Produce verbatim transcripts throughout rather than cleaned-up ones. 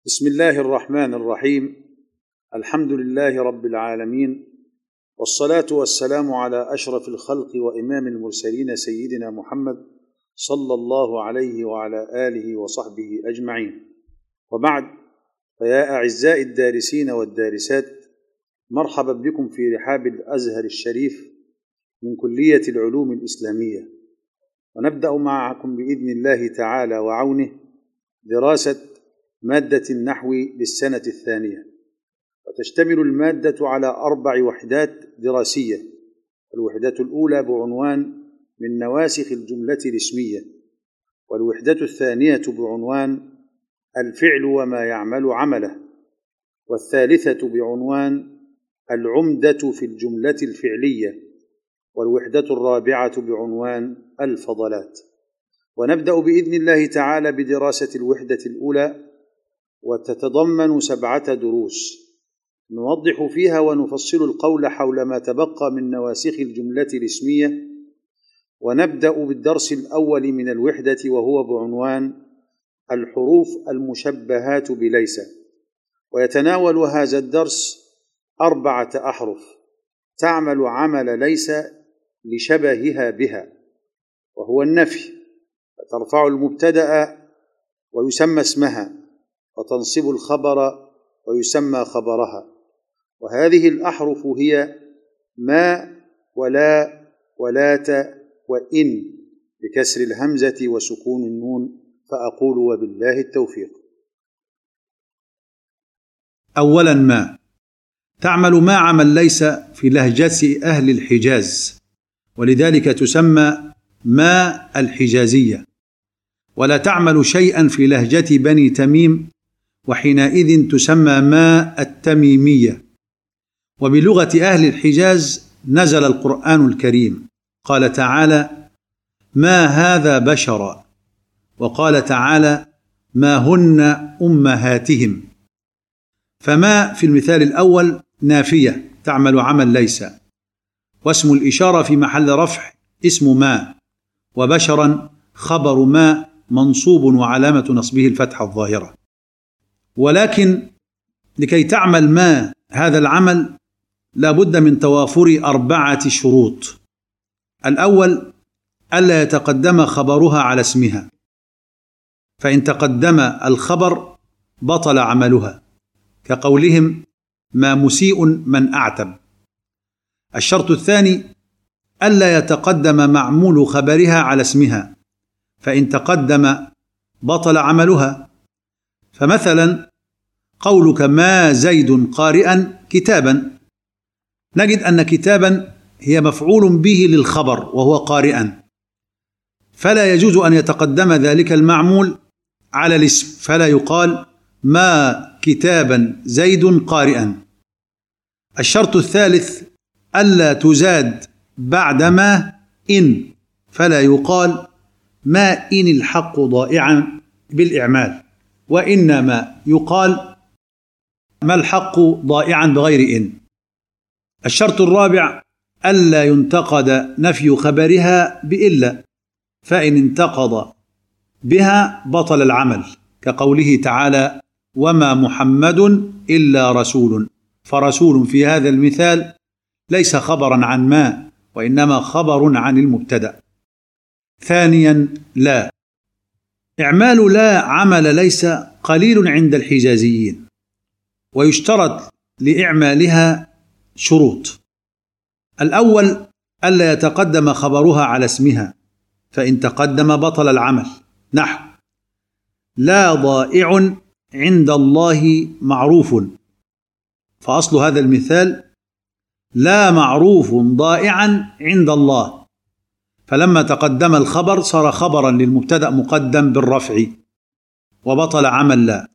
بسم الله الرحمن الرحيم. الحمد لله رب العالمين، والصلاة والسلام على أشرف الخلق وإمام المرسلين سيدنا محمد صلى الله عليه وعلى آله وصحبه أجمعين. وبعد، فيا أعزائي الدارسين والدارسات، مرحبا بكم في رحاب الأزهر الشريف من كلية العلوم الإسلامية، ونبدأ معكم بإذن الله تعالى وعونه دراسة مادة النحو للسنة الثانية. وتشتمل المادة على أربع وحدات دراسية. الوحدة الأولى بعنوان من نواسخ الجملة الاسمية، والوحدة الثانية بعنوان الفعل وما يعمل عمله، والثالثة بعنوان العمدة في الجملة الفعلية، والوحدة الرابعة بعنوان الفضلات. ونبدأ بإذن الله تعالى بدراسة الوحدة الأولى، وتتضمن سبعة دروس نوضح فيها ونفصل القول حول ما تبقى من نواسخ الجملة الاسمية. ونبدأ بالدرس الأول من الوحدة، وهو بعنوان الحروف المشبهات بليس. ويتناول هذا الدرس أربعة أحرف تعمل عمل ليس لشبهها بها، وهو النفي، فترفع المبتدأ ويسمى اسمها، وتنصب الخبر ويسمى خبرها. وهذه الأحرف هي ما ولا ولات وإن بكسر الهمزة وسكون النون. فأقول وبالله التوفيق. أولا، ما تعمل ما عمل ليس في لهجة أهل الحجاز، ولذلك تسمى ما الحجازية، ولا تعمل شيئا في لهجة بني تميم، وحينئذ تسمى ما التميمية. وبلغة أهل الحجاز نزل القرآن الكريم، قال تعالى: ما هذا بشرا، وقال تعالى: ما هن أمهاتهم. فما في المثال الأول نافية تعمل عمل ليس، واسم الإشارة في محل رفع اسم ما، وبشرا خبر ما منصوب وعلامة نصبه الفتحة الظاهرة. ولكن لكي تعمل ما هذا العمل لا بد من توافر أربعة شروط. الأول، ألا يتقدم خبرها على اسمها، فإن تقدم الخبر بطل عملها، كقولهم: ما مسيء من أعتب. الشرط الثاني، ألا يتقدم معمول خبرها على اسمها، فإن تقدم بطل عملها. فمثلا قولك: ما زيد قارئا كتابا، نجد أن كتابا هي مفعول به للخبر وهو قارئا، فلا يجوز أن يتقدم ذلك المعمول على الاسم، فلا يقال ما كتابا زيد قارئا. الشرط الثالث، ألا تزاد بعد ما إن، فلا يقال ما إن الحق ضائعا بالإعمال، وإنما يقال ما الحق ضائعا بغير إن. الشرط الرابع، ألا ينتقد نفي خبرها بإلا، فإن انتقض بها بطل العمل، كقوله تعالى: وما محمد إلا رسول. فرسول في هذا المثال ليس خبرا عن ما، وإنما خبر عن المبتدأ. ثانيا، لا. إعمال لا عمل ليس قليل عند الحجازيين، ويشترط لإعمالها شروط. الأول، ألا يتقدم خبرها على اسمها، فإن تقدم بطل العمل، نحو: لا ضائع عند الله معروف. فأصل هذا المثال: لا معروف ضائعا عند الله، فلما تقدم الخبر صار خبرا للمبتدأ مقدم بالرفع، وبطل عمل لا.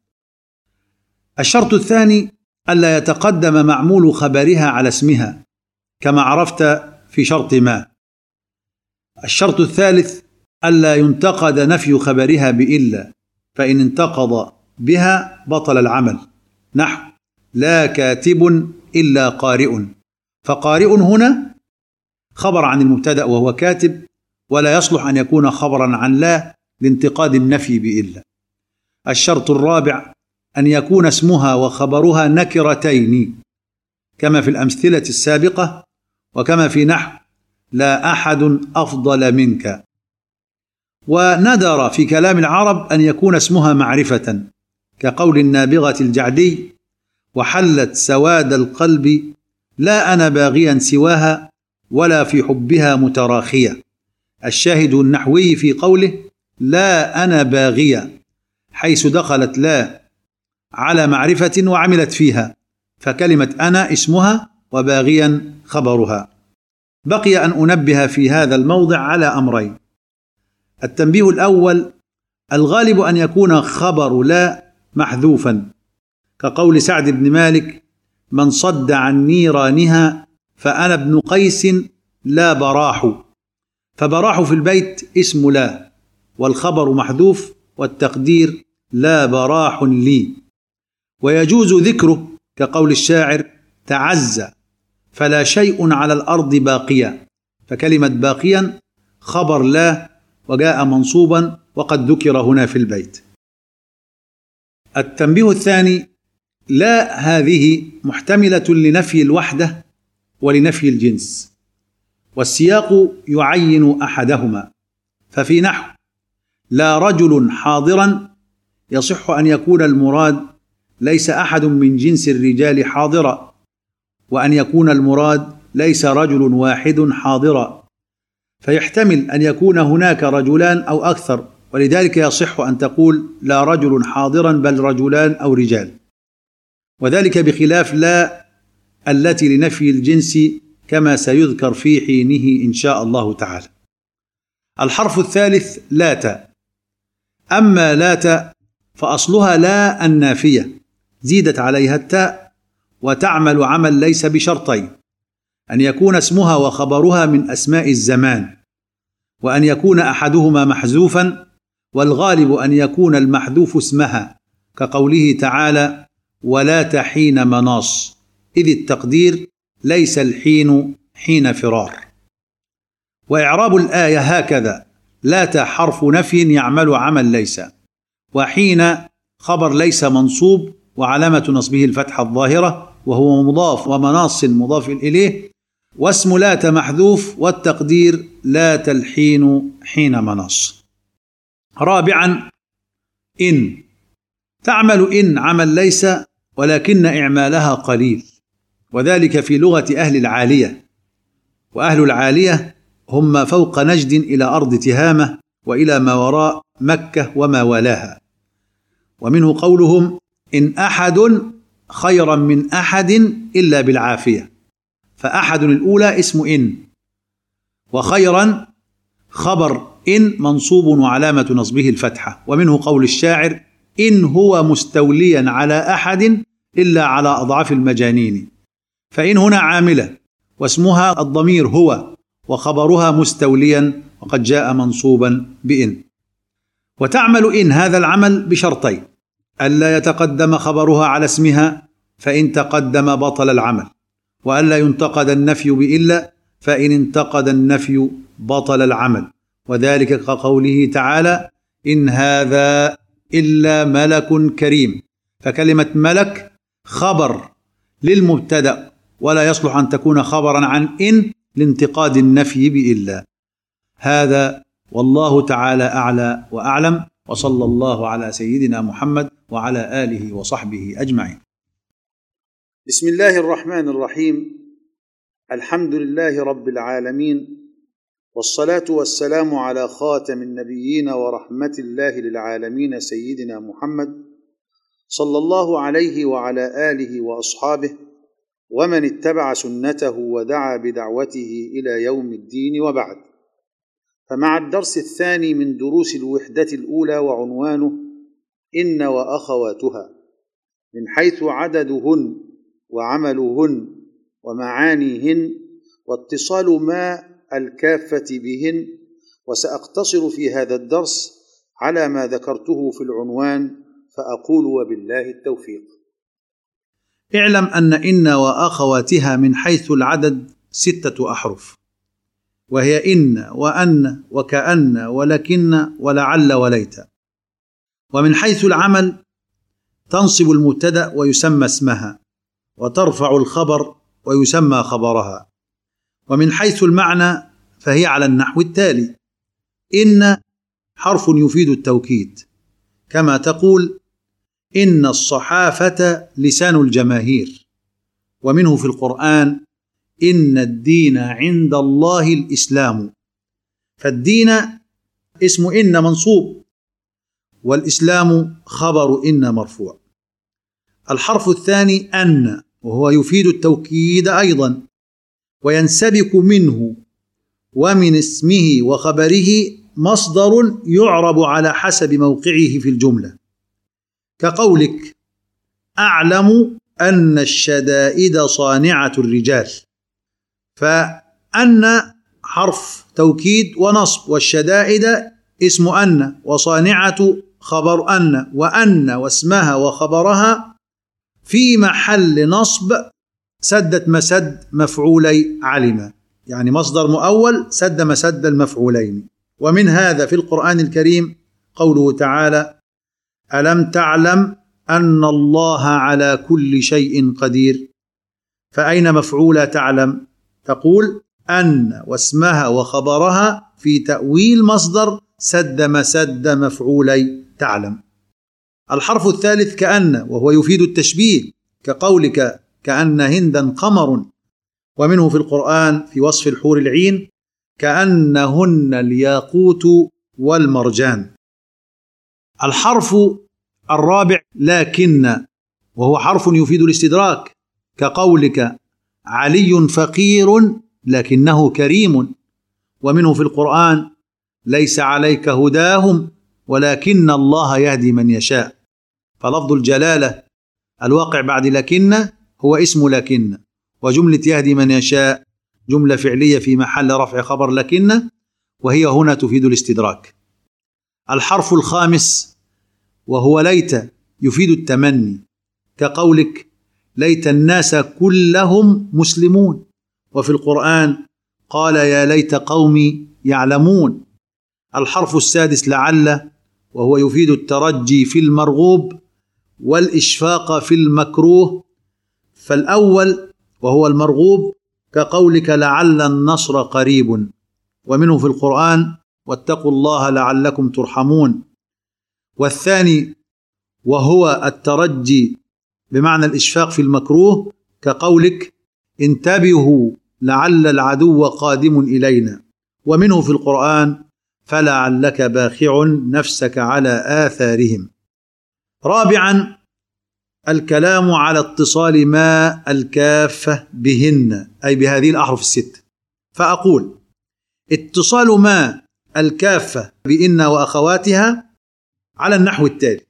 الشرط الثاني، ألا يتقدم معمول خبرها على اسمها، كما عرفت في شرط ما. الشرط الثالث، ألا ينتقد نفي خبرها بإلا، فإن انتقض بها بطل العمل، نحو: لا كاتب إلا قارئ. فقارئ هنا خبر عن المبتدأ وهو كاتب، ولا يصلح أن يكون خبرا عن لا لانتقاد النفي بإلا. الشرط الرابع، أن يكون اسمها وخبرها نكرتين كما في الأمثلة السابقة، وكما في نحو لا أحد أفضل منك. وندر في كلام العرب أن يكون اسمها معرفة كقول النابغة الجعدي: وحلت سواد القلب لا أنا باغيا سواها ولا في حبها متراخية. الشاهد النحوي في قوله لا أنا باغية، حيث دخلت لا على معرفة وعملت فيها، فكلمة أنا اسمها وباغيا خبرها. بقي أن أنبه في هذا الموضع على أمرين. التنبيه الأول: الغالب أن يكون خبر لا محذوفا كقول سعد بن مالك: من صد عن نيرانها فأنا ابن قيس لا براح. فبراح في البيت اسم لا، والخبر محذوف، والتقدير لا براح لي. ويجوز ذكره كقول الشاعر: تعزى فلا شيء على الأرض باقيا، فكلمة باقيا خبر لا وجاء منصوبا وقد ذكر هنا في البيت. التنبيه الثاني: لا هذه محتملة لنفي الوحدة ولنفي الجنس، والسياق يعين أحدهما. ففي نحو لا رجل حاضرا يصح أن يكون المراد ليس أحد من جنس الرجال حاضرا، وأن يكون المراد ليس رجل واحد حاضرا، فيحتمل أن يكون هناك رجلان أو أكثر، ولذلك يصح أن تقول لا رجل حاضرا بل رجلان أو رجال، وذلك بخلاف لا التي لنفي الجنس كما سيذكر في حينه إن شاء الله تعالى. الحرف الثالث لات. أما لات فأصلها لا النافية زيدت عليها التاء، وتعمل عمل ليس بشرطين: أن يكون اسمها وخبرها من أسماء الزمان، وأن يكون أحدهما محذوفا، والغالب أن يكون المحذوف اسمها كقوله تعالى: ولات حين مناص، إذ التقدير ليس الحين حين فرار. وإعراب الآية هكذا: لات حرف نفي يعمل عمل ليس، وحين خبر ليس منصوب وعلامة نصبه الفتحة الظاهرة وهو مضاف، ومناص مضاف إليه، واسم لات محذوف، والتقدير لات الحين حين مناص. رابعا إن. تعمل إن عمل ليس، ولكن إعمالها قليل، وذلك في لغة أهل العالية، وأهل العالية هم ما فوق نجد إلى أرض تهامة وإلى ما وراء مكة وما والاها. ومنه قولهم: إن أحد خيرا من أحد إلا بالعافية. فأحد الأولى اسم إن، وخيرا خبر إن منصوب وعلامة نصبه الفتحة. ومنه قول الشاعر: إن هو مستوليا على أحد إلا على أضعاف المجانين. فإن هنا عاملة، واسمها الضمير هو، وخبرها مستوليا، وقد جاء منصوبا بإن. وتعمل إن هذا العمل بشرطين: ألا يتقدم خبرها على اسمها، فإن تقدم بطل العمل، وألا ينتقد النفي بإلا، فإن انتقد النفي بطل العمل، وذلك كقوله تعالى: إن هذا إلا ملك كريم. فكلمة ملك خبر للمبتدأ، ولا يصلح أن تكون خبرا عن إن لانتقاد النفي بإلا. هذا والله تعالى أعلى وأعلم، وصلى الله على سيدنا محمد وعلى آله وصحبه أجمعين. بسم الله الرحمن الرحيم. الحمد لله رب العالمين، والصلاة والسلام على خاتم النبيين ورحمة الله للعالمين سيدنا محمد صلى الله عليه وعلى آله وأصحابه ومن اتبع سنته ودعا بدعوته إلى يوم الدين، وبعد. فمع الدرس الثاني من دروس الوحدة الأولى، وعنوانه إن وأخواتها، من حيث عددهن وعملهن ومعانيهن واتصال ما الكافة بهن. وسأقتصر في هذا الدرس على ما ذكرته في العنوان، فأقول وبالله التوفيق. اعلم أن إن وأخواتها من حيث العدد ستة أحرف، وهي إن وأن وكأن ولكن ولعل وليت. ومن حيث العمل تنصب المبتدأ ويسمى اسمها، وترفع الخبر ويسمى خبرها. ومن حيث المعنى فهي على النحو التالي: إن حرف يفيد التوكيد، كما تقول إن الصحافة لسان الجماهير، ومنه في القرآن إن الدين عند الله الإسلام، فالدين اسم إن منصوب، والإسلام خبر إن مرفوع. الحرف الثاني أن، وهو يفيد التوكيد أيضا، وينسبك منه ومن اسمه وخبره مصدر يعرب على حسب موقعه في الجملة، كقولك أعلم أن الشدائد صانعة الرجال، فأن حرف توكيد ونصب، والشدائد اسم أن، وصانعة خبر أن، وأن واسمها وخبرها في محل نصب سدت مسد مفعولي علم، يعني مصدر مؤول سد مسد المفعولين. ومن هذا في القرآن الكريم قوله تعالى ألم تعلم أن الله على كل شيء قدير، فأين مفعول تعلم؟ تقول أن واسمها وخبرها في تأويل مصدر سد مسد مفعولي تعلم. الحرف الثالث كأن، وهو يفيد التشبيه، كقولك كأن هندا قمر، ومنه في القرآن في وصف الحور العين كأنهن الياقوت والمرجان. الحرف الرابع لكن، وهو حرف يفيد الاستدراك، كقولك علي فقير لكنه كريم، ومنه في القرآن ليس عليك هداهم ولكن الله يهدي من يشاء، فلفظ الجلالة الواقع بعد لكن هو اسم لكن، وجملة يهدي من يشاء جملة فعلية في محل رفع خبر لكن، وهي هنا تفيد الاستدراك. الحرف الخامس وهو ليت يفيد التمني، كقولك ليت الناس كلهم مسلمون، وفي القرآن قال يا ليت قومي يعلمون. الحرف السادس لعل، وهو يفيد الترجي في المرغوب والإشفاق في المكروه، فالأول وهو المرغوب كقولك لعل النصر قريب، ومنه في القرآن واتقوا الله لعلكم ترحمون. والثاني وهو الترجي بمعنى الإشفاق في المكروه، كقولك انتبهوا لعل العدو قادم إلينا، ومنه في القرآن فلعلك باخع نفسك على آثارهم. رابعا الكلام على اتصال ما الكافة بهن، أي بهذه الأحرف الست، فأقول اتصال ما الكافة بإن وأخواتها على النحو التالي: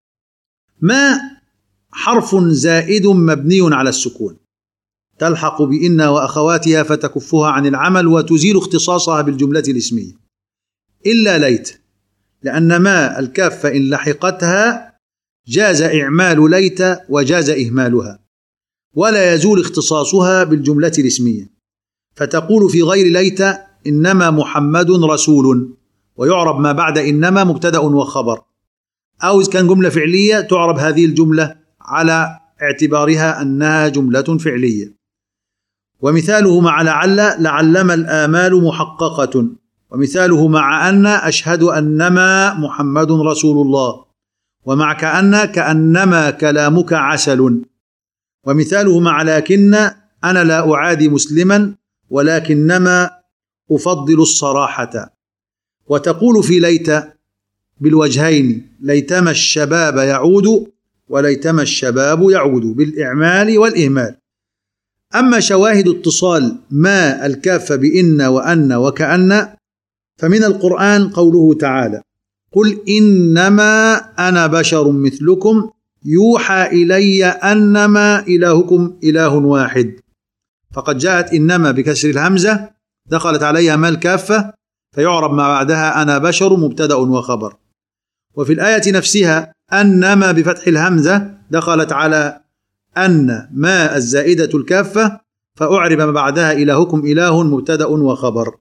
ما حرف زائد مبني على السكون، تلحق بإن وأخواتها فتكفها عن العمل وتزيل اختصاصها بالجملة الاسمية، إلا ليت، لأن ما الكافة إن لحقتها جاز إعمال ليت وجاز إهمالها، ولا يزول اختصاصها بالجملة الاسمية، فتقول في غير ليت إنما محمد رسول، ويعرب ما بعد إنما مبتدأ وخبر، أو إذا كان جملة فعلية تعرب هذه الجملة على اعتبارها أنها جملة فعلية. ومثاله مع لعل لعلما الآمال محققة، ومثاله مع أن أشهد أنما محمد رسول الله، ومع كأن كأنما كلامك عسل. ومثاله مع لكن أنا لا أعادي مسلما ولكنما أفضل الصراحة. وتقول في ليت بالوجهين ليتما الشباب يعود وليتما الشباب يعود بالإعمال والإهمال. أما شواهد اتصال ما الكافة بإن وأن وكأن فمن القرآن قوله تعالى قل إنما أنا بشر مثلكم يوحى إلي أنما إلهكم إله واحد، فقد جاءت إنما بكسر الهمزة دخلت عليها ما الكافة فيعرب ما بعدها أنا بشر مبتدأ وخبر. وفي الآية نفسها أنما بفتح الهمزة دخلت على أن ما الزائدة الكافة فأعرب ما بعدها إلهكم إله مبتدأ وخبر.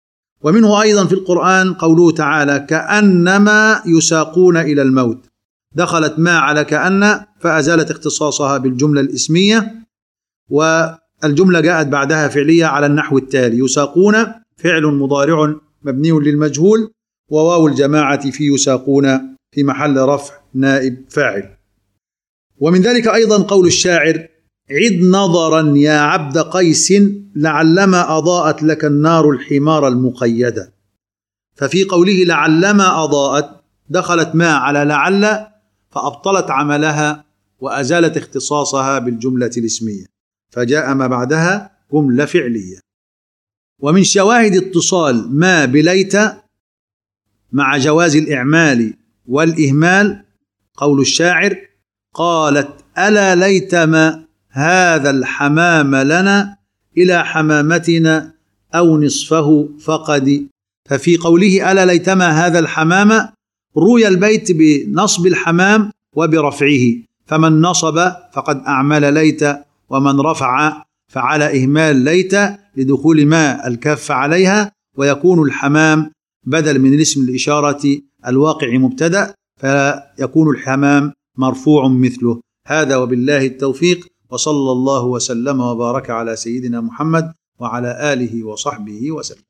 ومنه أيضا في القرآن قوله تعالى كأنما يساقون إلى الموت، دخلت ما على كأن فأزالت اختصاصها بالجملة الإسمية، والجملة جاءت بعدها فعلية على النحو التالي: يساقون فعل مضارع مبني للمجهول، وواو الجماعة في يساقون في محل رفع نائب فاعل. ومن ذلك أيضا قول الشاعر: عد نظرا يا عبد قيس لعلما أضاءت لك النار الحمار المقيدة. ففي قوله لعلما أضاءت دخلت ما على لعل فأبطلت عملها وأزالت اختصاصها بالجملة الاسمية، فجاء ما بعدها جملة فعلية. ومن شواهد اتصال ما بليت مع جواز الإعمال والإهمال قول الشاعر: قالت ألا ليتما هذا الحمام لنا إلى حمامتنا أو نصفه فقد. ففي قوله ألا ليتما هذا الحمام روي البيت بنصب الحمام وبرفعه، فمن نصب فقد أعمل ليت، ومن رفع فعلى إهمال ليت لدخول ما الكاف عليها، ويكون الحمام بدل من الاسم الإشارة الواقع مبتدأ، فيكون الحمام مرفوع مثله. هذا وبالله التوفيق، وصلى الله وسلم وبارك على سيدنا محمد وعلى آله وصحبه وسلم.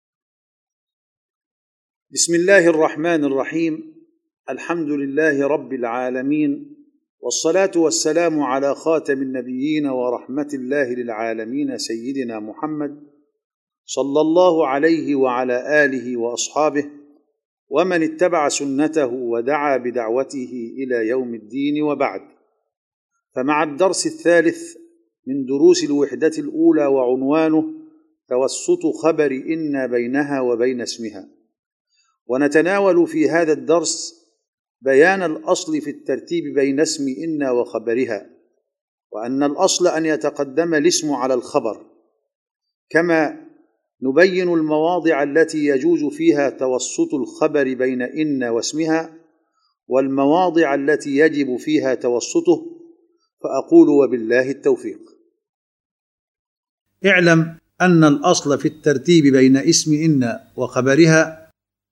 بسم الله الرحمن الرحيم. الحمد لله رب العالمين، والصلاة والسلام على خاتم النبيين ورحمة الله للعالمين سيدنا محمد صلى الله عليه وعلى آله وأصحابه ومن اتبع سنته ودعا بدعوته إلى يوم الدين، وبعد. فمع الدرس الثالث من دروس الوحدة الأولى، وعنوانه توسط خبر إن بينها وبين اسمها. ونتناول في هذا الدرس بيان الأصل في الترتيب بين اسم إن وخبرها، وأن الأصل أن يتقدم الاسم على الخبر، كما نبين المواضع التي يجوز فيها توسط الخبر بين إن واسمها، والمواضع التي يجب فيها توسطه، فأقول وبالله التوفيق. اعلم أن الأصل في الترتيب بين اسم إن وخبرها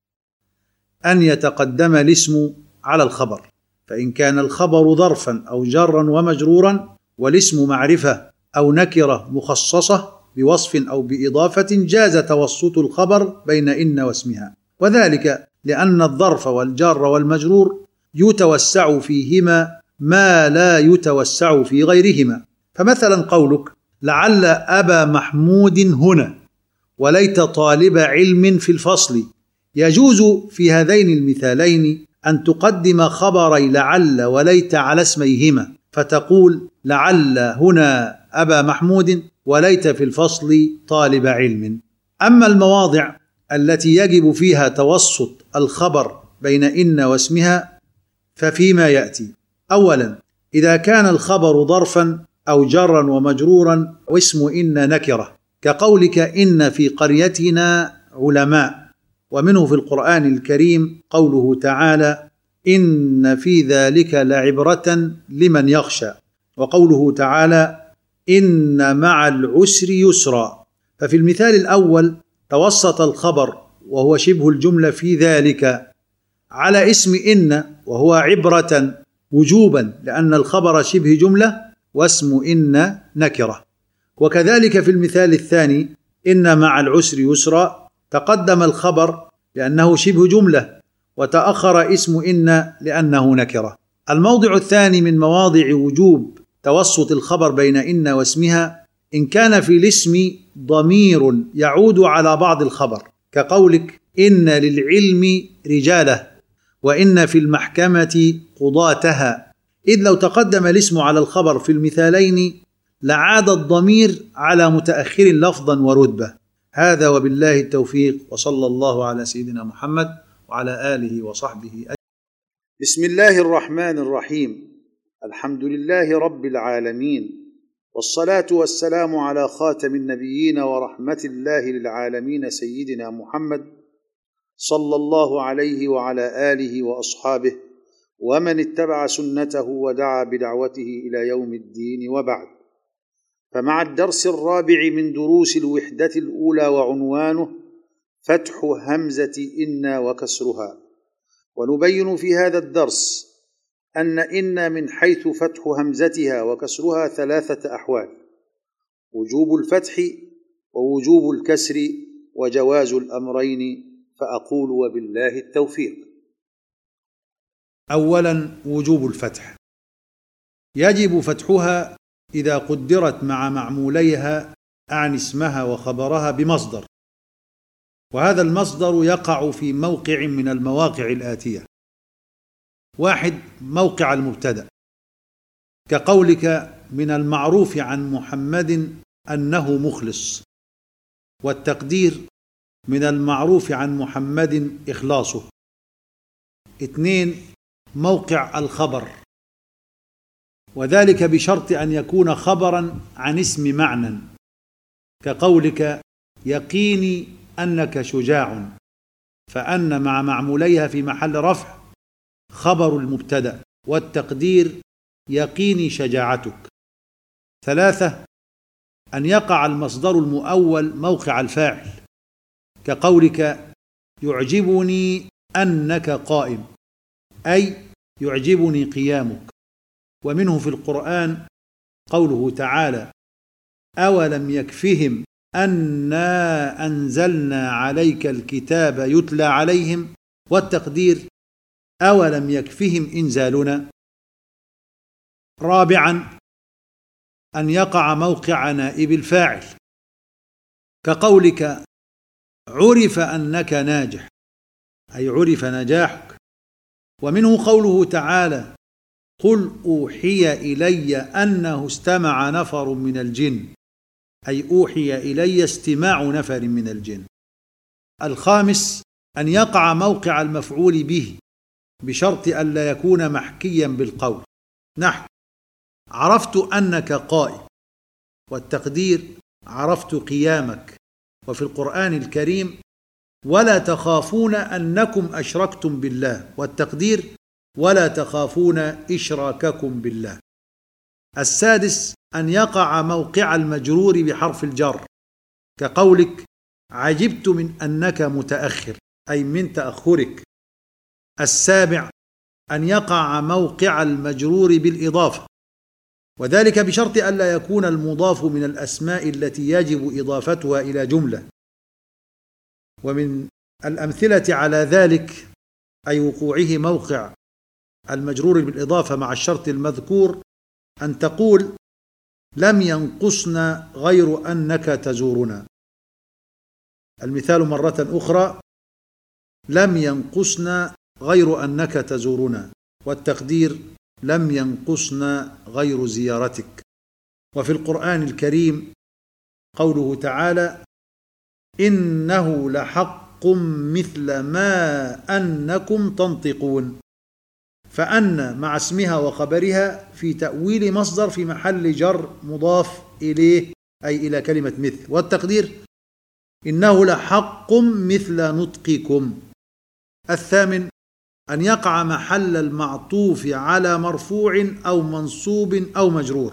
أن يتقدم الاسم على الخبر، فإن كان الخبر ظرفا أو جرا ومجرورا والاسم معرفة أو نكرة مخصصة بوصف أو بإضافة جاز توسط الخبر بين إن واسمها، وذلك لأن الظرف والجار والمجرور يتوسع فيهما ما لا يتوسع في غيرهما. فمثلا قولك لعل أبا محمود هنا وليت طالب علم في الفصل، يجوز في هذين المثالين أن تقدم خبري لعل وليت على اسميهما، فتقول لعل هنا أبا محمود وليت في الفصل طالب علم. أما المواضع التي يجب فيها توسط الخبر بين إن واسمها ففيما يأتي: أولا، إذا كان الخبر ظرفا أو جرا ومجرورا واسم إن نكرة، كقولك إن في قريتنا علماء. ومنه في القرآن الكريم قوله تعالى: إن في ذلك لعبرة لمن يخشى، وقوله تعالى: إن مع العسر يسرا. ففي المثال الأول توسط الخبر وهو شبه الجملة في ذلك على اسم إن وهو عبرة وجوبا، لأن الخبر شبه جملة واسم إن نكرة. وكذلك في المثال الثاني إن مع العسر يسرا، تقدم الخبر لأنه شبه جملة، وتأخر اسم إن لأنه نكرة. الموضع الثاني من مواضع وجوب توسط الخبر بين إن واسمها إن كان في الاسم ضمير يعود على بعض الخبر، كقولك إن للعلم رجاله، وإن في المحكمة قضاتها، إذ لو تقدم الاسم على الخبر في المثالين لعاد الضمير على متأخر لفظا ورتبة. هذا وبالله التوفيق، وصلى الله على سيدنا محمد وعلى آله وصحبه أجمعين. بسم الله الرحمن الرحيم. الحمد لله رب العالمين، والصلاة والسلام على خاتم النبيين ورحمة الله للعالمين سيدنا محمد صلى الله عليه وعلى آله وأصحابه ومن اتبع سنته ودعا بدعوته إلى يوم الدين، وبعد. فمع الدرس الرابع من دروس الوحدة الأولى، وعنوانه فتح همزة إن وكسرها. ونبين في هذا الدرس أن إن من حيث فتح همزتها وكسرها ثلاثة أحوال: وجوب الفتح ووجوب الكسر وجواز الأمرين، فأقول وبالله التوفيق. أولا، وجوب الفتح. يجب فتحها إذا قدرت مع معموليها عن اسمها وخبرها بمصدر، وهذا المصدر يقع في موقع من المواقع الآتية: واحد، موقع المبتدأ، كقولك من المعروف عن محمد أنه مخلص، والتقدير من المعروف عن محمد إخلاصه. اثنين، موقع الخبر، وذلك بشرط أن يكون خبرا عن اسم معنى، كقولك يقيني أنك شجاع، فأن مع معموليها في محل رفع خبر المبتدأ، والتقدير يقيني شجاعتك. ثلاثة، أن يقع المصدر المؤول موقع الفاعل، كقولك يعجبني أنك قائم، أي يعجبني قيامك. ومنه في القرآن قوله تعالى: أولم يكفهم أنا أنزلنا عليك الكتاب يتلى عليهم، والتقدير أولم يكفهم إنزالنا. رابعا، أن يقع موقع نائب الفاعل، كقولك عرف أنك ناجح، أي عرف نجاحك. ومنه قوله تعالى: قل أوحي إلي أنه استمع نفر من الجن، أي أوحي إلي استماع نفر من الجن. الخامس، أن يقع موقع المفعول به بشرط ألا يكون محكيا بالقول، نحو عرفت أنك قائم، والتقدير عرفت قيامك. وفي القرآن الكريم ولا تخافون أنكم أشركتم بالله، والتقدير ولا تخافون إشراككم بالله. السادس، أن يقع موقع المجرور بحرف الجر، كقولك عجبت من أنك متأخر، أي من تأخرك. السابع، أن يقع موقع المجرور بالإضافة، وذلك بشرط ألا يكون المضاف من الأسماء التي يجب إضافتها إلى جملة. ومن الأمثلة على ذلك أي وقوعه موقع المجرور بالإضافة مع الشرط المذكور أن تقول لم ينقصنا غير أنك تزورنا. المثال مرة أخرى: لم ينقصنا غير أنك تزورنا، والتقدير لم ينقصنا غير زيارتك. وفي القرآن الكريم قوله تعالى: إنه لحق مثل ما أنكم تنطقون، فأن مع اسمها وخبرها في تأويل مصدر في محل جر مضاف إليه، أي إلى كلمة مثل. والتقدير إنه لحق مثل نطقكم. الثامن، أن يقع محل المعطوف على مرفوع أو منصوب أو مجرور،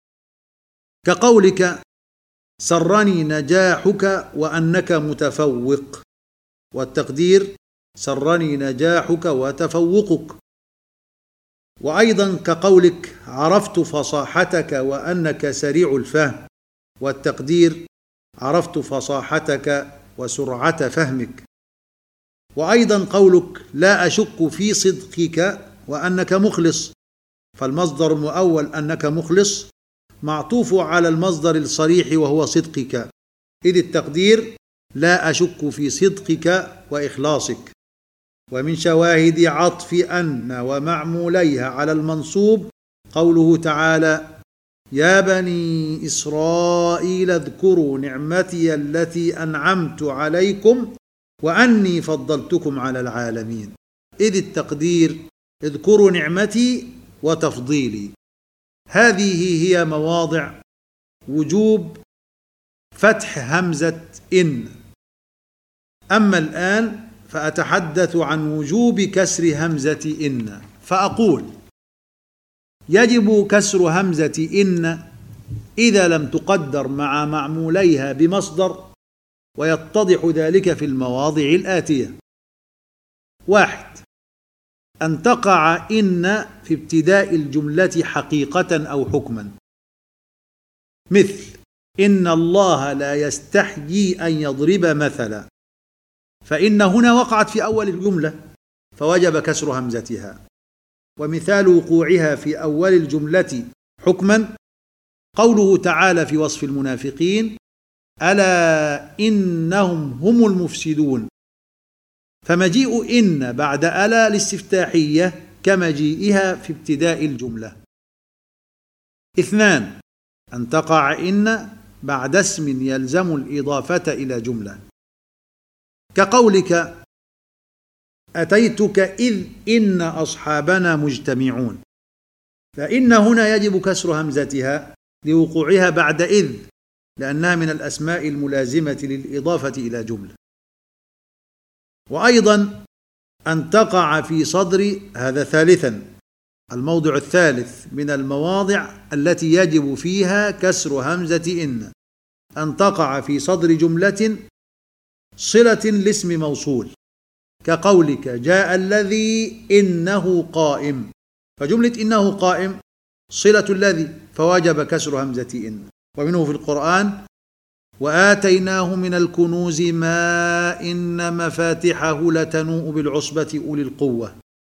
كقولك سرني نجاحك وأنك متفوق، والتقدير سرني نجاحك وتفوقك. وأيضا كقولك عرفت فصاحتك وأنك سريع الفهم، والتقدير عرفت فصاحتك وسرعة فهمك. وأيضا قولك لا أشك في صدقك وأنك مخلص، فالمصدر المؤول أنك مخلص معطوف على المصدر الصريح وهو صدقك، إذ التقدير لا أشك في صدقك وإخلاصك. ومن شواهد عطف أن ومعموليها على المنصوب قوله تعالى: يا بني إسرائيل اذكروا نعمتي التي أنعمت عليكم وأني فضلتكم على العالمين، إذ التقدير اذكروا نعمتي وتفضيلي. هذه هي مواضع وجوب فتح همزة إن. أما الآن فأتحدث عن وجوب كسر همزة إن، فأقول يجب كسر همزة إن إذا لم تقدر مع معموليها بمصدر، ويتضح ذلك في المواضع الآتية: واحد، أن تقع إن في ابتداء الجملة حقيقة أو حكما، مثل إن الله لا يستحيي أن يضرب مثلا، فإن هنا وقعت في أول الجملة فوجب كسر همزتها. ومثال وقوعها في أول الجملة حكما قوله تعالى في وصف المنافقين: ألا إنهم هم المفسدون، فمجيء إن بعد ألا الاستفتاحية كمجيئها في ابتداء الجملة. اثنان، أن تقع إن بعد اسم يلزم الإضافة إلى جملة، كقولك: أتيتك إذ إن أصحابنا مجتمعون، فإن هنا يجب كسر همزتها لوقوعها بعد إذ، لأنها من الأسماء الملازمة للإضافة إلى جملة. وأيضا أن تقع في صدر، هذا ثالثا الموضع الثالث من المواضع التي يجب فيها كسر همزة إن، أن تقع في صدر جملة صلة لاسم موصول، كقولك: جاء الذي إنه قائم، فجملة إنه قائم صلة الذي فوجب كسر همزة إن. ومنه في القرآن: وآتيناه من الكنوز ما إن مفاتحه لتنوء بالعصبة أولي القوة،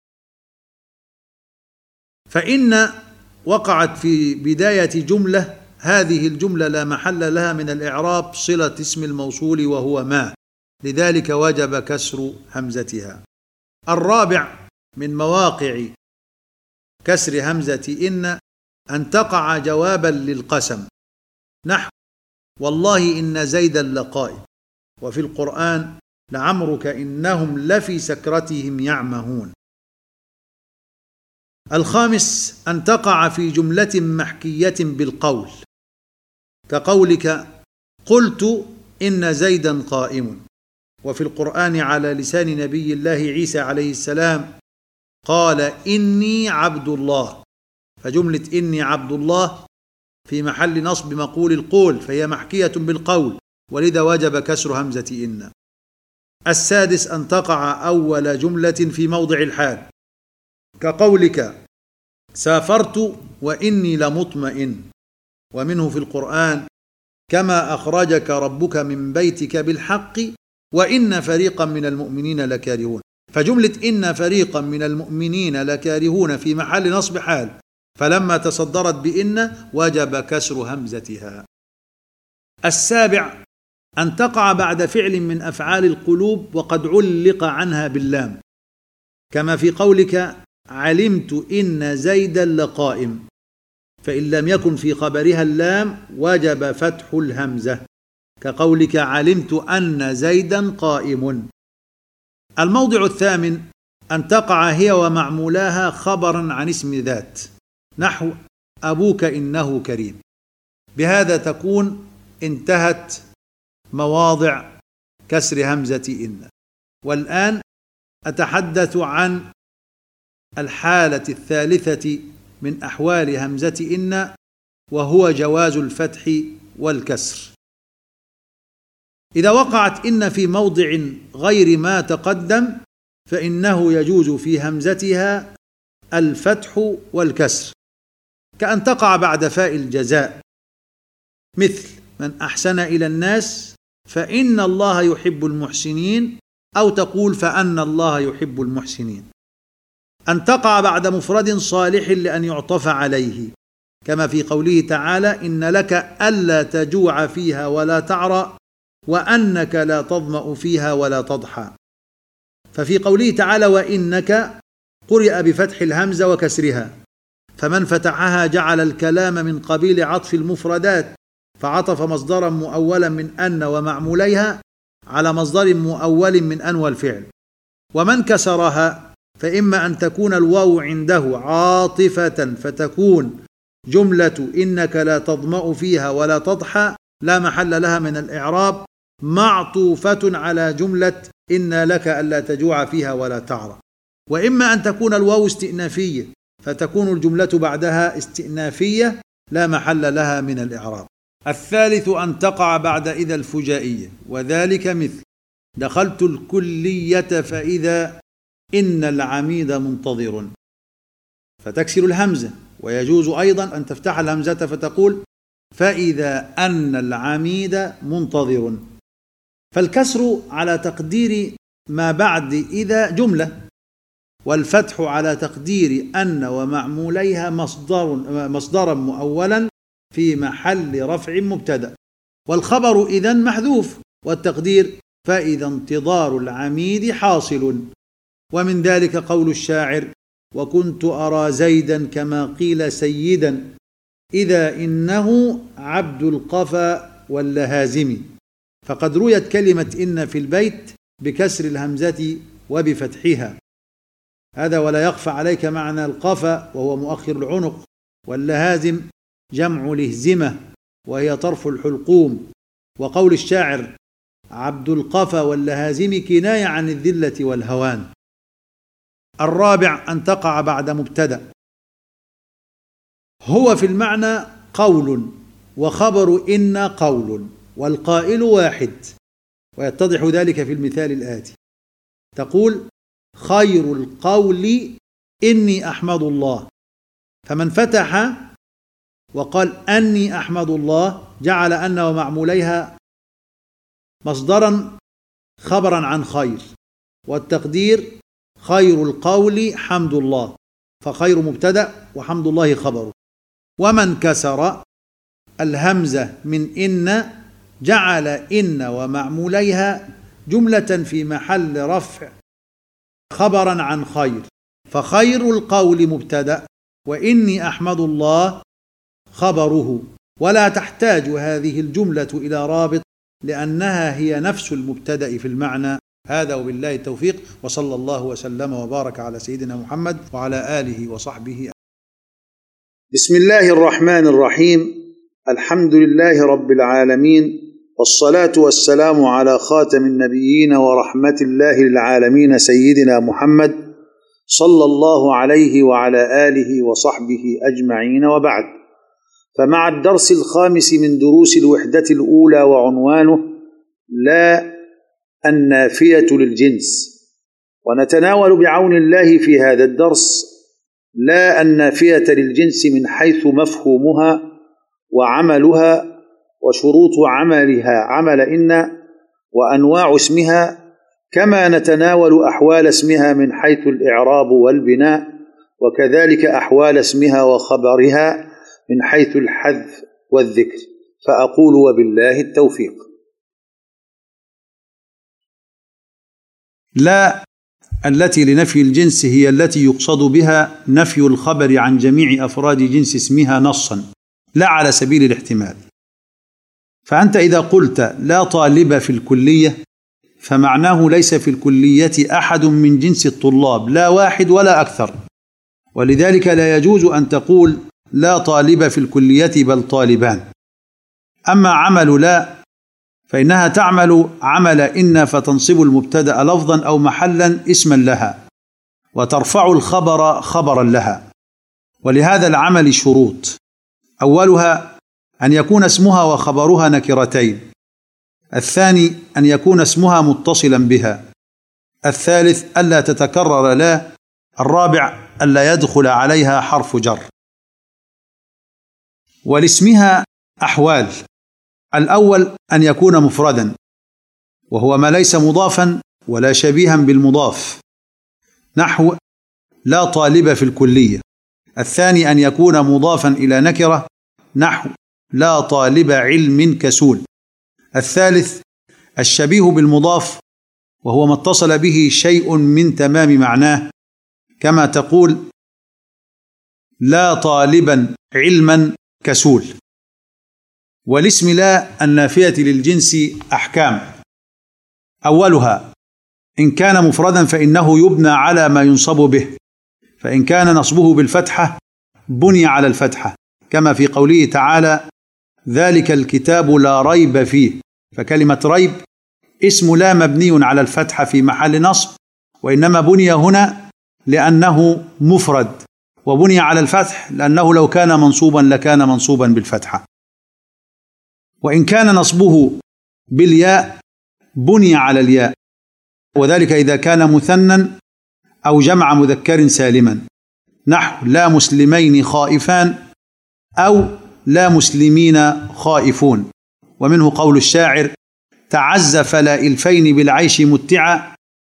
فإن وقعت في بداية جملة، هذه الجملة لا محل لها من الإعراب صلة اسم الموصول وهو ما، لذلك وجب كسر همزتها. الرابع من مواقع كسر همزة إن أن تقع جوابا للقسم، نحو: والله إن زيدا لقائم، وفي القرآن: لعمرك إنهم لفي سكرتهم يعمهون. الخامس أن تقع في جملة محكية بالقول، كقولك: قلت إن زيدا قائم، وفي القرآن على لسان نبي الله عيسى عليه السلام قال: إني عبد الله، فجملة إني عبد الله في محل نصب مقول القول، فهي محكية بالقول، ولذا وجب كسر همزة إن. السادس أن تقع أول جملة في موضع الحال، كقولك: سافرت وإني لمطمئن، ومنه في القرآن: كما أخرجك ربك من بيتك بالحق وإن فريقا من المؤمنين لكارهون، فجملة إن فريقا من المؤمنين لكارهون في محل نصب حال، فلما تصدرت بإن وجب كسر همزتها. السابع أن تقع بعد فعل من أفعال القلوب وقد علق عنها باللام، كما في قولك: علمت إن زيدا لقائم، فإن لم يكن في خبرها اللام وجب فتح الهمزة، كقولك: علمت أن زيدا قائم. الموضع الثامن أن تقع هي ومعمولاها خبرا عن اسم ذات، نحو: أبوك إنه كريم. بهذا تكون انتهت مواضع كسر همزة إن. والآن أتحدث عن الحالة الثالثة من أحوال همزة إن، وهو جواز الفتح والكسر. إذا وقعت إن في موضع غير ما تقدم فإنه يجوز في همزتها الفتح والكسر، كأن تقع بعد فاء الجزاء، مثل: من أحسن إلى الناس فإن الله يحب المحسنين، أو تقول: فأن الله يحب المحسنين. أن تقع بعد مفرد صالح لأن يعطف عليه، كما في قوله تعالى: إن لك ألا تجوع فيها ولا تعرى وأنك لا تظمأ فيها ولا تضحى. ففي قوله تعالى: وإنك قرئ بفتح الهمزة وكسرها، فمن فتحها جعل الكلام من قبيل عطف المفردات، فعطف مصدرا مؤولا من أن ومعموليها على مصدر مؤول من أن والفعل. ومن كسرها فإما أن تكون الواو عنده عاطفة فتكون جملة إنك لا تظمأ فيها ولا تضحى لا محل لها من الإعراب معطوفة على جملة إن لك ألا تجوع فيها ولا تعرى، وإما أن تكون الواو استئنافية فتكون الجملة بعدها استئنافية لا محل لها من الإعراب. الثالث أن تقع بعد إذا الفجائية، وذلك مثل: دخلت الكلية فإذا إن العميد منتظر، فتكسر الهمزة. ويجوز أيضا أن تفتح الهمزة فتقول فإذا أن العميد منتظر، فالكسر على تقدير ما بعد إذا جملة، والفتح على تقدير أن ومعموليها مصدر مصدرا مؤولا في محل رفع مبتدأ، والخبر إذن محذوف، والتقدير فإذا انتظار العميد حاصل. ومن ذلك قول الشاعر وكنت أرى زيدا كما قيل سيدا إذا إنه عبد القفا واللهازم، فقد رويت كلمة إن في البيت بكسر الهمزة وبفتحها، هذا ولا يخفى عليك معنى القفا وهو مؤخر العنق، واللهازم جمع لهزمة وهي طرف الحلقوم. وقول الشاعر عبد القفا واللهازم كناية عن الذلة والهوان. الرابع أن تقع بعد مبتدأ. هو في المعنى قول، وخبر إن قول، والقائل واحد، ويتضح ذلك في المثال الآتي. تقول خير القول إني أحمد الله، فمن فتح وقال أني أحمد الله جعل أن ومعموليها مصدرا خبرا عن خير، والتقدير خير القول حمد الله، فخير مبتدأ وحمد الله خبره. ومن كسر الهمزة من إن جعل إن ومعموليها جملة في محل رفع خبرا عن خير، فخير القول مبتدأ وإني أحمد الله خبره، ولا تحتاج هذه الجملة إلى رابط لأنها هي نفس المبتدأ في المعنى. هذا وبالله التوفيق، وصلى الله وسلم وبارك على سيدنا محمد وعلى آله وصحبه. بسم الله الرحمن الرحيم. الحمد لله رب العالمين، والصلاة والسلام على خاتم النبيين ورحمة الله للعالمين سيدنا محمد صلى الله عليه وعلى آله وصحبه أجمعين، وبعد. فمع الدرس الخامس من دروس الوحدة الأولى، وعنوانه لا النافية للجنس، ونتناول بعون الله في هذا الدرس لا النافية للجنس من حيث مفهومها وعملها وشروط عملها عمل إن وأنواع اسمها، كما نتناول أحوال اسمها من حيث الإعراب والبناء، وكذلك أحوال اسمها وخبرها من حيث الحذف والذكر. فأقول وبالله التوفيق. لا التي لنفي الجنس هي التي يقصد بها نفي الخبر عن جميع أفراد جنس اسمها نصا، لا على سبيل الاحتمال. فأنت إذا قلت لا طالب في الكلية فمعناه ليس في الكلية أحد من جنس الطلاب، لا واحد ولا أكثر، ولذلك لا يجوز أن تقول لا طالب في الكلية بل طالبان. أما عمل لا فإنها تعمل عمل إن فتنصب المبتدأ لفظا أو محلا اسما لها، وترفع الخبر خبرا لها. ولهذا العمل شروط: أولها أن يكون اسمها وخبرها نكرتين، الثاني أن يكون اسمها متصلا بها، الثالث ألا تتكرر لا، الرابع ألا يدخل عليها حرف جر. ولاسمها أحوال: الأول أن يكون مفردا، وهو ما ليس مضافا ولا شبيها بالمضاف، نحو لا طالب في الكلية. الثاني أن يكون مضافا إلى نكرة، نحو لا طالب علم كسول. الثالث الشبيه بالمضاف، وهو ما اتصل به شيء من تمام معناه، كما تقول لا طالبا علما كسول. والاسم لا النافية للجنس أحكام: أولها إن كان مفردا فإنه يبنى على ما ينصب به، فإن كان نصبه بالفتحة بني على الفتحة، كما في قوله تعالى ذلك الكتاب لا ريب فيه، فكلمة ريب اسم لا مبني على الفتحة في محل نصب، وإنما بني هنا لأنه مفرد، وبني على الفتح لأنه لو كان منصوبا لكان منصوبا بالفتحة. وإن كان نصبه بالياء بني على الياء، وذلك إذا كان مثنى أو جمع مذكر سالما، نحو لا مسلمين خائفان أو لا مسلمين خائفون. ومنه قول الشاعر: تعزف لا إلفين بالعيش متعا.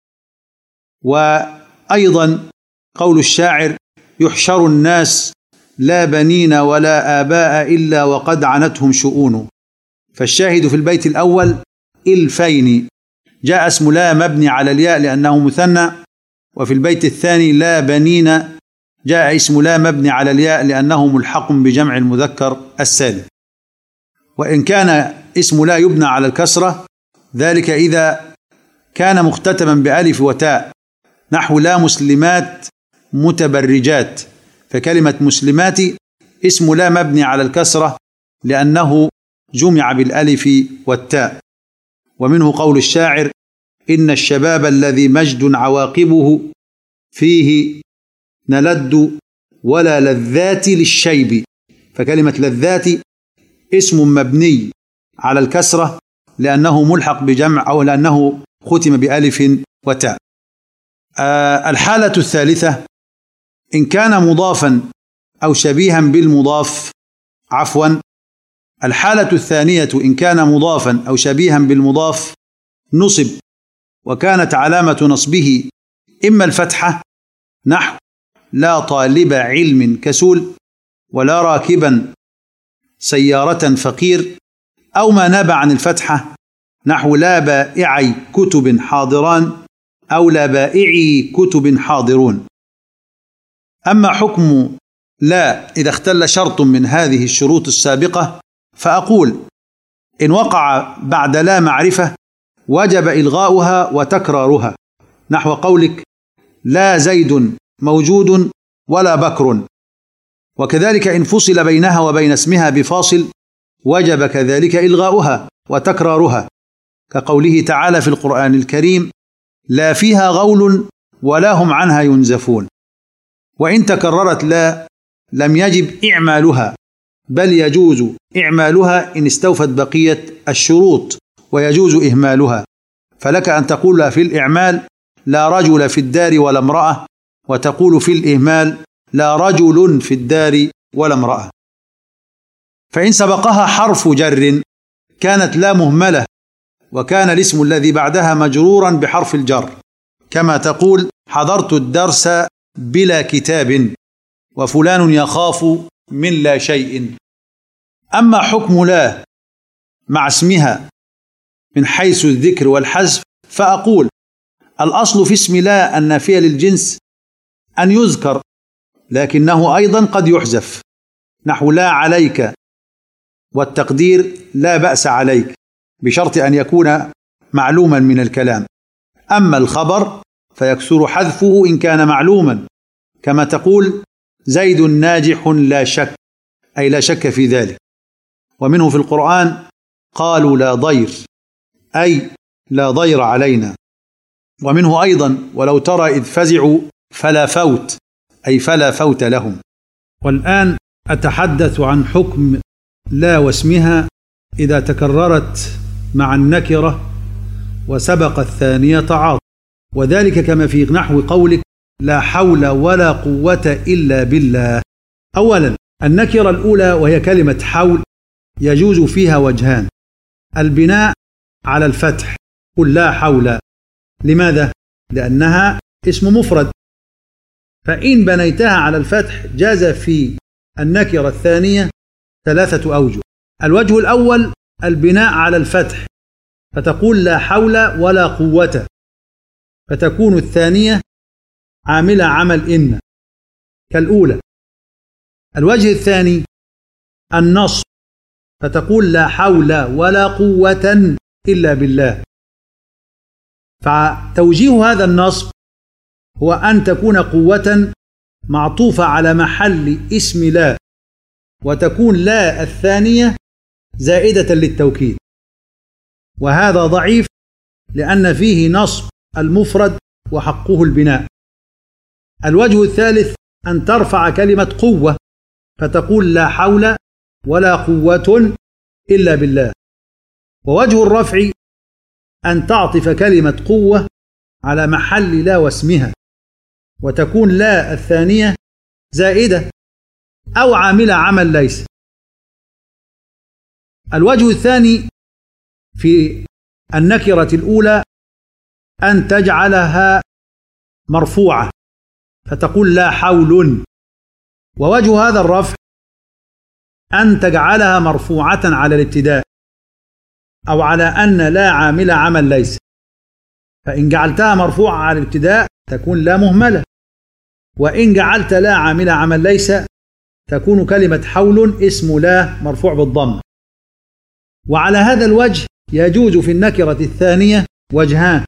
وأيضا قول الشاعر: يحشر الناس لا بنين ولا آباء إلا وقد عنتهم شؤون. فالشاهد في البيت الأول إلفين، جاء اسم لا مبني على الياء لأنه مثنى، وفي البيت الثاني لا بنين جاء اسم لا مبني على الياء لأنه ملحق بجمع المذكر السالم. وإن كان اسم لا يبنى على الكسرة، ذلك إذا كان مختتما بألف وتاء، نحو لا مسلمات متبرجات، فكلمة مسلمات اسم لا مبني على الكسرة لأنه جمع بالألف والتاء. ومنه قول الشاعر: إن الشباب الذي مجد عواقبه فيه نلد ولا لذات للشيب، فكلمة لذات اسم مبني على الكسرة لأنه ملحق بجمع أو لأنه ختم بألف وتاء. آه الحالة الثالثة إن كان مضافا أو شبيها بالمضاف عفوا الحالة الثانية إن كان مضافا أو شبيها بالمضاف نصب، وكانت علامة نصبه إما الفتحة، نحو لا طالب علم كسول، ولا راكبا سيارة فقير، أو ما ناب عن الفتحة، نحو لا بائعي كتب حاضران، أو لا بائعي كتب حاضرون. أما حكم لا إذا اختل شرط من هذه الشروط السابقة، فأقول: إن وقع بعد لا معرفة وجب إلغاؤها وتكرارها، نحو قولك: لا زيد موجود ولا بكر. وكذلك إن فصل بينها وبين اسمها بفاصل وجب كذلك إلغاؤها وتكرارها، كقوله تعالى في القرآن الكريم: لا فيها غول ولا هم عنها ينزفون. وإن تكررت لا لم يجب إعمالها، بل يجوز إعمالها إن استوفت بقية الشروط، ويجوز إهمالها. فلك أن تقول في الإعمال: لا رجل في الدار ولا امرأة، وتقول في الإهمال: لا رجل في الدار ولا امرأة. فإن سبقها حرف جر كانت لا مهملة، وكان الاسم الذي بعدها مجرورا بحرف الجر، كما تقول: حضرت الدرس بلا كتاب، وفلان يخاف من لا شيء. أما حكم لا مع اسمها من حيث الذكر والحذف، فأقول: الأصل في اسم لا النافية للجنس أن يذكر، لكنه أيضا قد يحذف، نحو لا عليك، والتقدير لا بأس عليك، بشرط أن يكون معلوما من الكلام. أما الخبر فيكثر حذفه إن كان معلوما، كما تقول: زيد ناجح لا شك، أي لا شك في ذلك. ومنه في القرآن: قالوا لا ضير، أي لا ضير علينا. ومنه أيضا: ولو ترى إذ فزعوا فلا فوت، أي فلا فوت لهم. والآن أتحدث عن حكم لا واسمها إذا تكررت مع النكرة وسبق الثانية تعاطف، وذلك كما في نحو قولك: لا حول ولا قوة إلا بالله. أولا، النكرة الأولى وهي كلمة حول يجوز فيها وجهان: البناء على الفتح، قل لا حول. لماذا؟ لأنها اسم مفرد، فإن بنيتها على الفتح جاز في النكرة الثانية ثلاثة أوجه. الوجه الأول البناء على الفتح، فتقول لا حول ولا قوة، فتكون الثانية عاملة عمل إن كالأولى. الوجه الثاني النصب، فتقول لا حول ولا قوة إلا بالله. فتوجيه هذا النصب هو أن تكون قوة معطوفة على محل اسم لا، وتكون لا الثانية زائدة للتوكيد، وهذا ضعيف لأن فيه نصب المفرد وحقه البناء. الوجه الثالث أن ترفع كلمة قوة، فتقول لا حول ولا قوة إلا بالله. ووجه الرفع أن تعطف كلمة قوة على محل لا واسمها، وتكون لا الثانية زائدة أو عاملة عمل ليس. الوجه الثاني في النكرة الأولى أن تجعلها مرفوعة فتقول لا حول، ووجه هذا الرفع أن تجعلها مرفوعة على الابتداء أو على أن لا عامل عمل ليس. فإن جعلتها مرفوعة على الابتداء تكون لا مهملة، وإن جعلت لا عامل عمل ليس تكون كلمة حول اسم لا مرفوع بالضم. وعلى هذا الوجه يجوز في النكرة الثانية وجهان: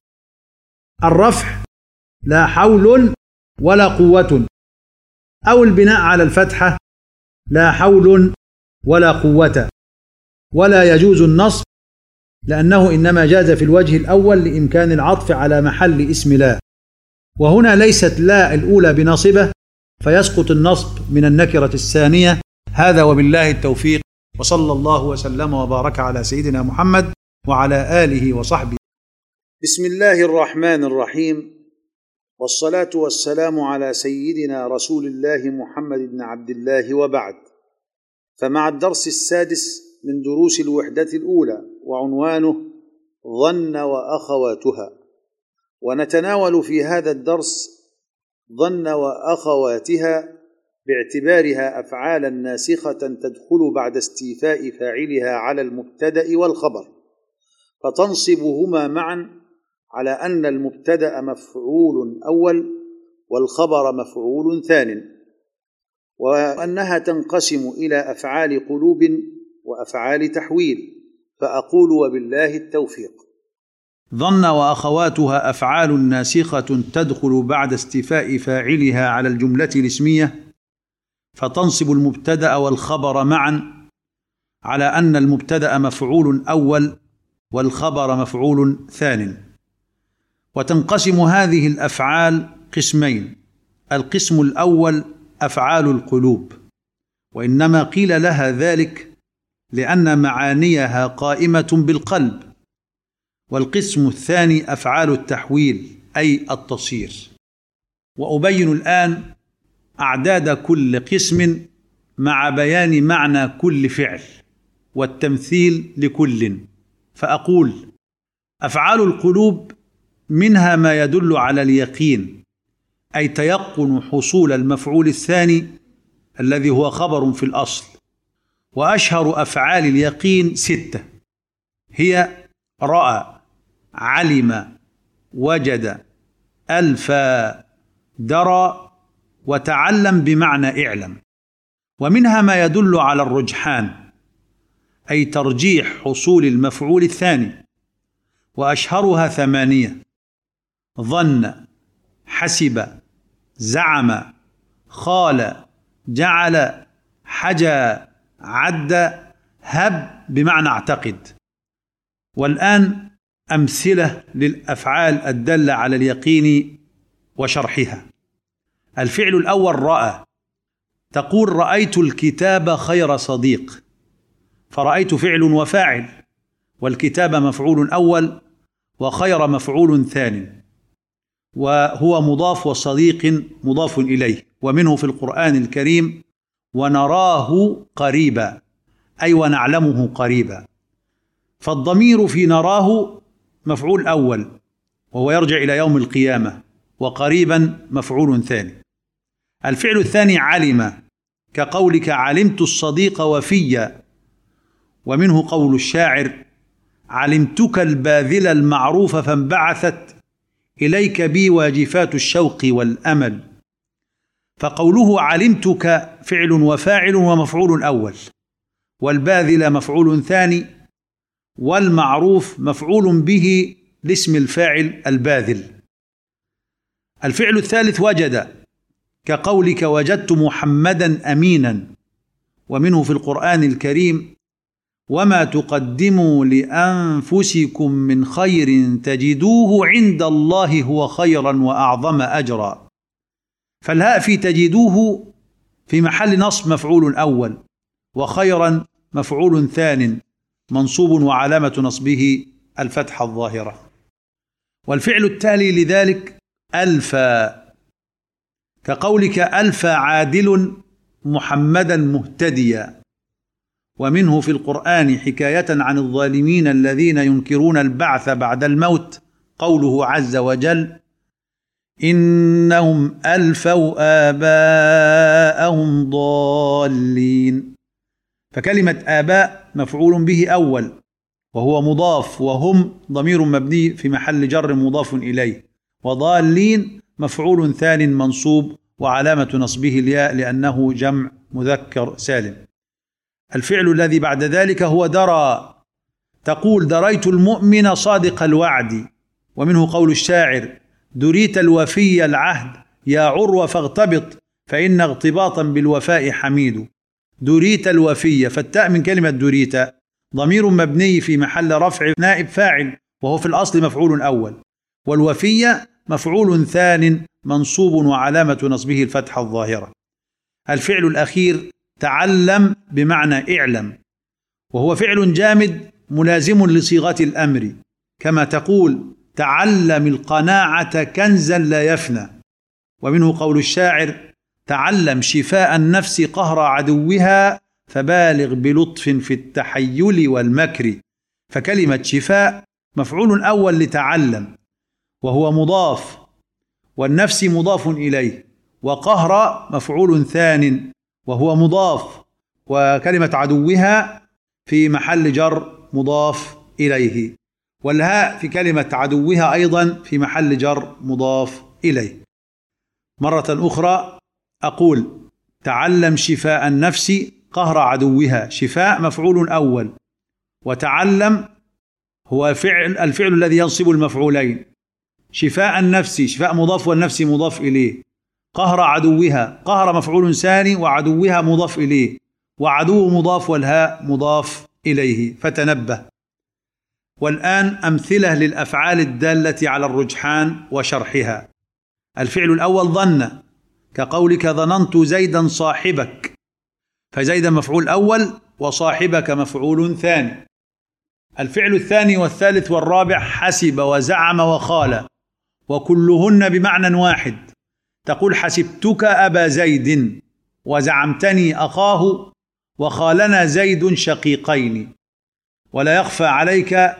الرفع لا حول ولا قوة، أو البناء على الفتحة لا حول ولا قوة. ولا يجوز النصب لأنه إنما جاز في الوجه الأول لإمكان العطف على محل اسم لا، وهنا ليست لا الأولى بناصبة فيسقط النصب من النكرة الثانية. هذا وبالله التوفيق، وصلى الله وسلم وبارك على سيدنا محمد وعلى آله وصحبه. بسم الله الرحمن الرحيم، والصلاة والسلام على سيدنا رسول الله محمد بن عبد الله، وبعد. فمع الدرس السادس من دروس الوحدة الأولى، وعنوانه ظن وأخواتها، ونتناول في هذا الدرس ظن وأخواتها باعتبارها أفعالا ناسخة تدخل بعد استيفاء فاعلها على المبتدأ والخبر، فتنصبهما معا على أن المبتدأ مفعول أول والخبر مفعول ثان، وأنها تنقسم إلى أفعال قلوب وأفعال تحويل. فأقول وبالله التوفيق. ظن وأخواتها أفعال ناسخة تدخل بعد استيفاء فاعلها على الجملة الاسمية، فتنصب المبتدأ والخبر معا على أن المبتدأ مفعول أول والخبر مفعول ثان. وتنقسم هذه الأفعال قسمين: القسم الأول أفعال القلوب، وإنما قيل لها ذلك لأن معانيها قائمة بالقلب. والقسم الثاني أفعال التحويل أي التصير. وأبين الآن أعداد كل قسم مع بيان معنى كل فعل والتمثيل لكل. فأقول: أفعال القلوب منها ما يدل على اليقين، أي تيقن حصول المفعول الثاني الذي هو خبر في الأصل. وأشهر أفعال اليقين ستة، هي رأى، علم، وجد، ألفى، درى، وتعلم بمعنى اعلم. ومنها ما يدل على الرجحان، أي ترجيح حصول المفعول الثاني، وأشهرها ثمانية: ظن، حسب، زعم، خال، جعل، حجى، عد، هب بمعنى اعتقد. والآن أمثلة للأفعال الدالة على اليقين وشرحها. الفعل الأول رأى، تقول: رأيت الكتاب خير صديق، فرأيت فعل وفاعل، والكتاب مفعول أول وخير مفعول ثان، وهو مضاف والصديق مضاف إليه. ومنه في القرآن الكريم: ونراه قريبا، أي ونعلمه قريبا. فالضمير في نراه مفعول أول وهو يرجع إلى يوم القيامة، وقريبا مفعول ثاني. الفعل الثاني علم، كقولك: علمت الصديق وفيا. ومنه قول الشاعر: علمتك الباذل المعروف فانبعثت إليك بي واجفات الشوق والأمل. فقوله علمتك فعل وفاعل ومفعول أول، والباذل مفعول ثاني، والمعروف مفعول به لاسم الفاعل الباذل. الفعل الثالث وجد، كقولك: وجدت محمدا أمينا. ومنه في القرآن الكريم: وما تقدموا لأنفسكم من خير تجدوه عند الله هو خيرا وأعظم أجرا. فالهاء في تجدوه في محل نصب مفعول أول، وخيرا مفعول ثان منصوب وعلامة نصبه الفتحة الظاهرة. والفعل التالي لذلك ألفى، كقولك ألفى عادل محمدا مهتديا. ومنه في القرآن حكاية عن الظالمين الذين ينكرون البعث بعد الموت قوله عز وجل: إنهم ألفوا آباءهم ضالين. فكلمة آباء مفعول به أول وهو مضاف، وهم ضمير مبني في محل جر مضاف إليه، وضالين مفعول ثان منصوب وعلامة نصبه الياء لأنه جمع مذكر سالم. الفعل الذي بعد ذلك هو درى، تقول دريت المؤمن صادق الوعد. ومنه قول الشاعر: دريت الوفي العهد يا عروة فاغتبط فإن اغتباطا بالوفاء حميد. دريت الوفي، فالتاء من كلمة دريت ضمير مبني في محل رفع نائب فاعل، وهو في الأصل مفعول أول، والوفي مفعول ثان منصوب وعلامة نصبه الفتحة الظاهرة. الفعل الأخير تعلم بمعنى اعلم، وهو فعل جامد ملازم لصيغة الأمر، كما تقول تعلم القناعة كنزا لا يفنى. ومنه قول الشاعر: تعلم شفاء النفس قهر عدوها فبالغ بلطف في التحيل والمكر. فكلمة شفاء مفعول أول لتعلم وهو مضاف، والنفس مضاف إليه، وقهر مفعول ثان وهو مضاف، وكلمة عدوها في محل جر مضاف إليه، والهاء في كلمة عدوها أيضا في محل جر مضاف إليه. مرة أخرى أقول: تعلم شفاء النفس قهر عدوها. شفاء مفعول أول، وتعلم هو فعل الفعل الذي ينصب المفعولين. شفاء النفس شفاء مضاف والنفس مضاف إليه. قهر عدوها، قهر مفعول ثاني وعدوها مضاف إليه، وعدو مضاف والهاء مضاف إليه، فتنبه. والآن أمثلة للأفعال الدالة على الرجحان وشرحها. الفعل الأول ظن، كقولك ظننت زيدا صاحبك، فزيدا مفعول أول وصاحبك مفعول ثاني. الفعل الثاني والثالث والرابع حسب وزعم وخال، وكلهن بمعنى واحد. تقول حسبتك أبا زيد، وزعمتني أخاه، وخالنا زيد شقيقين. ولا يخفى عليك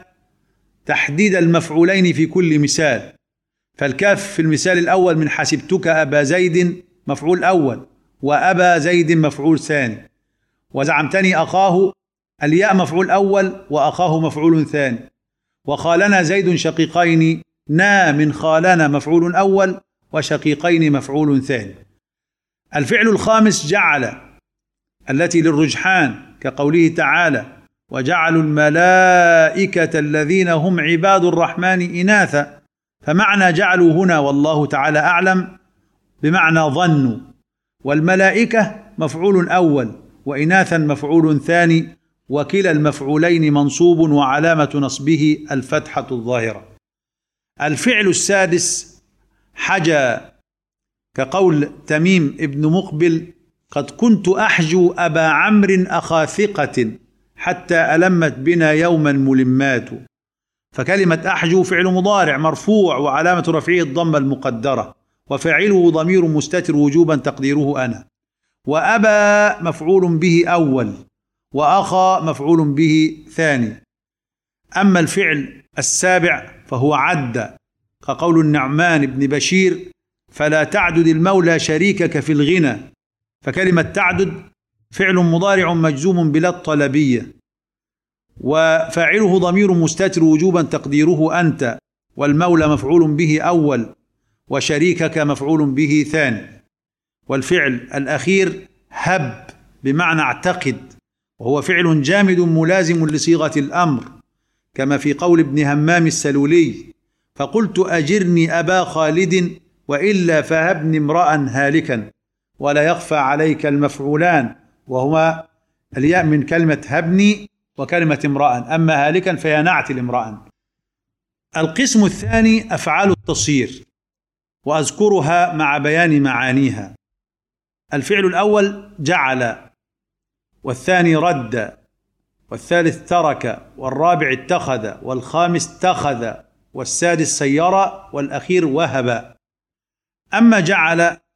تحديد المفعولين في كل مثال، فالكاف في المثال الأول من حسبتك أبا زيد مفعول أول، وأبا زيد مفعول ثاني، وزعمتني أخاه الياء مفعول أول وأخاه مفعول ثاني، وخالنا زيد شقيقين نا من خالنا مفعول أول وشقيقين مفعول ثاني. الفعل الخامس جعل التي للرجحان، كقوله تعالى: وجعلوا الملائكة الذين هم عباد الرحمن إناثا. فمعنى جعلوا هنا والله تعالى أعلم بمعنى ظنوا، والملائكة مفعول أول وإناثا مفعول ثاني، وكلا المفعولين منصوب وعلامة نصبه الفتحة الظاهرة. الفعل السادس حجا، كقول تميم ابن مقبل: قد كنت أحجو أبا عمرو أخا ثقة حتى ألمت بنا يوما ملمات. فكلمة أحجو فعل مضارع مرفوع وعلامة رفعه الضمة المقدرة، وفاعله ضمير مستتر وجوبا تقديره أنا. وأبا مفعول به أول، وأخا مفعول به ثاني. أما الفعل السابع فهو عد، كقول النعمان بن بشير: فلا تعدد المولى شريكك في الغنى. فكلمة تعدد فعل مضارع مجزوم بلا الطلبية، وفاعله ضمير مستتر وجوبا تقديره أنت، والمولى مفعول به أول، وشريكك مفعول به ثاني. والفعل الأخير هب بمعنى اعتقد، وهو فعل جامد ملازم لصيغة الأمر، كما في قول ابن همام السلولي: فقلت أجرني أبا خالد وإلا فهبني امرأ هالكا. ولا يخفى عليك المفعولان، وهما الياء من كلمة هبني وكلمة امرأ، أما هالكا فهي نعت الامرأ. القسم الثاني أفعال التصير، وأذكرها مع بيان معانيها. الفعل الأول جعل، والثاني رد، والثالث ترك، والرابع اتخذ، والخامس اتخذ، والسادس سير، والأخير وهب. أما جعل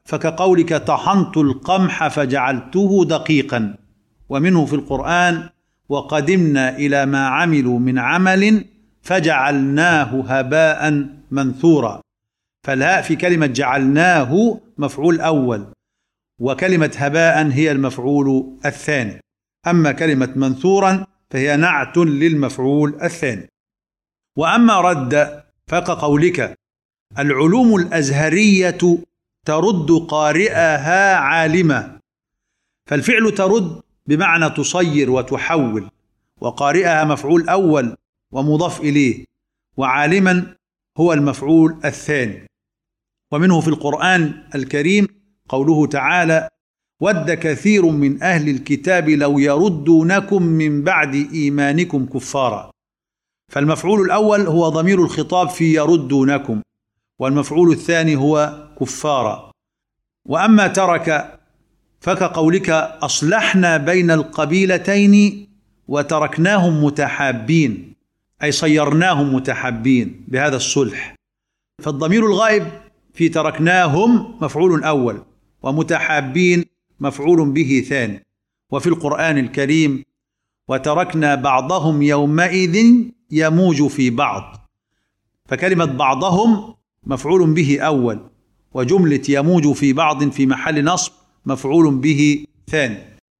فكقولك طحنت القمح فجعلته دقيقا. ومنه في القرآن وقدمنا إلى ما عملوا من عمل فجعلناه هباء منثورا. فالهاء في كلمة جعلناه مفعول أول، وكلمة هباء هي المفعول الثاني. أما كلمة منثورا فهي نعت للمفعول الثاني. وأما رد فكقولك العلوم الأزهرية ترد قارئها عالما. فالفعل ترد بمعنى تصير وتحول، وقارئها مفعول أول ومضاف إليه، وعالما هو المفعول الثاني. ومنه في القرآن الكريم قوله تعالى ود كثير من أهل الكتاب لو يردونكم من بعد إيمانكم كفارا. فالمفعول الأول هو ضمير الخطاب في يردونكم، والمفعول الثاني هو كفارا. وأما ترك فكقولك أصلحنا بين القبيلتين وتركناهم متحابين، أي صيرناهم متحابين بهذا الصلح. فالضمير الغائب في تركناهم مفعول أول، ومتحابين مفعول به ثاني. وفي القرآن الكريم وتركنا بعضهم يومئذ يموج في بعض. فكلمة بعضهم مفعول به أول، وجملة يموج في بعض في محل نصب مفعول به ثاني.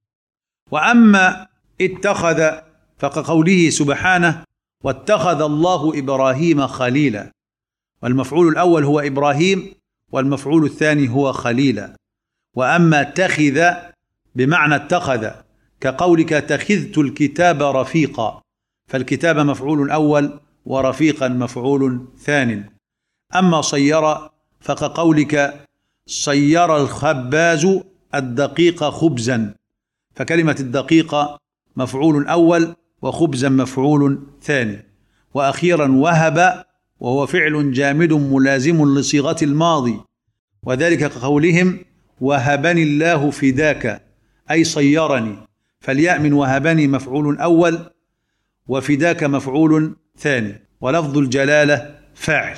وأما اتخذ فكقوله سبحانه واتخذ الله إبراهيم خليلا. والمفعول الأول هو إبراهيم، والمفعول الثاني هو خليلا. وأما اتخذ بمعنى اتخذ كقولك تخذت الكتاب رفيقا، فالكتاب مفعول أول ورفيقا مفعول ثان. أما صير فكقولك صير الخباز الدقيق خبزا، فكلمة الدقيق مفعول أول وخبزا مفعول ثاني. وأخيرا وهب وهو فعل جامد ملازم لصيغة الماضي، وذلك كقولهم وهبني الله فداك، أي صيرني. فالياء من وهبني مفعول أول وفداك مفعول ثاني، ولفظ الجلالة فاعل.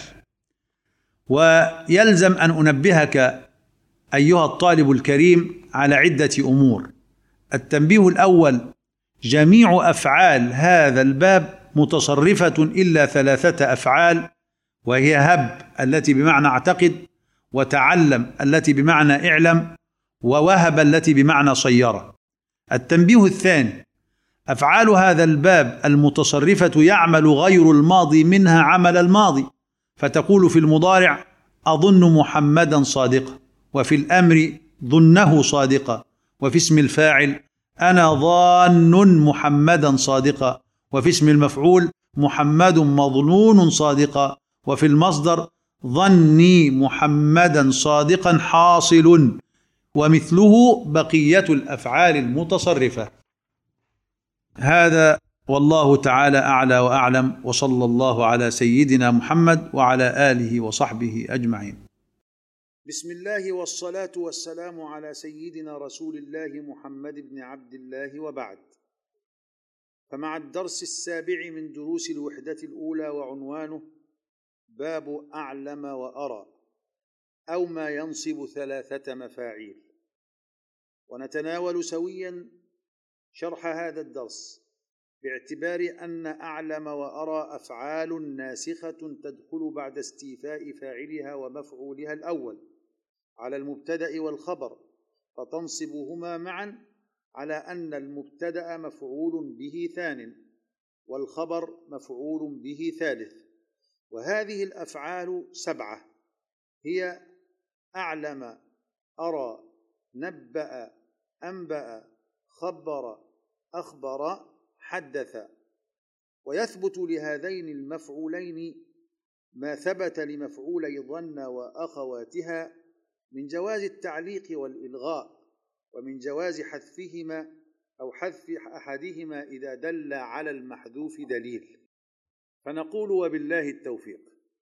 ويلزم أن أنبهك أيها الطالب الكريم على عدة أمور. التنبيه الأول: جميع أفعال هذا الباب متصرفة إلا ثلاثة أفعال، وهي هب التي بمعنى اعتقد، وتعلم التي بمعنى اعلم، ووهب التي بمعنى صيرة. التنبيه الثاني: أفعال هذا الباب المتصرفة يعمل غير الماضي منها عمل الماضي، فتقول في المضارع أظن محمدا صادقا، وفي الأمر ظنه صادقا، وفي اسم الفاعل أنا ظان محمدا صادقا، وفي اسم المفعول محمد مظنون صادقا، وفي المصدر ظني محمدا صادقا حاصل، ومثله بقية الأفعال المتصرفة. هذا والله تعالى أعلى وأعلم، وصلى الله على سيدنا محمد وعلى آله وصحبه أجمعين. بسم الله والصلاة والسلام على سيدنا رسول الله محمد بن عبد الله، وبعد. فمع الدرس السابع من دروس الوحدة الأولى، وعنوانه باب أعلم وأرى، أو ما ينصب ثلاثة مفاعيل. ونتناول سويا شرح هذا الدرس باعتبار أن أعلم وأرى أفعال ناسخة تدخل بعد استيفاء فاعلها ومفعولها الأول على المبتدأ والخبر، فتنصبهما معا على أن المبتدأ مفعول به ثان والخبر مفعول به ثالث. وهذه الأفعال سبعة، هي أعلم، أرى، نبأ، أنبأ، خبر، أخبر، حدث. ويثبت لهذين المفعولين ما ثبت لمفعولي ظن وأخواتها من جواز التعليق والإلغاء، ومن جواز حذفهما أو حذف أحدهما إذا دل على المحذوف دليل. فنقول وبالله التوفيق.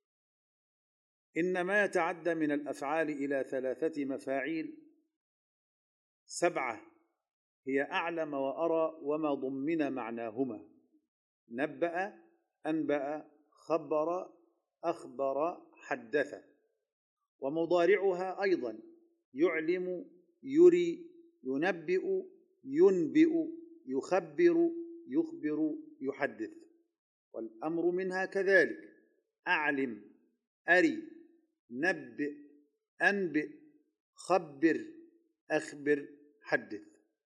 إن ما يتعدى من الأفعال إلى ثلاثة مفاعيل سبعة، هي أعلم وأرى وما ضمن معناهما: نبأ، أنبأ، خبر، أخبر، حدث. ومضارعها أيضا يعلم، يري، ينبئ، ينبئ، يخبر، يخبر، يحدث. والأمر منها كذلك: أعلم، أري، نبئ، أنبئ، خبر، أخبر، حدث.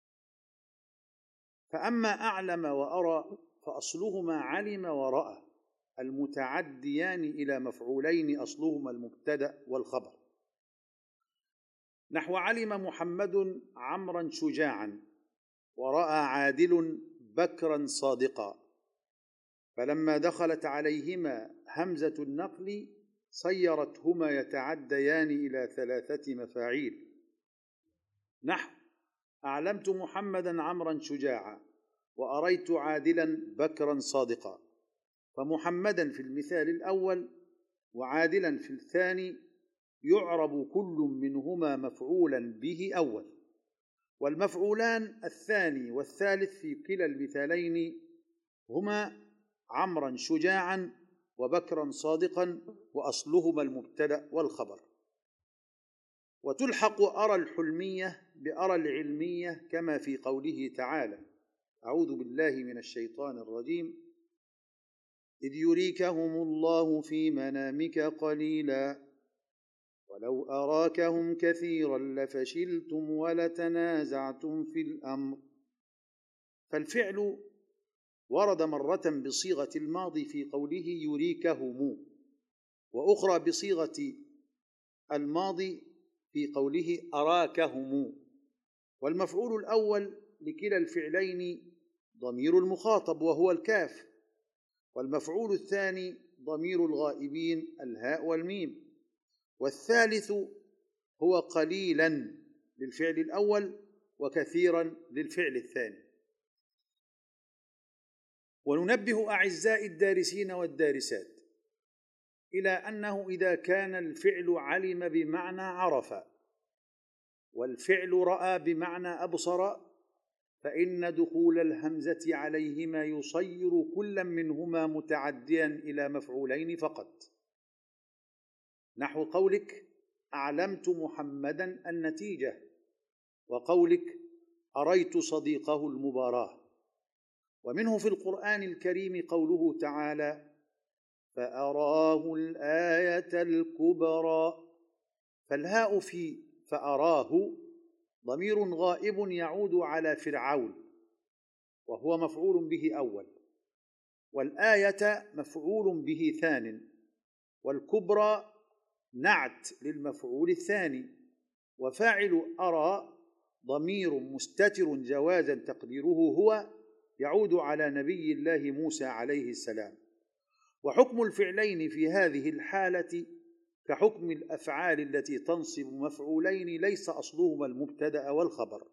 فأما أعلم وأرى فأصلهما علم ورأى، المتعديان إلى مفعولين أصلهما المبتدأ والخبر. نحو: علم محمد عمرا شجاعا، ورأى عادل بكرا صادقا. فلما دخلت عليهما همزة النقل صيرتهما يتعديان إلى ثلاثة مفاعيل. نحو: أعلمت محمدا عمرا شجاعا، وأريت عادلا بكرا صادقا. فمحمدا في المثال الأول وعادلا في الثاني يعرب كل منهما مفعولا به أول، والمفعولان الثاني والثالث في كلا المثالين هما عمرا شجاعا وبكرا صادقا، وأصلهما المبتدأ والخبر. وتلحق أرى الحلمية بأرى العلمية كما في قوله تعالى: أعوذ بالله من الشيطان الرجيم: إذ يريكهم الله في منامك قليلا ولو أراكهم كثيرا لفشلتم ولتنازعتم في الأمر. فالفعل ورد مرة بصيغة الماضي في قوله يريكهم، وأخرى بصيغة الماضي في قوله أراكهم. والمفعول الأول لكلا الفعلين ضمير المخاطب وهو الكاف، والمفعول الثاني ضمير الغائبين الهاء والميم، والثالث هو قليلا للفعل الأول وكثيرا للفعل الثاني. وننبه أعزائي الدارسين والدارسات إلى أنه إذا كان الفعل علم بمعنى عرف، والفعل رأى بمعنى أبصر، فإن دخول الهمزة عليهما يصير كلا منهما متعديا إلى مفعولين فقط. نحو قولك أعلمت محمدا النتيجة، وقولك أريت صديقه المباراة. ومنه في القرآن الكريم قوله تعالى: فأراه الآية الكبرى. فالهاء في فأراه ضمير غائب يعود على فرعون وهو مفعول به أول، والآية مفعول به ثان، والكبرى نعت للمفعول الثاني، وفاعل أرى ضمير مستتر جوازا تقديره هو يعود على نبي الله موسى عليه السلام. وحكم الفعلين في هذه الحالة كحكم الأفعال التي تنصب مفعولين ليس أصلهما المبتدأ والخبر.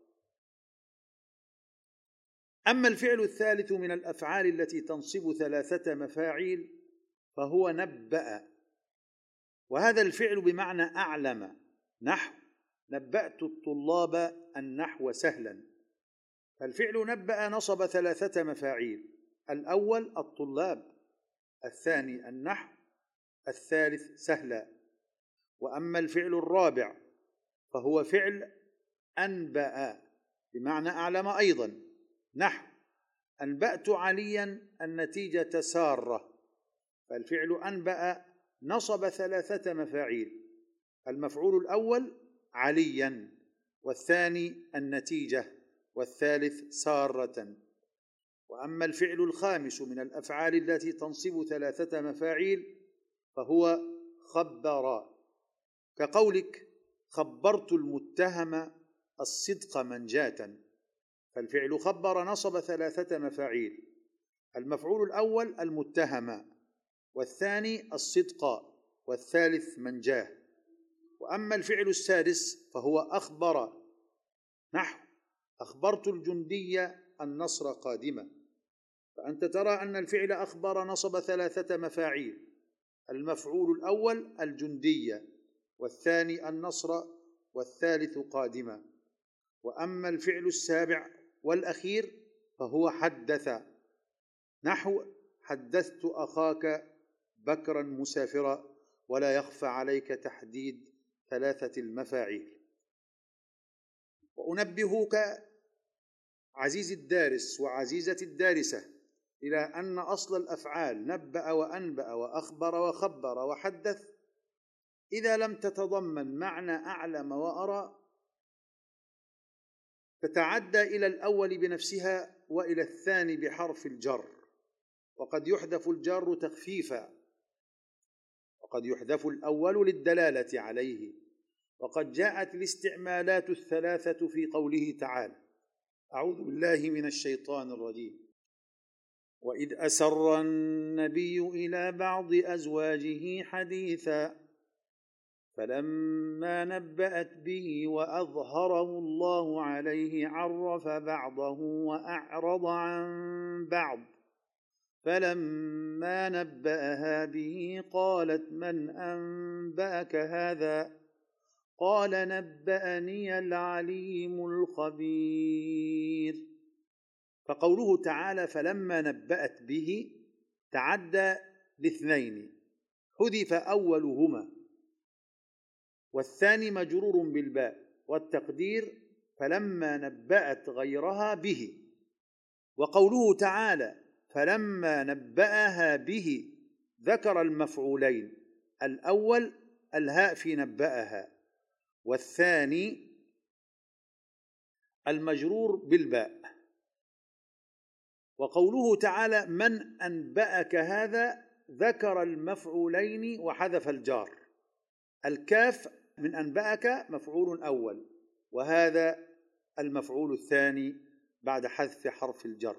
أما الفعل الثالث من الأفعال التي تنصب ثلاثة مفاعيل فهو نبأ، وهذا الفعل بمعنى أعلم. نحو نبأت الطلاب النحو سهلا. فالفعل نبأ نصب ثلاثة مفاعيل: الأول الطلاب، الثاني النحو، الثالث سهلا. وأما الفعل الرابع فهو فعل أنبأ بمعنى أعلم أيضا. نحو أنبأت عليا النتيجة سارة. فالفعل أنبأ نصب ثلاثة مفاعيل: المفعول الأول عليا، والثاني النتيجة، والثالث سارة. وأما الفعل الخامس من الأفعال التي تنصب ثلاثة مفاعيل فهو خبر، كقولك خبرت المتهم الصدق منجاة. فالفعل خبر نصب ثلاثة مفاعيل: المفعول الأول المتهم، والثاني الصدق، والثالث منجاه. وأما الفعل السادس فهو أخبر. نحو أخبرت الجندي النصر قادما. فأنت ترى أن الفعل أخبر نصب ثلاثة مفاعيل: المفعول الأول الجندي، والثاني النصر، والثالث قادما. وأما الفعل السابع والأخير فهو حدث. نحو حدثت أخاك بكرا مسافرا، ولا يخفى عليك تحديد ثلاثة المفاعيل. وأنبهك عزيزي الدارس وعزيزتي الدارسة إلى أن أصل الأفعال نبأ وأنبأ وأخبر وخبر وحدث إذا لم تتضمن معنى أعلم وأرى تتعدى إلى الأول بنفسها وإلى الثاني بحرف الجر، وقد يحذف الجر تخفيفا، وقد يحذف الأول للدلالة عليه. وقد جاءت الاستعمالات الثلاثة في قوله تعالى: أعوذ بالله من الشيطان الرجيم: وإذ أسر النبي إلى بعض أزواجه حديثا فلما نبأت به وأظهره الله عليه عرف بعضه وأعرض عن بعض فلما نبأها به قالت من أنبأك هذا؟ قال نبأني العليم الخبير. فقوله تعالى فلما نبأت به تعدى لاثنين، حذف أولهما والثاني مجرور بالباء، والتقدير فلما نبأت غيرها به. وقوله تعالى فلما نبأها به ذكر المفعولين، الأول الهاء في نبأها، والثاني المجرور بالباء. وقوله تعالى من أنبأك هذا ذكر المفعولين وحذف الجار، الكاف من أنبأك مفعول أول، وهذا المفعول الثاني بعد حذف حرف الجر.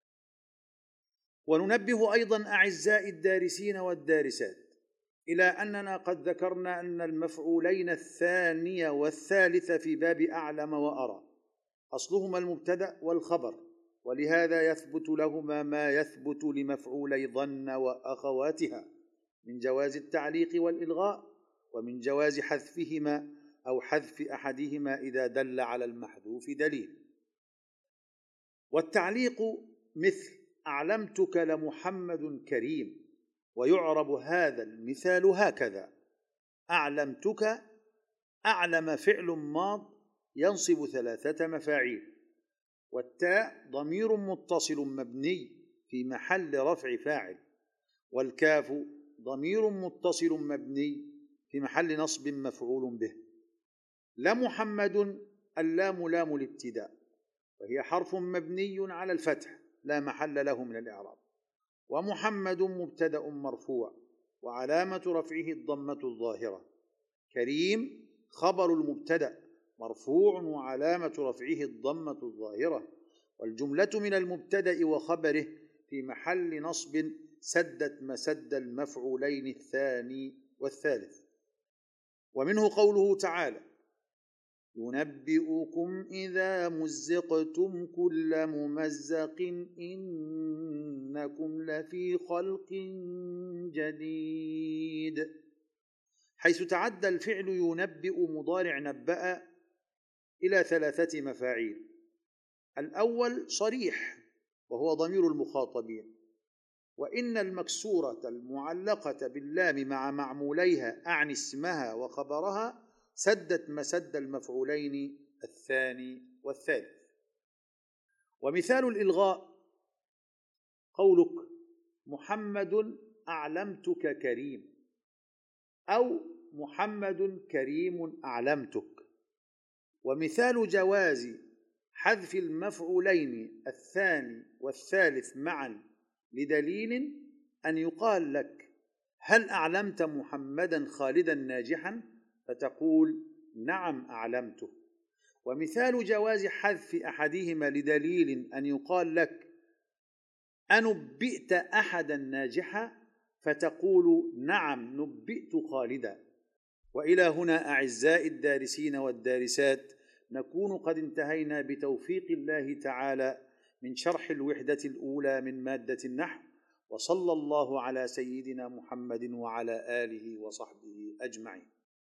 وننبه أيضا أعزائي الدارسين والدارسات إلى أننا قد ذكرنا أن المفعولين الثاني والثالث في باب أعلم وأرى أصلهما المبتدأ والخبر، ولهذا يثبت لهما ما يثبت لمفعولي ظن وأخواتها من جواز التعليق والإلغاء، ومن جواز حذفهما أو حذف أحدهما إذا دل على المحذوف دليل. والتعليق مثل أعلمتك لمحمد كريم، ويعرب هذا المثال هكذا: أعلمتك أعلم فعل ماض ينصب ثلاثة مفاعيل، والتاء ضمير متصل مبني في محل رفع فاعل، والكاف ضمير متصل مبني في محل نصب مفعول به. لمحمد اللام لام الابتداء، وهي حرف مبني على الفتح لا محل له من الإعراب. ومحمد مبتدأ مرفوع وعلامة رفعه الضمة الظاهرة. كريم خبر المبتدأ مرفوع وعلامة رفعه الضمة الظاهرة، والجملة من المبتدأ وخبره في محل نصب سدت مسد المفعولين الثاني والثالث. ومنه قوله تعالى: ينبئكم إذا مزقتم كل ممزق إنكم لفي خلق جديد، حيث تعدى الفعل ينبئ مضارع نبأ إلى ثلاثة مفاعيل. الأول صريح وهو ضمير المخاطبين، وإن المكسورة المعلقة باللام مع معموليها أعني اسمها وخبرها سدت مسد المفعولين الثاني والثالث. ومثال الإلغاء قولك محمد أعلمتك كريم، أو محمد كريم أعلمتك. ومثال جواز حذف المفعولين الثاني والثالث معا لدليل أن يقال لك هل أعلمت محمدا خالدا ناجحا؟ فتقول نعم أعلمته. ومثال جواز حذف أحدهما لدليل أن يقال لك أنبئت أحدا ناجحا؟ فتقول نعم نبئت خالدا. وإلى هنا أعزائي الدارسين والدارسات نكون قد انتهينا بتوفيق الله تعالى من شرح الوحدة الأولى من مادة النحو، وصلى الله على سيدنا محمد وعلى آله وصحبه أجمعين.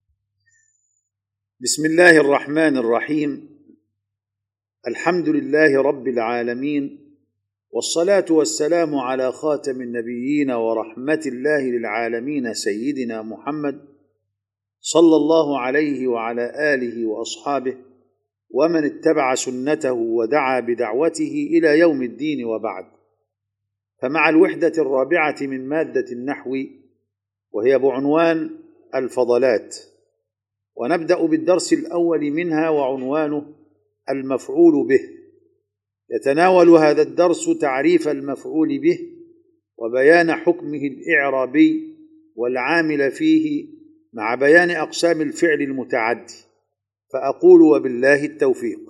بسم الله الرحمن الرحيم. الحمد لله رب العالمين، والصلاة والسلام على خاتم النبيين ورحمة الله للعالمين سيدنا محمد صلى الله عليه وعلى آله وأصحابه ومن اتبع سنته ودعا بدعوته إلى يوم الدين وبعد. فمع الوحدة الرابعة من مادة النحو، وهي بعنوان الفضلات، ونبدأ بالدرس الأول منها وعنوانه المفعول به. يتناول هذا الدرس تعريف المفعول به وبيان حكمه الإعرابي والعامل فيه مع بيان أقسام الفعل المتعدي، فأقول وبالله التوفيق.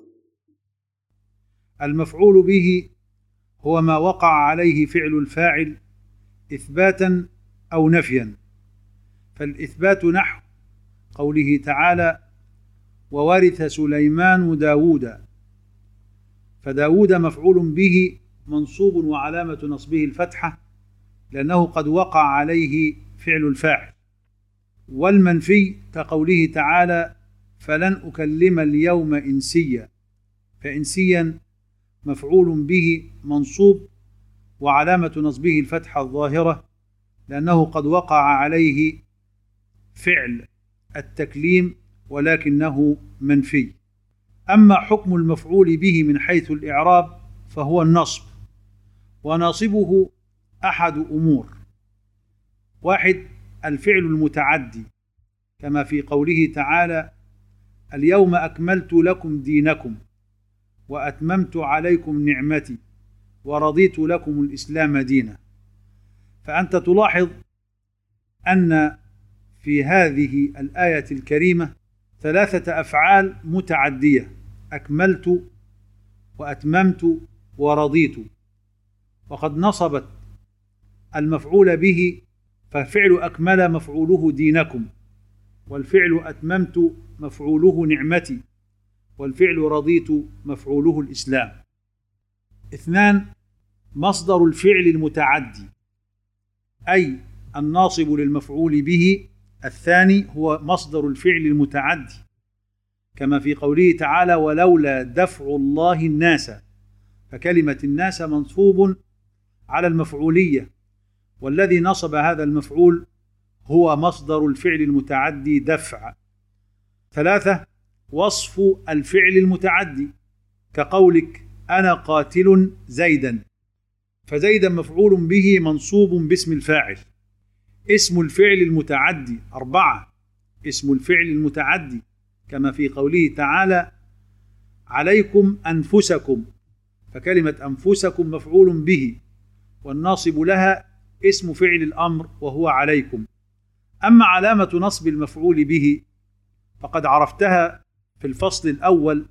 المفعول به هو ما وقع عليه فعل الفاعل إثباتا أو نفيا. فالإثبات نحو قوله تعالى: وورث سليمان داود، فداود مفعول به منصوب وعلامة نصبه الفتحة لأنه قد وقع عليه فعل الفاعل. والمنفي كقوله تعالى: فلن أكلم اليوم إنسيا، فإنسيا مفعول به منصوب وعلامة نصبه الفتحة الظاهرة لأنه قد وقع عليه فعل التكليم ولكنه منفي. أما حكم المفعول به من حيث الإعراب فهو النصب، وناصبه أحد أمور: واحد، الفعل المتعدي كما في قوله تعالى: اليوم أكملت لكم دينكم وأتممت عليكم نعمتي ورضيت لكم الإسلام دينا. فأنت تلاحظ أن في هذه الآية الكريمة ثلاثة أفعال متعدية: أكملت وأتممت ورضيت. وقد نصبت المفعول به، ففعل أكمل مفعوله دينكم، والفعل أتممت مفعوله نعمتي، والفعل رضيت مفعوله الإسلام. اثنان، مصدر الفعل المتعدي أي الناصب للمفعول به الثاني هو مصدر الفعل المتعدي كما في قوله تعالى: ولولا دفع الله الناس، فكلمة الناس منصوب على المفعولية، والذي نصب هذا المفعول هو مصدر الفعل المتعدي دفع. ثلاثة، وصف الفعل المتعدي كقولك: أنا قاتل زيدا، فزيدا مفعول به منصوب باسم الفاعل. اسم الفعل المتعدي أربعة، اسم الفعل المتعدي كما في قوله تعالى: عليكم أنفسكم، فكلمة أنفسكم مفعول به والناصب لها اسم فعل الأمر وهو عليكم. أما علامة نصب المفعول به فقد عرفتها في الفصل الأول،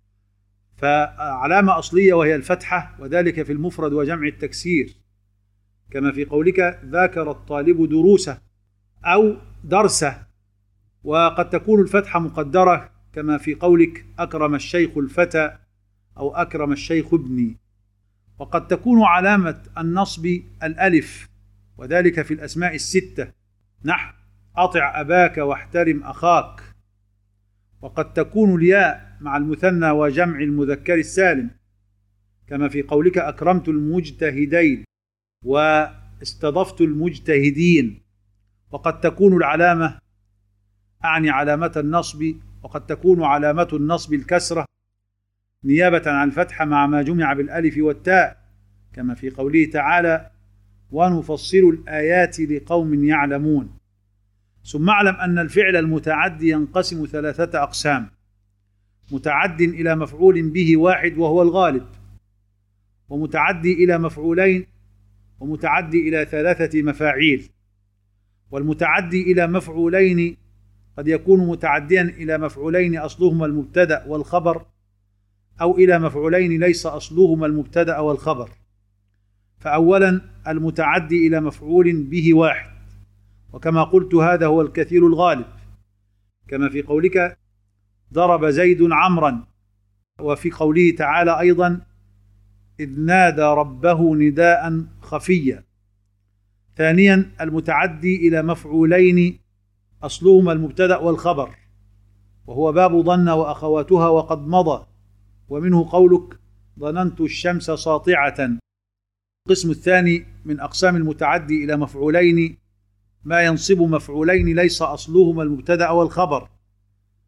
فعلامة أصلية وهي الفتحة، وذلك في المفرد وجمع التكسير كما في قولك: ذاكر الطالب دروسه أو درسه. وقد تكون الفتحة مقدرة كما في قولك: أكرم الشيخ الفتى أو أكرم الشيخ ابني. وقد تكون علامة النصب الألف، وذلك في الأسماء الستة نحو: أطع أباك واحترم أخاك. وقد تكون الياء مع المثنى وجمع المذكر السالم كما في قولك: أكرمت المجتهدين واستضفت المجتهدين. وقد تكون العلامة أعني علامة النصب، وقد تكون علامة النصب الكسرة نيابة عن الفتحة مع ما جمع بالألف والتاء كما في قوله تعالى: ونفصل الآيات لقوم يعلمون. ثم اعلم أن الفعل المتعدي ينقسم ثلاثة أقسام: متعد إلى مفعول به واحد وهو الغالب، ومتعدي إلى مفعولين، ومتعدي إلى ثلاثة مفاعيل. والمتعدي إلى مفعولين قد يكون متعديا إلى مفعولين أصلهما المبتدأ والخبر، أو إلى مفعولين ليس أصلهما المبتدأ والخبر. فأولا المتعدي إلى مفعول به واحد، وكما قلت هذا هو الكثير الغالب كما في قولك: ضرب زيد عمرا، وفي قوله تعالى أيضا: إذ نادى ربه نداء خفيا. ثانيا المتعدي إلى مفعولين أصلهما المبتدأ والخبر، وهو باب ظن وأخواتها وقد مضى، ومنه قولك: ظننت الشمس ساطعة. القسم الثاني من أقسام المتعدي إلى مفعولين ما ينصب مفعولين ليس أصلهما المبتدأ والخبر،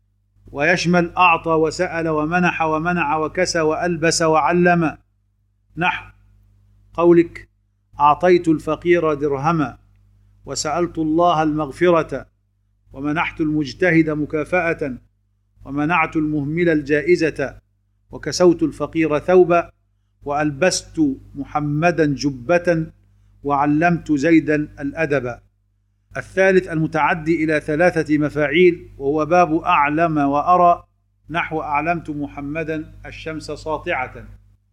ويشمل أعطى وسأل ومنح ومنع وكسى وألبس وعلم، نحو قولك أعطيت الفقير درهما، وسألت الله المغفرة، ومنحت المجتهد مكافأة، ومنعت المهمل الجائزة، وكسوت الفقير ثوبا، وألبست محمدا جبة، وعلمت زيدا الأدب. الثالث المتعدي إلى ثلاثة مفاعيل، وهو باب أعلم وأرى، نحو أعلمت محمدا الشمس ساطعة.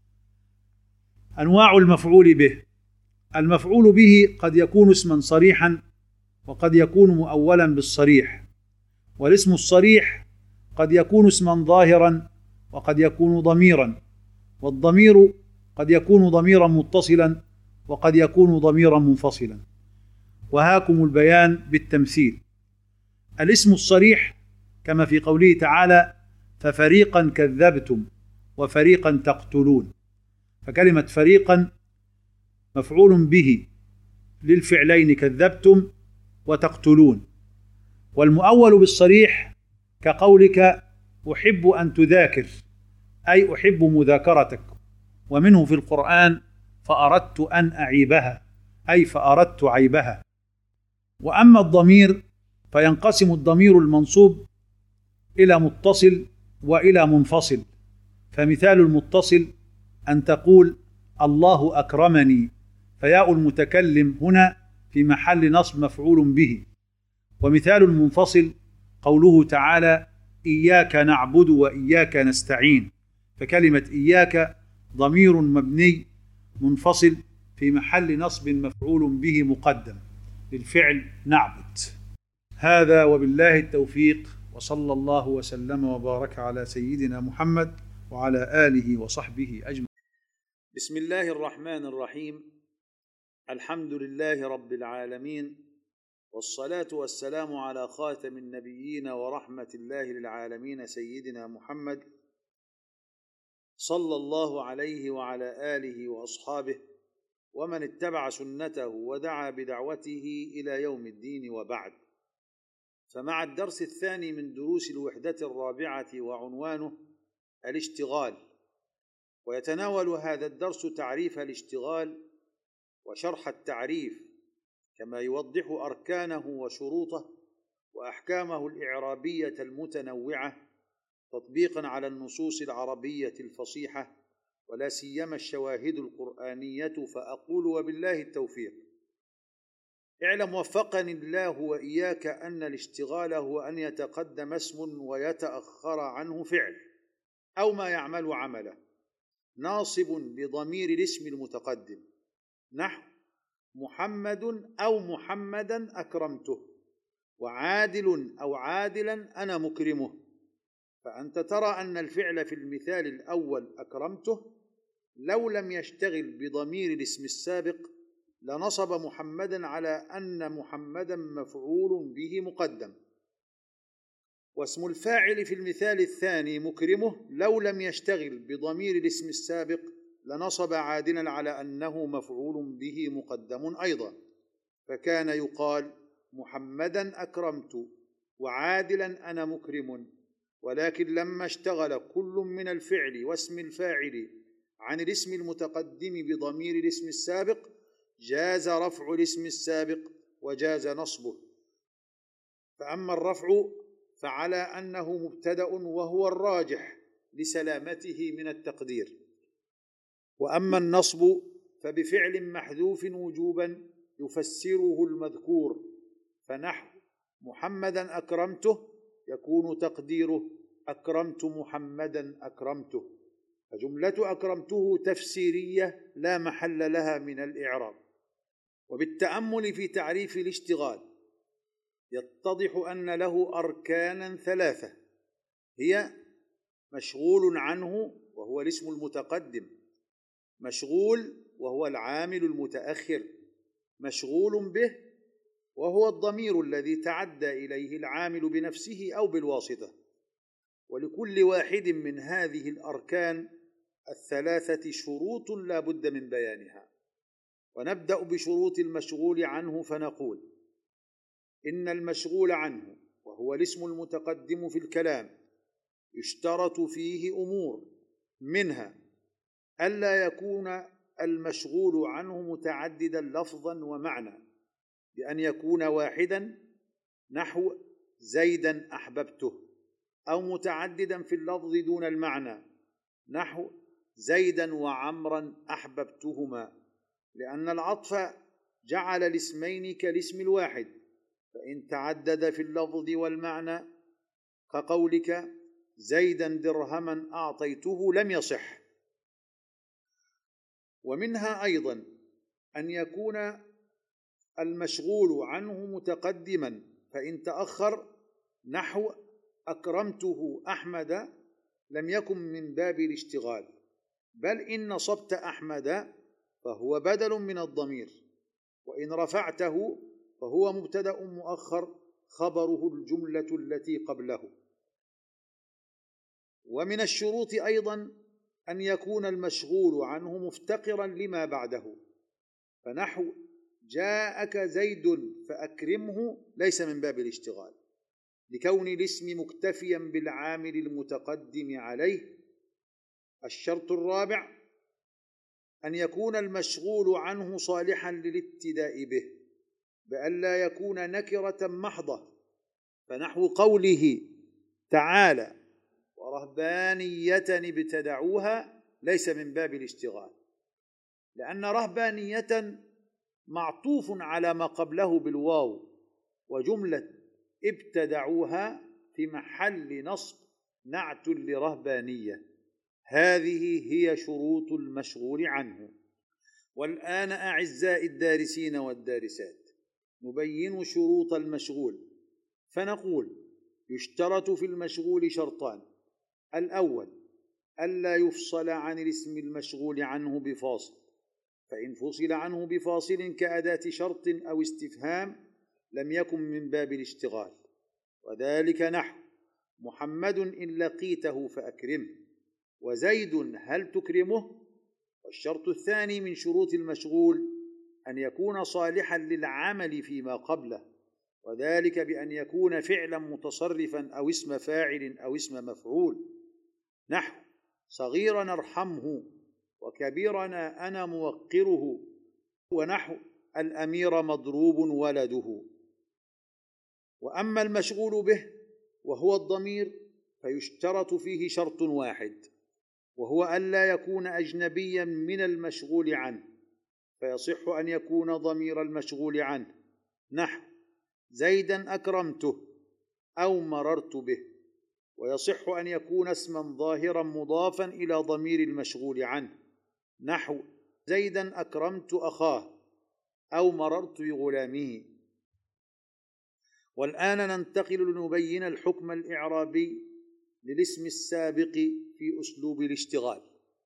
أنواع المفعول به: المفعول به قد يكون اسما صريحا، وقد يكون مؤولا بالصريح، والاسم الصريح قد يكون اسما ظاهرا، وقد يكون ضميرا، والضمير قد يكون ضميرا متصلا، وقد يكون ضميرا منفصلا. وهاكم البيان بالتمثيل. الاسم الصريح كما في قوله تعالى ففريقا كذبتم وفريقا تقتلون، فكلمة فريقا مفعول به للفعلين كذبتم وتقتلون. والمؤول بالصريح كقولك أحب أن تذاكر، أي أحب مذاكرتك، ومنه في القرآن فأردت أن أعيبها، أي فأردت عيبها. وأما الضمير فينقسم الضمير المنصوب إلى متصل وإلى منفصل. فمثال المتصل أن تقول الله أكرمني، فياء المتكلم هنا في محل نصب مفعول به. ومثال المنفصل قوله تعالى إياك نعبد وإياك نستعين، فكلمة إياك ضمير مبني منفصل في محل نصب مفعول به مقدم للفعل نعبد. هذا وبالله التوفيق، وصلى الله وسلم وبارك على سيدنا محمد وعلى آله وصحبه أجمعين. بسم الله الرحمن الرحيم. الحمد لله رب العالمين، والصلاة والسلام على خاتم النبيين ورحمة الله للعالمين سيدنا محمد صلى الله عليه وعلى آله وأصحابه ومن اتبع سنته ودعا بدعوته إلى يوم الدين، وبعد. فمع الدرس الثاني من دروس الوحدة الرابعة، وعنوانه الاشتغال. ويتناول هذا الدرس تعريف الاشتغال وشرح التعريف، كما يوضح أركانه وشروطه وأحكامه الإعرابية المتنوعة تطبيقا على النصوص العربية الفصيحة، ولا سيما الشواهد القرآنية. فأقول وبالله التوفيق. اعلم وفقني الله وإياك أن الاشتغال هو أن يتقدم اسم ويتأخر عنه فعل أو ما يعمل عمله ناصب بضمير الاسم المتقدم، نحو محمد أو محمدا أكرمته، وعادل أو عادلا أنا مكرمه. فأنت ترى أن الفعل في المثال الأول أكرمته لو لم يشتغل بضمير الاسم السابق لنصب محمدا على أن محمدا مفعول به مقدم. واسم الفاعل في المثال الثاني مكرمه لو لم يشتغل بضمير الاسم السابق لنصب عادلا على أنه مفعول به مقدم أيضا، فكان يقال محمدا أكرمت وعادلا أنا مكرم. ولكن لما اشتغل كل من الفعل واسم الفاعل عن الاسم المتقدم بضمير الاسم السابق جاز رفع الاسم السابق وجاز نصبه. فأما الرفع فعلى أنه مبتدأ وهو الراجح لسلامته من التقدير، وأما النصب فبفعل محذوف وجوبا يفسره المذكور، فنحو محمدا أكرمته يكون تقديره أكرمت محمدا أكرمته. فجملة أكرمته تفسيرية لا محل لها من الإعراب. وبالتأمل في تعريف الاشتغال يتضح أن له أركانا ثلاثة، هي مشغول عنه وهو الاسم المتقدم، مشغول وهو العامل المتأخر، مشغول به وهو الضمير الذي تعدى إليه العامل بنفسه أو بالواسطة. ولكل واحد من هذه الأركان الثلاثة شروط لا بد من بيانها. ونبدأ بشروط المشغول عنه، فنقول إن المشغول عنه وهو الاسم المتقدم في الكلام يشترط فيه أمور، منها ألا يكون المشغول عنه متعددا لفظا ومعنى، بأن يكون واحدا نحو زيدا أحببته، أو متعددا في اللفظ دون المعنى نحو زيدا وعمرا أحببتهما، لأن العطف جعل الاسمين كالاسم الواحد، فإن تعدد في اللفظ والمعنى كقولك زيدا درهما أعطيته لم يصح. ومنها أيضا أن يكون المشغول عنه متقدما، فإن تأخر نحو أكرمته أحمد لم يكن من باب الاشتغال، بل إن نصبت أحمد فهو بدل من الضمير، وإن رفعته فهو مبتدأ مؤخر خبره الجملة التي قبله. ومن الشروط أيضا أن يكون المشغول عنه مفتقرا لما بعده، فنحو جاءك زيد فأكرمه ليس من باب الاشتغال، لكون الاسم مكتفيا بالعامل المتقدم عليه. الشرط الرابع أن يكون المشغول عنه صالحا للابتداء به، بأن لا يكون نكرة محضة، فنحو قوله تعالى ورهبانية ابتدعوها ليس من باب الاشتغال، لأن رهبانية معطوف على ما قبله بالواو، وجملة ابتدعوها في محل نصب نعت لرهبانية. هذه هي شروط المشغول عنه. والآن أعزائي الدارسين والدارسات نبين شروط المشغول، فنقول يشترط في المشغول شرطان: الأول ألا يفصل عن الاسم المشغول عنه بفاصل، فإن فصل عنه بفاصل كأداة شرط أو استفهام لم يكن من باب الاشتغال، وذلك نحو محمد إن لقيته فأكرمه، وزيد هل تكرمه. والشرط الثاني من شروط المشغول أن يكون صالحا للعمل فيما قبله، وذلك بأن يكون فعلا متصرفا أو اسم فاعل أو اسم مفعول، نحو صغيرنا ارحمه وكبيرنا أنا موقره، ونحو الأمير مضروب ولده. وأما المشغول به وهو الضمير فيشترط فيه شرط واحد، وهو ألا يكون أجنبيا من المشغول عنه، فيصح أن يكون ضمير المشغول عنه نحو زيدا أكرمته أو مررت به، ويصح أن يكون اسما ظاهرا مضافا إلى ضمير المشغول عنه نحو زيدا أكرمت أخاه أو مررت بغلامه. والآن ننتقل لنبين الحكم الإعرابي للاسم السابق في أسلوب الاشتغال.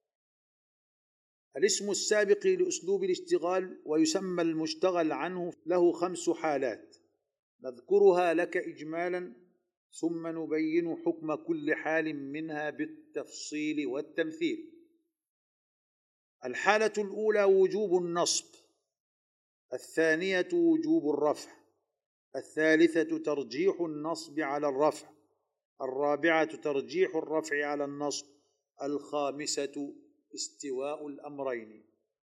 الاسم السابق لأسلوب الاشتغال ويسمى المشتغل عنه له خمس حالات نذكرها لك إجمالا، ثم نبين حكم كل حال منها بالتفصيل والتمثيل. الحالة الأولى وجوب النصب، الثانية وجوب الرفع، الثالثة ترجيح النصب على الرفع، الرابعة ترجيح الرفع على النصب، الخامسة استواء الأمرين.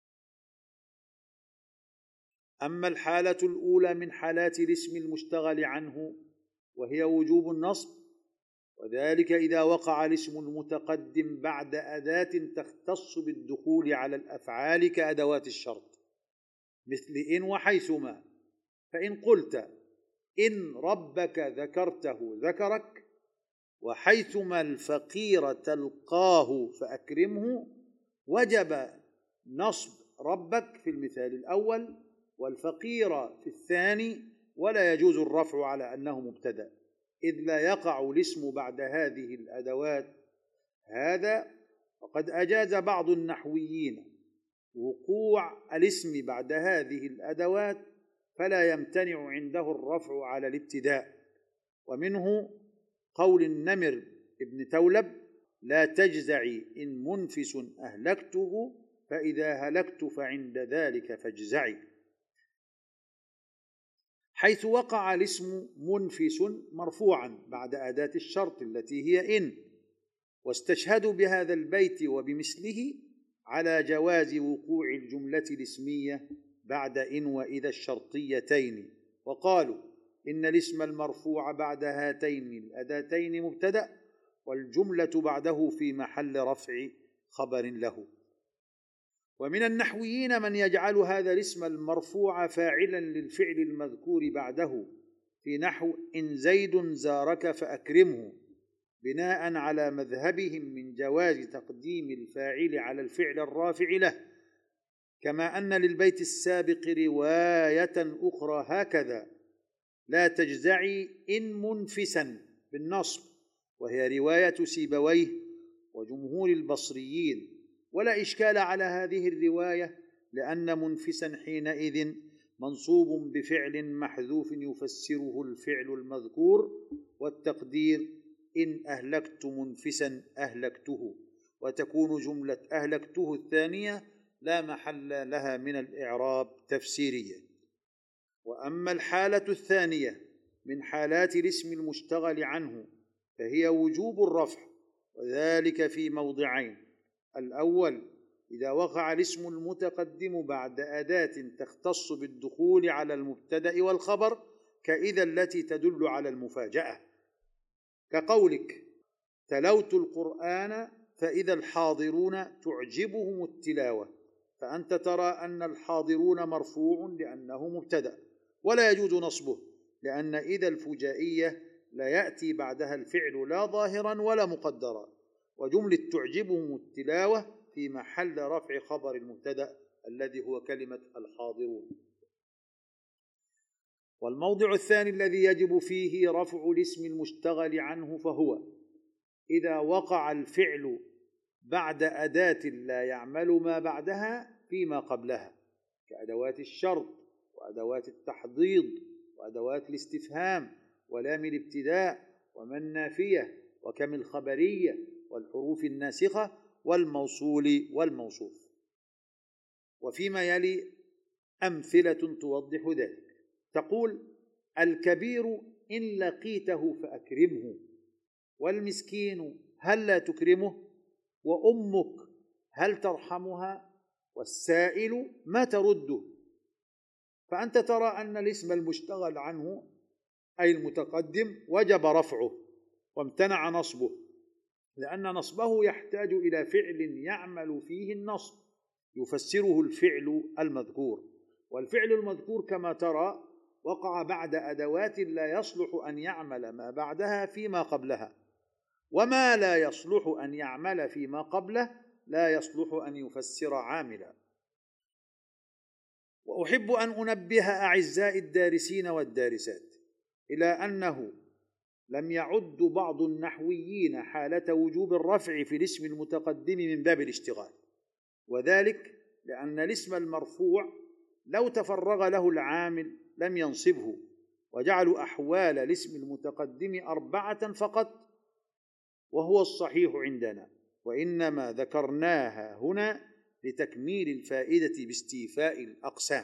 أما الحالة الأولى من حالات الاسم المشتغل عنه وهي وجوب النصب، وذلك إذا وقع الاسم المتقدم بعد أداة تختص بالدخول على الأفعال كأدوات الشرط، مثل إن وحيثما. فإن قلت إن ربك ذكرته ذكرك، وحيثما الفقير تلقاه فأكرمه، وجب نصب ربك في المثال الأول والفقير في الثاني، ولا يجوز الرفع على أنه مبتدأ، إذ لا يقع الاسم بعد هذه الأدوات. هذا وقد أجاز بعض النحويين وقوع الاسم بعد هذه الأدوات، فلا يمتنع عنده الرفع على الابتداء. ومنه قول النمر ابن تولب: لا تجزعي إن منفس أهلكته، فإذا هلكت فعند ذلك فاجزعي. حيث وقع الاسم منفس مرفوعا بعد أداة الشرط التي هي إن، واستشهدوا بهذا البيت وبمثله على جواز وقوع الجملة الاسمية بعد إن وإذا الشرطيتين، وقالوا إن الاسم المرفوع بعد هاتين الأداتين مبتدأ، والجملة بعده في محل رفع خبر له. ومن النحويين من يجعل هذا الاسم المرفوع فاعلا للفعل المذكور بعده، في نحو إن زيد زارك فأكرمه، بناء على مذهبهم من جواز تقديم الفاعل على الفعل الرافع له، كما أن للبيت السابق رواية أخرى هكذا: لا تجزعي إن منفسا بالنصب، وهي رواية سيبويه وجمهور البصريين، ولا إشكال على هذه الرواية، لأن منفسا حينئذ منصوب بفعل محذوف يفسره الفعل المذكور، والتقدير إن أهلكت منفسا أهلكته، وتكون جملة أهلكته الثانية لا محل لها من الإعراب تفسيرية. وأما الحالة الثانية من حالات الاسم المشتغل عنه فهي وجوب الرفع، وذلك في موضعين: الأول إذا وقع الاسم المتقدم بعد أداة تختص بالدخول على المبتدأ والخبر، كإذا التي تدل على المفاجأة، كقولك تلوت القرآن فإذا الحاضرون تعجبهم التلاوة، فأنت ترى أن الحاضرون مرفوع لأنه مبتدأ، ولا يجوز نصبه، لأن إذا الفجائية لا يأتي بعدها الفعل لا ظاهرا ولا مقدرا، وجملة تعجبهم التلاوة في محل رفع خبر المبتدأ الذي هو كلمة الحاضرون. والموضع الثاني الذي يجب فيه رفع الاسم المشتغل عنه فهو إذا وقع الفعل بعد أداة لا يعمل ما بعدها فيما قبلها، كأدوات الشرط وأدوات التحضيض وأدوات الاستفهام ولام الابتداء وما النافية وكم الخبرية والحروف الناسخة والموصول والموصوف. وفيما يلي أمثلة توضح ذلك: تقول الكبير إن لقيته فأكرمه، والمسكين هل لا تكرمه، وأمك هل ترحمها، والسائل ما ترده. فأنت ترى أن الاسم المشتغل عنه أي المتقدم وجب رفعه وامتنع نصبه، لأن نصبه يحتاج إلى فعل يعمل فيه النصب يفسره الفعل المذكور، والفعل المذكور كما ترى وقع بعد أدوات لا يصلح أن يعمل ما بعدها فيما قبلها، وما لا يصلح أن يعمل فيما قبله لا يصلح أن يفسر عاملا. وأحب أن أنبه أعزائي الدارسين والدارسات إلى أنه لم يعد بعض النحويين حالة وجوب الرفع في الاسم المتقدم من باب الاشتغال، وذلك لأن الاسم المرفوع لو تفرغ له العامل لم ينصبه، وجعلوا أحوال الاسم المتقدم أربعة فقط، وهو الصحيح عندنا، وإنما ذكرناها هنا لتكميل الفائدة باستيفاء الأقسام.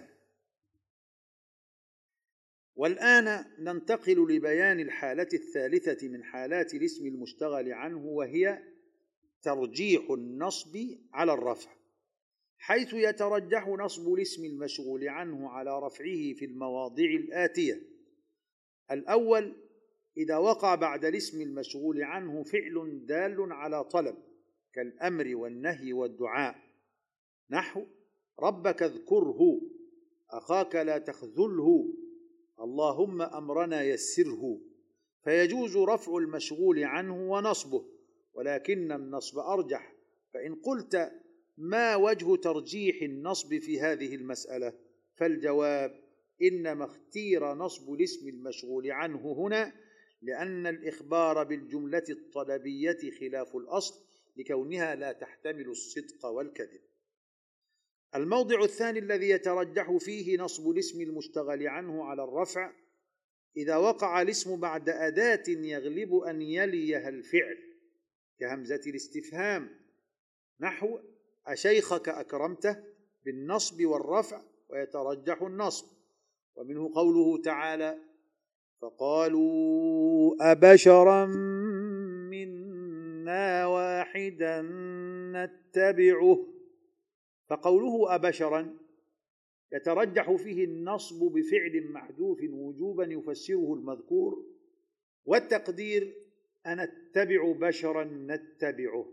والآن ننتقل لبيان الحالة الثالثة من حالات الاسم المشتغل عنه، وهي ترجيح النصب على الرفع، حيث يترجح نصب الاسم المشغول عنه على رفعه في المواضع الآتية: الأول إذا وقع بعد الاسم المشغول عنه فعل دال على طلب كالأمر والنهي والدعاء، نحو ربك اذكره، أخاك لا تخذله، اللهم أمرنا يسره، فيجوز رفع المشغول عنه ونصبه، ولكن النصب أرجح. فإن قلت ما وجه ترجيح النصب في هذه المسألة؟ فالجواب إنما اختير نصب الاسم المشغول عنه هنا لأن الإخبار بالجملة الطلبية خلاف الأصل لكونها لا تحتمل الصدق والكذب. الموضع الثاني الذي يترجح فيه نصب الاسم المشتغل عنه على الرفع إذا وقع الاسم بعد أداة يغلب أن يليها الفعل كهمزة الاستفهام، نحو أشيخك أكرمته، بالنصب والرفع، ويترجح النصب. ومنه قوله تعالى فقالوا أبشرا خلقنا واحدا نتبعه. فقوله أبشرا يترجح فيه النصب بفعل محذوف وجوبا يفسره المذكور، والتقدير أنتبع بشرا نتبعه.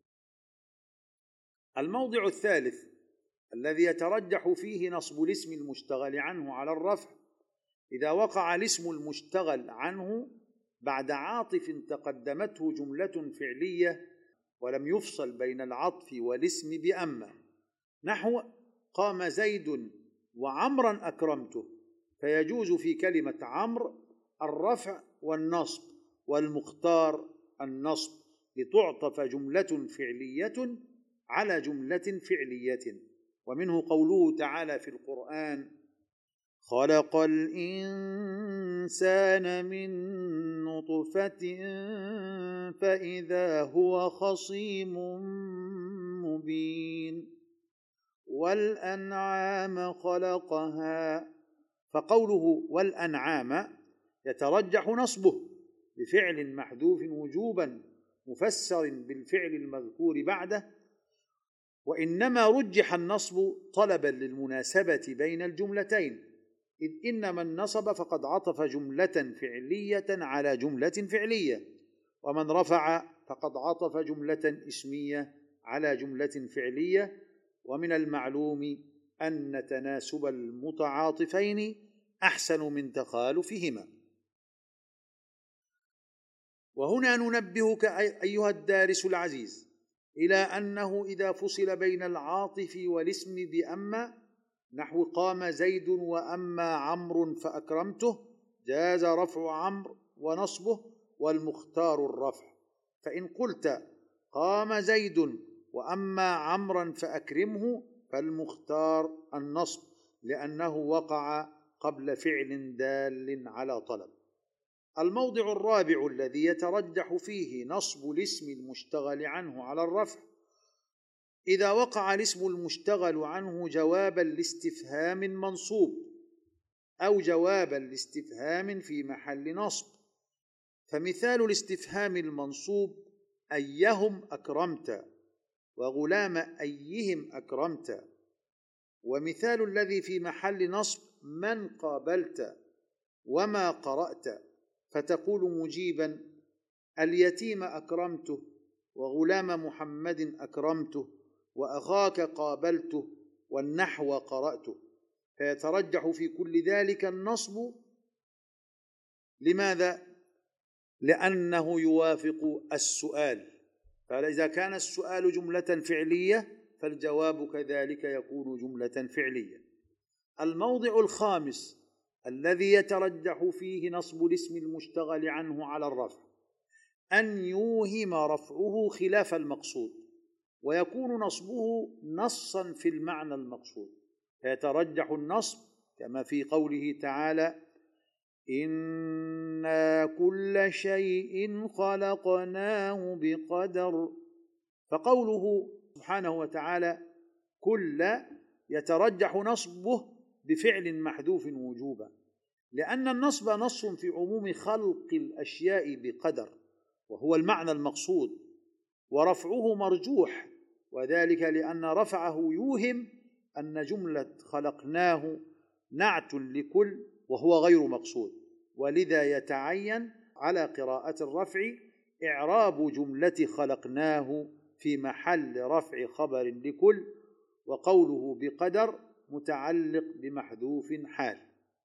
الموضع الثالث الذي يترجح فيه نصب الاسم المشتغل عنه على الرفع إذا وقع الاسم المشتغل عنه بعد عاطف تقدمته جملة فعلية ولم يفصل بين العطف والاسم بأما، نحو قام زيد وعمرا أكرمته، فيجوز في كلمة عمرو الرفع والنصب، والمختار النصب لتعطف جملة فعلية على جملة فعلية. ومنه قوله تعالى في القرآن: خلق الإنسان من نطفة فإذا هو خصيم مبين. والأنعام خلقها، فقوله والأنعام يترجح نصبه بفعل محذوف وجوبا مفسر بالفعل المذكور بعده، وإنما رجح النصب طلبا للمناسبة بين الجملتين، إذ إنما النصب فقد عطف جملة فعلية على جملة فعلية، ومن رفع فقد عطف جملة اسمية على جملة فعلية. ومن المعلوم أن تناسب المتعاطفين أحسن من تخالفهما. وهنا ننبهك أيها الدارس العزيز إلى أنه إذا فصل بين العاطف والاسم بأما، نحو قام زيد وأما عمرو فأكرمته، جاز رفع عمرو ونصبه والمختار الرفع. فإن قلت قام زيد وأما عمرا فأكرمه فالمختار النصب، لأنه وقع قبل فعل دال على طلب. الموضع الرابع الذي يترجح فيه نصب الاسم المشتغل عنه على الرفع إذا وقع الاسم المشتغل عنه جوابا لاستفهام منصوب أو جوابا لاستفهام في محل نصب. فمثال الاستفهام المنصوب أيهم أكرمت، وغلام أيهم أكرمت. ومثال الذي في محل نصب من قابلت وما قرأت، فتقول مجيبا اليتيم أكرمته، وغلام محمد أكرمته، وأخاك قابلته، والنحو قرأته. فيترجح في كل ذلك النصب. لماذا؟ لأنه يوافق السؤال، فإذا كان السؤال جملة فعلية فالجواب كذلك يكون جملة فعلية. الموضع الخامس الذي يترجح فيه نصب الاسم المشتغل عنه على الرفع أن يوهم رفعه خلاف المقصود، ويكون نصبه نصا في المعنى المقصود، فيترجح النصب كما في قوله تعالى: إنا كل شيء خلقناه بقدر. فقوله سبحانه وتعالى كل يترجح نصبه بفعل محذوف وجوبا، لأن النصب نص في عموم خلق الأشياء بقدر، وهو المعنى المقصود، ورفعه مرجوح، وذلك لأن رفعه يوهم أن جملة خلقناه نعت لكل وهو غير مقصود، ولذا يتعين على قراءة الرفع إعراب جملة خلقناه في محل رفع خبر لكل، وقوله بقدر متعلق بمحذوف حال.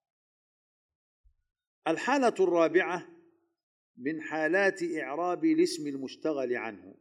الحالة الرابعة من حالات إعراب الاسم المشتغل عنه،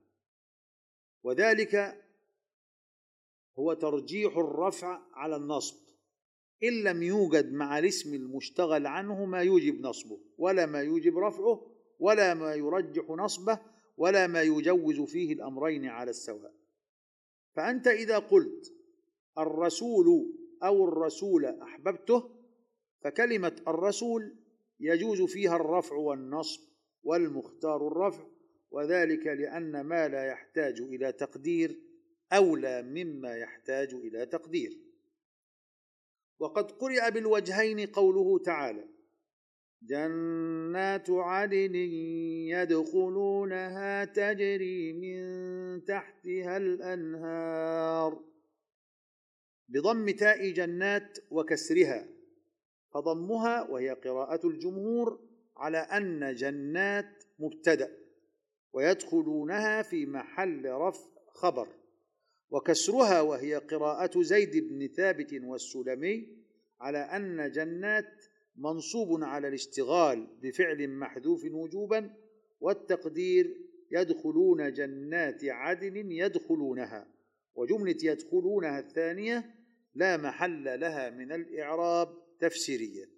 وذلك هو ترجيح الرفع على النصب إن لم يوجد مع الاسم المشتغل عنه ما يوجب نصبه، ولا ما يوجب رفعه، ولا ما يرجح نصبه، ولا ما يجوز فيه الأمرين على السواء. فأنت إذا قلت الرسول أو الرسول أحببته، فكلمة الرسول يجوز فيها الرفع والنصب والمختار الرفع، وذلك لأن ما لا يحتاج إلى تقدير أولى مما يحتاج إلى تقدير. وقد قرئ بالوجهين قوله تعالى: جنات عدن يدخلونها تجري من تحتها الأنهار، بضم تاء جنات وكسرها، فضمها وهي قراءة الجمهور على أن جنات مبتدأ، ويدخلونها في محل رفع خبر، وكسرها وهي قراءة زيد بن ثابت والسلمي على أن جنات منصوب على الاشتغال بفعل محذوف وجوبا، والتقدير يدخلون جنات عدن يدخلونها، وجملة يدخلونها الثانية لا محل لها من الإعراب تفسيريا.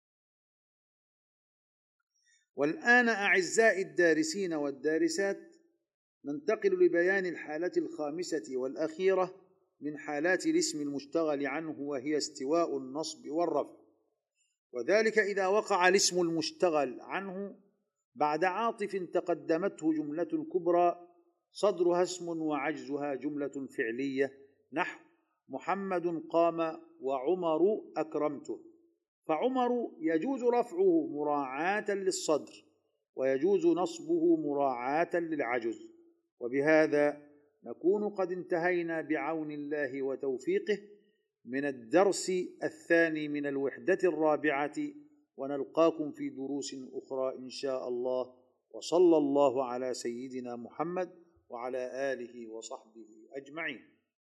والآن أعزائي الدارسين والدارسات ننتقل لبيان الحالة الخامسة والأخيرة من حالات الاسم المشتغل عنه، وهي استواء النصب والرفع، وذلك إذا وقع الاسم المشتغل عنه بعد عاطف تقدمته جملة كبرى صدرها اسم وعجزها جملة فعلية، نحو محمد قام وعمر أكرمته، فعمر يجوز رفعه مراعاة للصدر، ويجوز نصبه مراعاة للعجز. وبهذا نكون قد انتهينا بعون الله وتوفيقه من الدرس الثاني من الوحدة الرابعة، ونلقاكم في دروس أخرى إن شاء الله، وصلى الله على سيدنا محمد وعلى آله وصحبه أجمعين.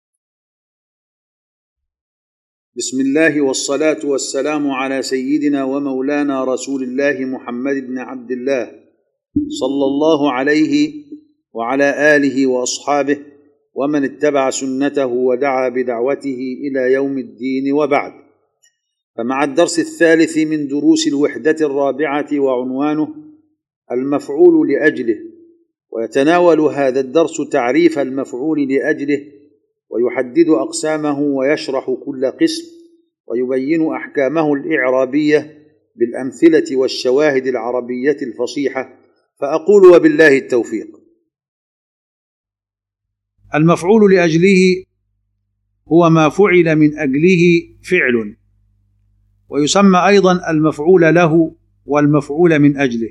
بسم الله والصلاة والسلام على سيدنا ومولانا رسول الله محمد بن عبد الله صلى الله عليه وعلى آله وأصحابه ومن اتبع سنته ودعا بدعوته إلى يوم الدين، وبعد. فمع الدرس الثالث من دروس الوحدة الرابعة، وعنوانه المفعول لأجله، ويتناول هذا الدرس تعريف المفعول لأجله، ويحدد أقسامه ويشرح كل قسم، ويبين أحكامه الإعرابية بالأمثلة والشواهد العربية الفصيحة. فأقول وبالله التوفيق. المفعول لأجله هو ما فعل من أجله فعل، ويسمى أيضا المفعول له والمفعول من أجله،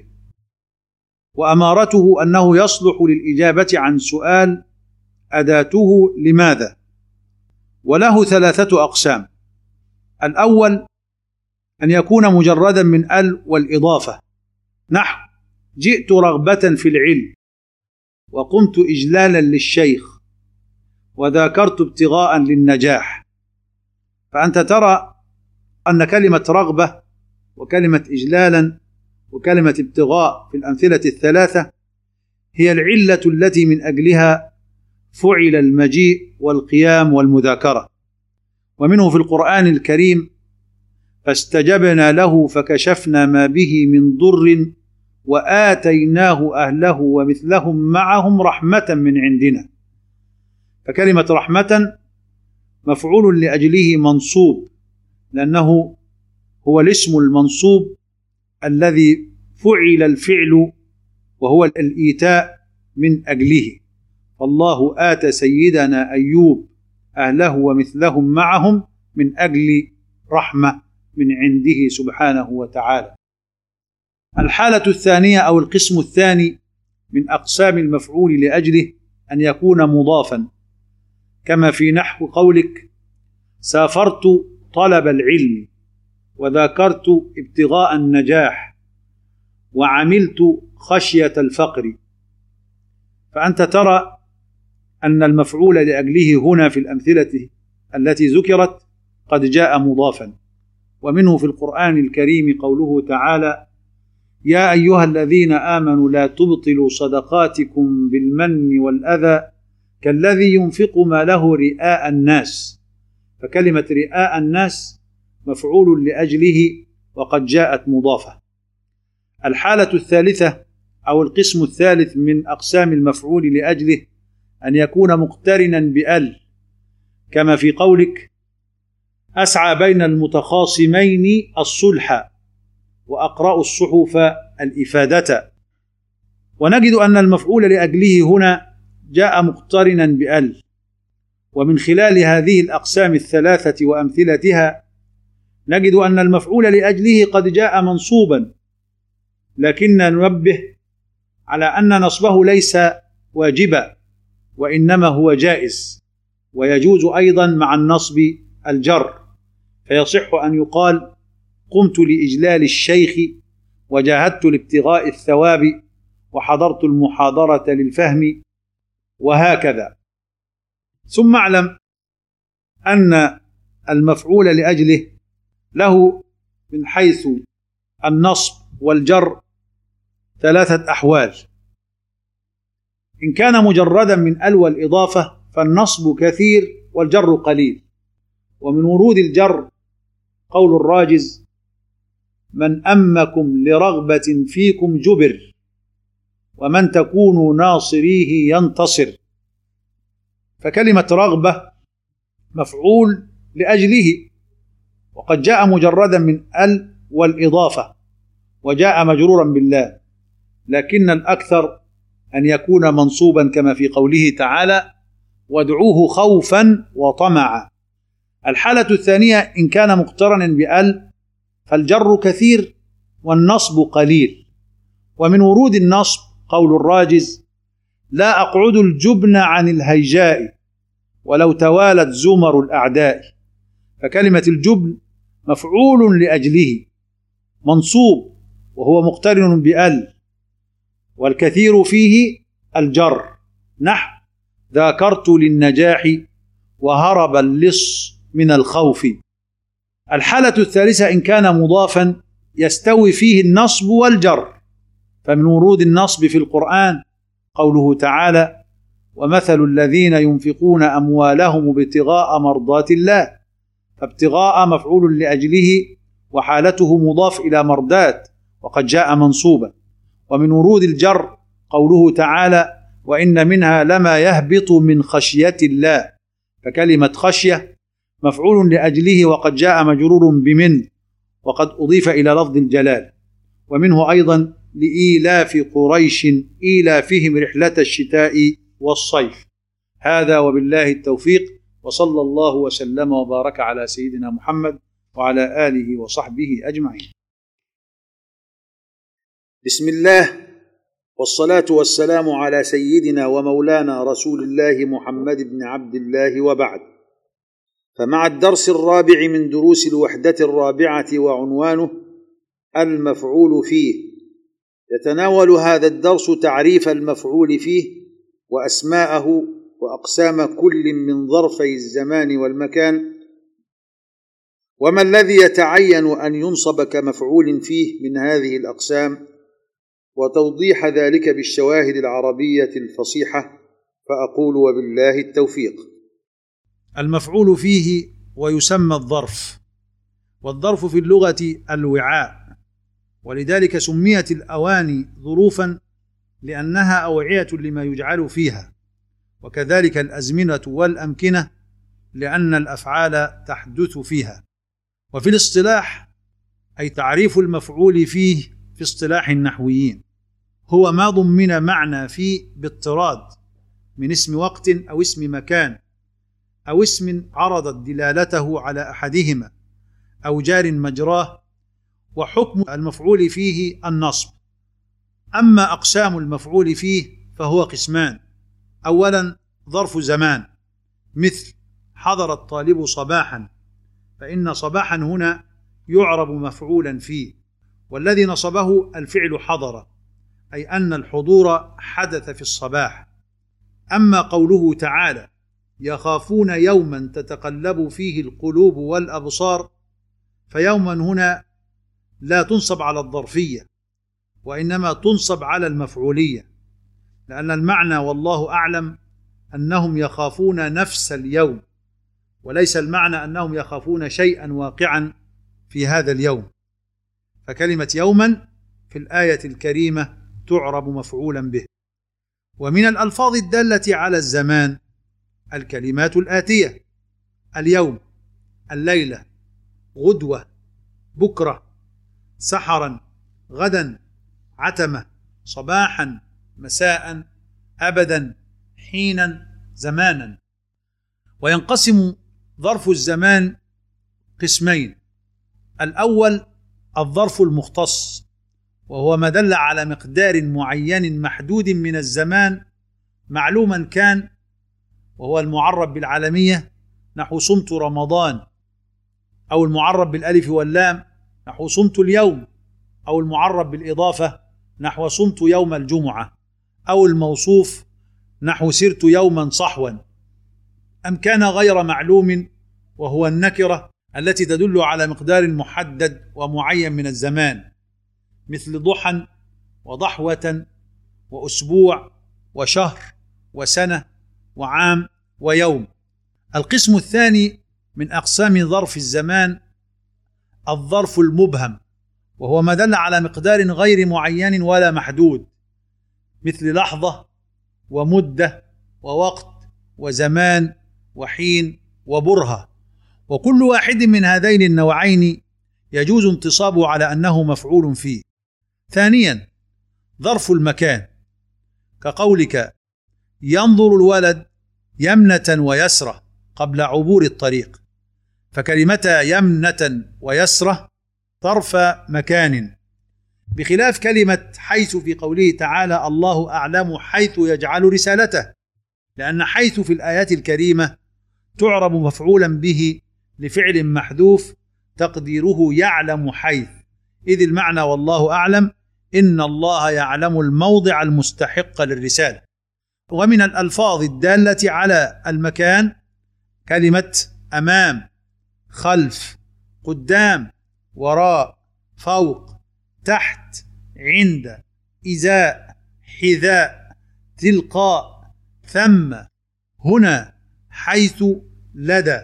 وأمارته أنه يصلح للإجابة عن سؤال أداته لماذا، وله ثلاثة أقسام. الأول أن يكون مجردا من ال والإضافة، نحو جئت رغبة في العلم، وقمت إجلالا للشيخ، وذاكرت ابتغاء للنجاح. فأنت ترى أن كلمة رغبة وكلمة إجلالا وكلمة ابتغاء في الأمثلة الثلاثة هي العلة التي من أجلها فعل المجيء والقيام والمذاكرة. ومنه في القرآن الكريم فاستجبنا له فكشفنا ما به من ضر وآتيناه أهله ومثلهم معهم رحمة من عندنا. فكلمة رحمة مفعول لأجله منصوب، لأنه هو الاسم المنصوب الذي فعل الفعل، وهو الإيتاء من أجله. فالله آتى سيدنا أيوب أهله ومثلهم معهم من أجل رحمة من عنده سبحانه وتعالى. الحالة الثانية أو القسم الثاني من أقسام المفعول لأجله أن يكون مضافا، كما في نحو قولك سافرت طلب العلم، وذاكرت ابتغاء النجاح، وعملت خشية الفقر. فأنت ترى أن المفعول لأجله هنا في الأمثلة التي ذكرت قد جاء مضافا. ومنه في القرآن الكريم قوله تعالى يا أيها الذين آمنوا لا تبطلوا صدقاتكم بالمن والأذى كالذي ينفق ماله رئاء الناس. فكلمة رئاء الناس مفعول لأجله وقد جاءت مضافة. الحالة الثالثة أو القسم الثالث من أقسام المفعول لأجله أن يكون مقترنا بأل، كما في قولك أسعى بين المتخاصمين الصلح، وأقرأ الصحف الإفادة. ونجد أن المفعول لأجله هنا جاء مقترنا بأل. ومن خلال هذه الأقسام الثلاثة وأمثلتها نجد أن المفعول لأجله قد جاء منصوبا، لكن ننبه على أن نصبه ليس واجبا، وإنما هو جائز، ويجوز أيضا مع النصب الجر، فيصح أن يقال قمت لإجلال الشيخ وجاهدت لابتغاء الثواب وحضرت المحاضرة للفهم، وهكذا. ثم اعلم أن المفعول لأجله له من حيث النصب والجر ثلاثة أحوال. إن كان مجردا من ال والإضافة فالنصب كثير والجر قليل. ومن ورود الجر قول الراجز: من أمكم لرغبة فيكم جبر، ومن تكونوا ناصريه ينتصر. فكلمة رغبة مفعول لأجله، وقد جاء مجردا من ال والإضافة، وجاء مجرورا بالله، لكن الأكثر أن يكون منصوبا كما في قوله تعالى: وادعوه خوفا وطمعا. الحالة الثانية إن كان مقترنا بأل فالجر كثير والنصب قليل. ومن ورود النصب قول الراجز: لا أقعد الجبن عن الهيجاء ولو توالت زمر الأعداء. فكلمة الجبن مفعول لأجله منصوب وهو مقترن بأل، والكثير فيه الجر، نحو ذاكرت للنجاح وهرب اللص من الخوف. الحالة الثالثة إن كان مضافا يستوي فيه النصب والجر، فمن ورود النصب في القرآن قوله تعالى: ومثل الذين ينفقون أموالهم ابتغاء مرضات الله. فابتغاء مفعول لأجله وحالته مضاف إلى مرضات وقد جاء منصوبا. ومن ورود الجر قوله تعالى: وإن منها لما يهبط من خشية الله. فكلمة خشية مفعول لأجله وقد جاء مجرور بمن وقد أضيف إلى لفظ الجلال. ومنه أيضا لإيلاف قريش إيلافهم رحلة الشتاء والصيف. هذا وبالله التوفيق، وصلى الله وسلم وبارك على سيدنا محمد وعلى آله وصحبه أجمعين. بسم الله والصلاة والسلام على سيدنا ومولانا رسول الله محمد بن عبد الله، وبعد. فمع الدرس الرابع من دروس الوحدة الرابعة وعنوانه المفعول فيه، يتناول هذا الدرس تعريف المفعول فيه وأسماءه وأقسام كل من ظرفي الزمان والمكان، وما الذي يتعين أن ينصب كمفعول فيه من هذه الأقسام، وتوضيح ذلك بالشواهد العربية الفصيحة. فأقول وبالله التوفيق. المفعول فيه ويسمى الظرف، والظرف في اللغة الوعاء، ولذلك سميت الأواني ظروفا لأنها أوعية لما يجعل فيها، وكذلك الأزمنة والأمكنة لأن الأفعال تحدث فيها. وفي الاصطلاح أي تعريف المفعول فيه في اصطلاح النحويين هو ما ضمن معنى فيه باضطراد من اسم وقت أو اسم مكان أو اسم عرضت دلالته على أحدهما أو جار مجراه، وحكم المفعول فيه النصب. أما أقسام المفعول فيه فهو قسمان: أولا ظرف زمان، مثل حضر الطالب صباحا، فإن صباحا هنا يعرب مفعولا فيه، والذي نصبه الفعل حضر، أي أن الحضور حدث في الصباح. أما قوله تعالى: يخافون يوما تتقلب فيه القلوب والأبصار، فيوما هنا لا تنصب على الظرفية، وإنما تنصب على المفعولية، لأن المعنى والله أعلم أنهم يخافون نفس اليوم، وليس المعنى أنهم يخافون شيئا واقعا في هذا اليوم. فكلمة يوما في الآية الكريمة تعرب مفعولا به. ومن الألفاظ الدالة على الزمان الكلمات الآتية: اليوم، الليلة، غدوة، بكرة، سحرا، غدا، عتمة، صباحا، مساء، أبدا، حينا، زمانا. وينقسم ظرف الزمان قسمين: الأول الظرف المختص، وهو ما دل على مقدار معين محدود من الزمان معلوما كان، وهو المعرب بالعالمية نحو صمت رمضان، أو المعرب بالألف واللام نحو صمت اليوم، أو المعرب بالإضافة نحو صمت يوم الجمعة، أو الموصوف نحو سرت يوما صحوا، أم كان غير معلوم وهو النكرة التي تدل على مقدار محدد ومعين من الزمان، مثل ضحى وضحوة وأسبوع وشهر وسنة وعام ويوم. القسم الثاني من أقسام ظرف الزمان الظرف المبهم، وهو ما دل على مقدار غير معين ولا محدود، مثل لحظة ومدة ووقت وزمان وحين وبرهة، وكل واحد من هذين النوعين يجوز انتصابه على أنه مفعول فيه. ثانيا ظرف المكان، كقولك ينظر الولد يمنة ويسرة قبل عبور الطريق، فكلمة يمنة ويسرة ظرف مكان، بخلاف كلمة حيث في قوله تعالى الله أعلم حيث يجعل رسالته، لأن حيث في الآيات الكريمة تعرب مفعولا به لفعل محذوف تقديره يعلم حيث، إذ المعنى والله أعلم إن الله يعلم الموضع المستحق للرسالة. ومن الألفاظ الدالة على المكان كلمة أمام، خلف، قدام، وراء، فوق، تحت، عند، إزاء، حذاء، تلقاء، ثم، هنا، حيث، لدى.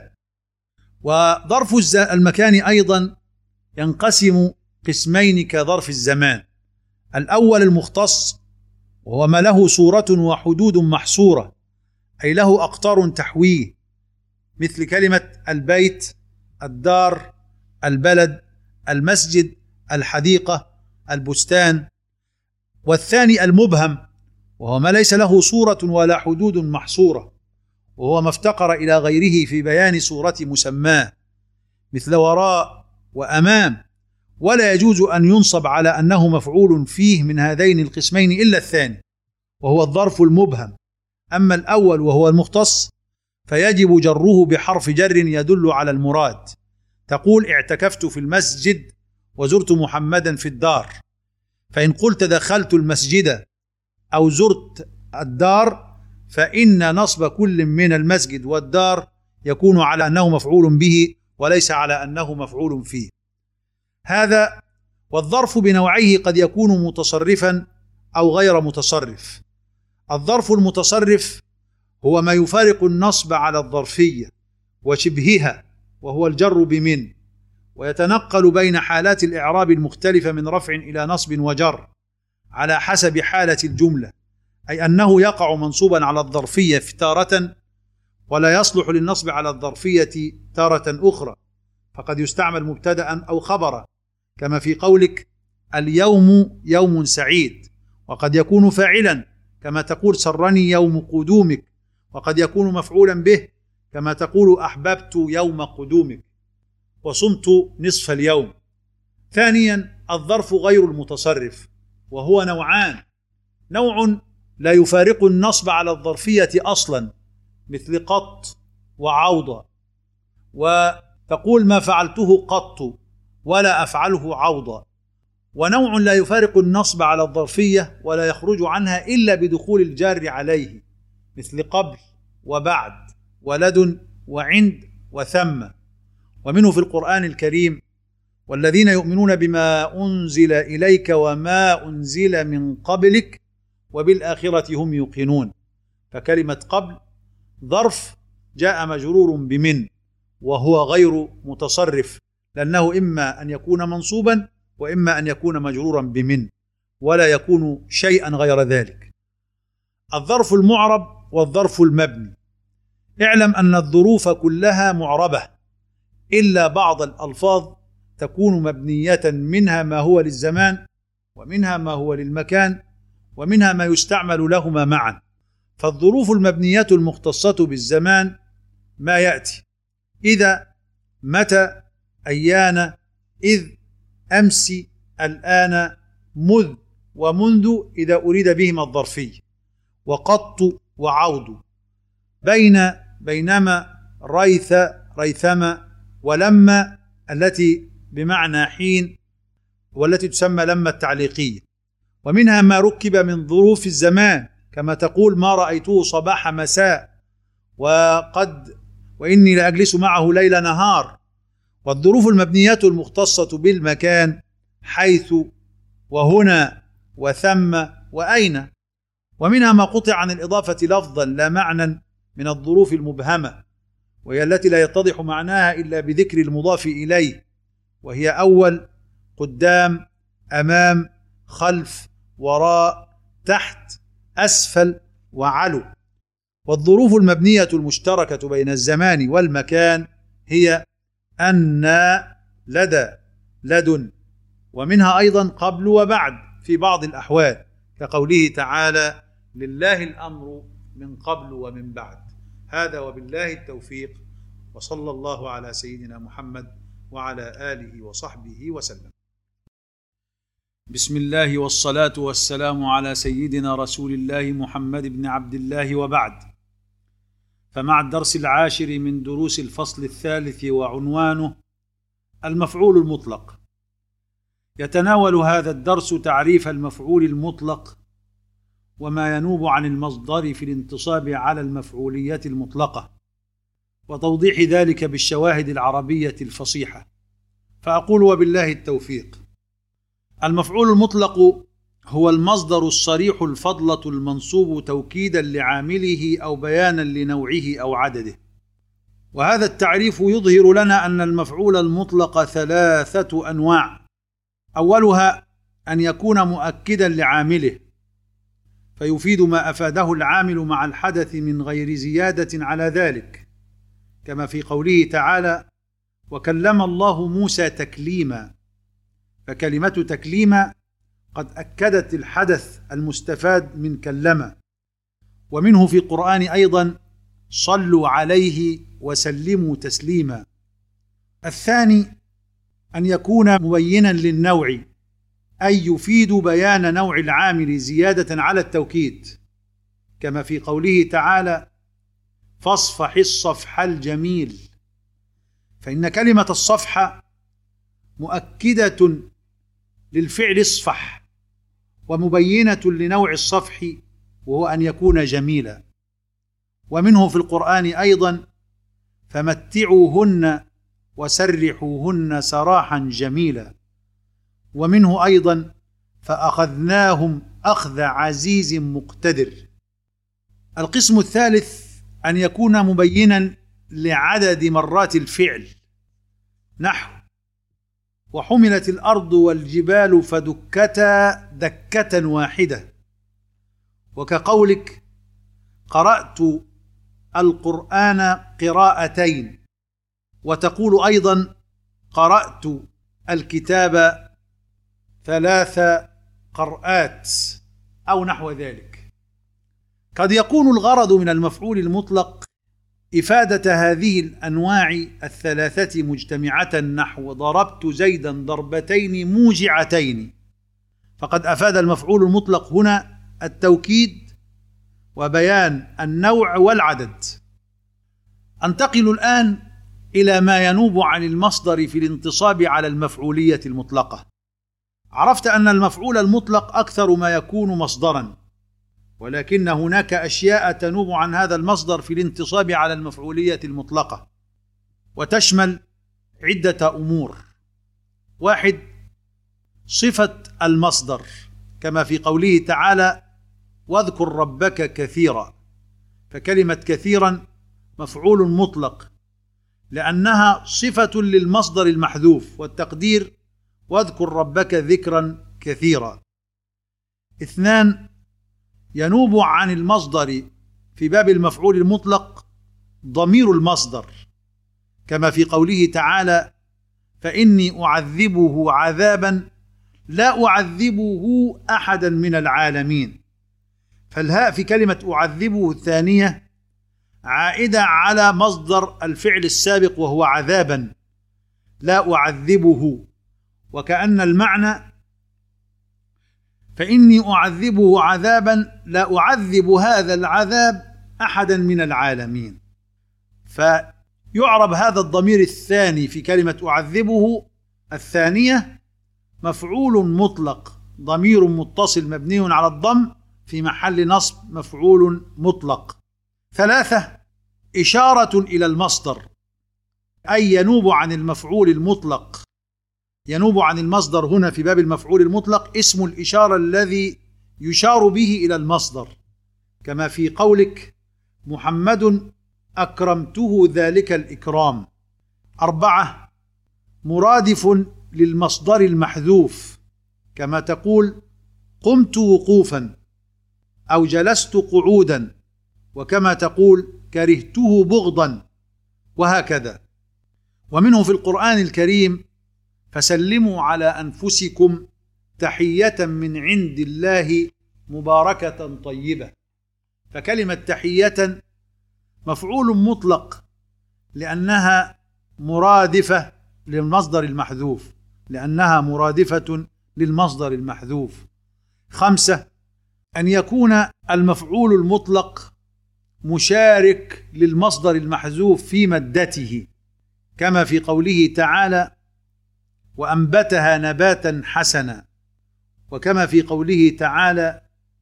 وظرف المكان أيضا ينقسم قسمين كظرف الزمان: الأول المختص، وهو ما له صورة وحدود محصورة، أي له أقطار تحويه، مثل كلمة البيت، الدار، البلد، المسجد، الحديقة، البستان. والثاني المبهم، وهو ما ليس له صورة ولا حدود محصورة، وهو ما افتقر إلى غيره في بيان صورة مسماه، مثل وراء وأمام، ولا يجوز أن ينصب على أنه مفعول فيه من هذين القسمين إلا الثاني، وهو الظرف المبهم. أما الأول وهو المختص فيجب جره بحرف جر يدل على المراد، تقول اعتكفت في المسجد وزرت محمدا في الدار، فإن قلت دخلت المسجد أو زرت الدار فإن نصب كل من المسجد والدار يكون على أنه مفعول به وليس على أنه مفعول فيه. هذا. والظرف بنوعيه قد يكون متصرفا أو غير متصرف. الظرف المتصرف هو ما يفارق النصب على الظرفية وشبهها، وهو الجر بمن، ويتنقل بين حالات الإعراب المختلفة من رفع إلى نصب وجر على حسب حالة الجملة، أي أنه يقع منصوبا على الظرفية تارة ولا يصلح للنصب على الظرفية تارة أخرى، فقد يستعمل مبتدأ أو خبرا، كما في قولك اليوم يوم سعيد، وقد يكون فاعلا كما تقول سرني يوم قدومك، وقد يكون مفعولا به كما تقول أحببت يوم قدومك وصمت نصف اليوم. ثانيا الظرف غير المتصرف، وهو نوعان: نوع لا يفارق النصب على الظرفية أصلا، مثل قط وعوض، وتقول ما فعلته قط ولا أفعله عوضا. ونوع لا يفارق النصب على الظرفية ولا يخرج عنها إلا بدخول الجار عليه، مثل قبل وبعد ولدن وعند وثم. ومنه في القرآن الكريم والذين يؤمنون بما أنزل إليك وما أنزل من قبلك وبالآخرة هم يوقنون، فكلمة قبل ظرف جاء مجرور بمن، وهو غير متصرف، لأنه إما أن يكون منصوبا وإما أن يكون مجرورا بمن، ولا يكون شيئا غير ذلك. الظرف المعرب والظرف المبني: اعلم أن الظروف كلها معربة إلا بعض الألفاظ تكون مبنية، منها ما هو للزمان، ومنها ما هو للمكان، ومنها ما يستعمل لهما معا. فالظروف المبنية المختصة بالزمان ما يأتي: إذا، متى، أيان، إذ، أمس، الآن، مذ ومنذ إذا أريد بهما الظرفي، وقط وعوض، بين بينما، ريث ريثما، ولما التي بمعنى حين والتي تسمى لما التعليقية. ومنها ما ركب من ظروف الزمان، كما تقول ما رأيته صباح مساء، وقد وإني لأجلس معه ليل نهار. والظروف المبنيات المختصة بالمكان، حيث وهنا وثم وأين. ومنها ما قطع عن الإضافة لفظا لا معنى من الظروف المبهمة، وهي التي لا يتضح معناها إلا بذكر المضاف إليه، وهي أول، قدام، أمام، خلف، وراء، تحت، أسفل، وعلو. والظروف المبنية المشتركة بين الزمان والمكان هي أن، لدى، لدن. ومنها أيضا قبل وبعد في بعض الأحوال، كقوله تعالى لله الأمر من قبل ومن بعد. هذا وبالله التوفيق، وصلى الله على سيدنا محمد وعلى آله وصحبه وسلم. بسم الله والصلاة والسلام على سيدنا رسول الله محمد بن عبد الله، وبعد. فمع الدرس العاشر من دروس الفصل الثالث، وعنوانه المفعول المطلق. يتناول هذا الدرس تعريف المفعول المطلق، وما ينوب عن المصدر في الانتصاب على المفعولية المطلقة، وتوضيح ذلك بالشواهد العربية الفصيحة. فأقول وبالله التوفيق. المفعول المطلق هو المصدر الصريح الفضلة المنصوب توكيدا لعامله أو بيانا لنوعه أو عدده. وهذا التعريف يظهر لنا أن المفعول المطلق ثلاثة أنواع. أولها أن يكون مؤكدا لعامله، فيفيد ما أفاده العامل مع الحدث من غير زيادة على ذلك، كما في قوله تعالى وكلم الله موسى تكليما، فكلمة تكليما قد أكدت الحدث المستفاد من كلم. ومنه في القرآن أيضا صلوا عليه وسلموا تسليما. الثاني أن يكون مبينا للنوع، أي يفيد بيان نوع العامل زيادة على التوكيد، كما في قوله تعالى فاصفح الصفح الجميل، فإن كلمة الصفح مؤكدة للفعل اصفح، ومبينة لنوع الصفح وهو أن يكون جميلا. ومنه في القرآن أيضا فمتعوهن وسرحوهن سراحا جميلا. ومنه أيضا فأخذناهم أخذ عزيز مقتدر. القسم الثالث أن يكون مبينا لعدد مرات الفعل، نحو وحملت الأرض والجبال فدكتا دكة واحدة، وكقولك قرأت القرآن قراءتين، وتقول أيضا قرأت الكتاب ثلاث قرآت أو نحو ذلك. قد يكون الغرض من المفعول المطلق إفادة هذه الأنواع الثلاثة مجتمعة، نحو ضربت زيدا ضربتين موجعتين، فقد أفاد المفعول المطلق هنا التوكيد وبيان النوع والعدد. أنتقل الآن إلى ما ينوب عن المصدر في الانتصاب على المفعولية المطلقة. عرفت أن المفعول المطلق أكثر ما يكون مصدرا، ولكن هناك أشياء تنوب عن هذا المصدر في الانتصاب على المفعولية المطلقة، وتشمل عدة أمور. واحد، صفة المصدر، كما في قوله تعالى واذكر ربك كثيرا، فكلمة كثيرا مفعول مطلق لأنها صفة للمصدر المحذوف، والتقدير واذكر ربك ذكرا كثيرا. اثنان، ينوب عن المصدر في باب المفعول المطلق ضمير المصدر، كما في قوله تعالى فإني أعذبه عذابا لا أعذبه أحدا من العالمين، فالهاء في كلمة أعذبه الثانية عائدة على مصدر الفعل السابق وهو عذابا لا أعذبه، وكأن المعنى فإني أعذبه عذابا لا أعذب هذا العذاب أحدا من العالمين. فيعرب هذا الضمير الثاني في كلمة أعذبه الثانية مفعول مطلق، ضمير متصل مبني على الضم في محل نصب مفعول مطلق. ثلاثة، إشارة إلى المصدر، أي ينوب عن المفعول المطلق. ينوب عن المصدر هنا في باب المفعول المطلق اسم الإشارة الذي يشار به إلى المصدر، كما في قولك محمد أكرمته ذلك الإكرام. أربعة، مرادف للمصدر المحذوف، كما تقول قمت وقوفا أو جلست قعودا، وكما تقول كرهته بغضا، وهكذا. ومنه في القرآن الكريم فسلموا على أنفسكم تحية من عند الله مباركة طيبة. فكلمة تحية مفعول مطلق لأنها مرادفة للمصدر المحذوف، لأنها مرادفة للمصدر المحذوف. خمسة، أن يكون المفعول المطلق مشارك للمصدر المحذوف في مادته، كما في قوله تعالى وأنبتها نباتا حسنا، وكما في قوله تعالى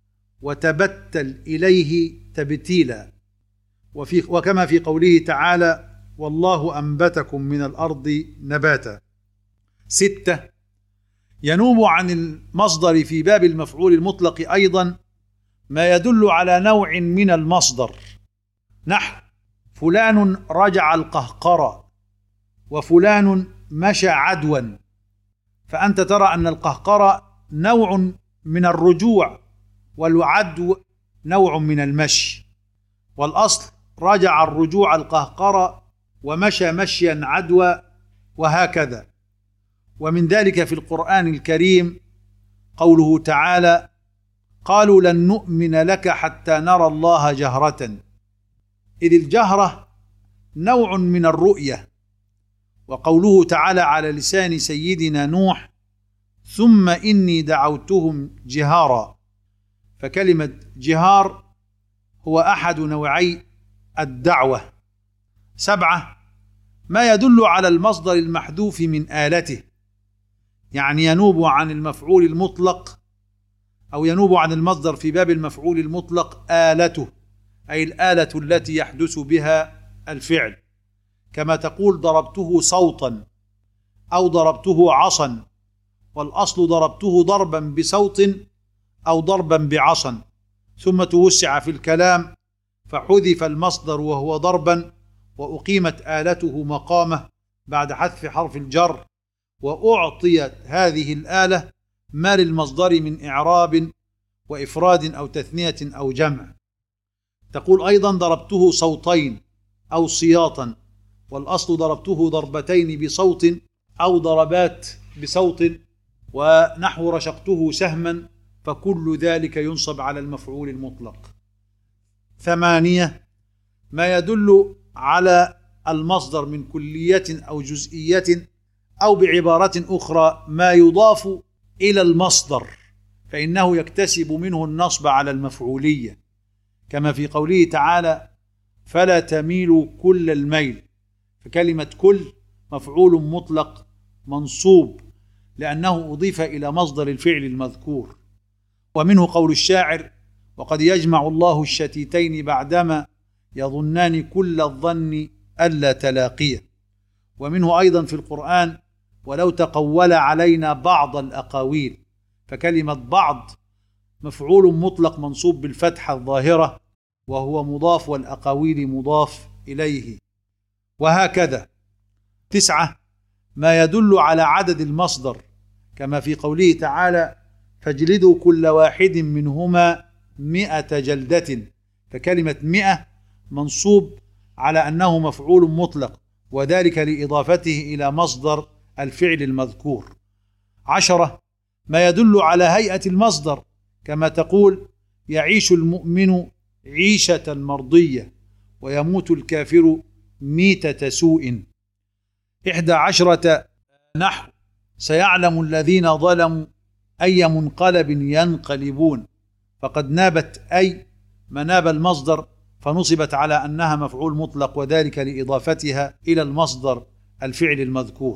وتبتل إليه تبتيلا، وفي وكما في قوله تعالى والله أنبتكم من الأرض نباتا. ستة، ينوب عن المصدر في باب المفعول المطلق أيضا ما يدل على نوع من المصدر، نحو فلان رجع القهقرة وفلان مشى عدوا، فأنت ترى أن القهقرة نوع من الرجوع والعدو نوع من المشي، والأصل رجع الرجوع القهقرة ومشى مشيا عدوا، وهكذا. ومن ذلك في القرآن الكريم قوله تعالى قالوا لن نؤمن لك حتى نرى الله جهرة، إذ الجهرة نوع من الرؤية. وقوله تعالى على لسان سيدنا نوح ثم إني دعوتهم جهارا، فكلمة جهار هو أحد نوعي الدعوة. سبعة، ما يدل على المصدر المحذوف من آلته، يعني ينوب عن المفعول المطلق أو ينوب عن المصدر في باب المفعول المطلق آلته، أي الآلة التي يحدث بها الفعل، كما تقول ضربته صوتا أو ضربته عصا، والأصل ضربته ضربا بصوت أو ضربا بعصا، ثم توسع في الكلام فحذف المصدر وهو ضربا وأقيمت آلته مقامه بعد حذف حرف الجر، وأعطيت هذه الآلة ما للمصدر من إعراب وإفراد أو تثنية أو جمع. تقول أيضا ضربته صوتين أو سياطا، والأصل ضربته ضربتين بصوت أو ضربات بصوت، ونحو رشقته سهما، فكل ذلك ينصب على المفعول المطلق. ثمانية، ما يدل على المصدر من كلية أو جزئية، أو بعبارة أخرى ما يضاف إلى المصدر فإنه يكتسب منه النصب على المفعولية، كما في قوله تعالى فلا تميلوا كل الميل، فكلمة كل مفعول مطلق منصوب لأنه أضيف إلى مصدر الفعل المذكور. ومنه قول الشاعر وقد يجمع الله الشتيتين بعدما يظنان كل الظن ألا تلاقيه. ومنه أيضا في القرآن ولو تقول علينا بعض الأقاويل، فكلمة بعض مفعول مطلق منصوب بالفتحة الظاهرة وهو مضاف، والأقاويل مضاف إليه، وهكذا. تسعة، ما يدل على عدد المصدر، كما في قوله تعالى فاجلدوا كل واحد منهما مئة جلدة، فكلمة مئة منصوب على أنه مفعول مطلق، وذلك لإضافته إلى مصدر الفعل المذكور. عشرة، ما يدل على هيئة المصدر، كما تقول يعيش المؤمن عيشة مرضية ويموت الكافر ميتة سوء. إحدى عشرة، نحو سيعلم الذين ظلموا أي منقلب ينقلبون، فقد نابت أي مناب المصدر فنصبت على أنها مفعول مطلق، وذلك لإضافتها إلى المصدر الفعل المذكور.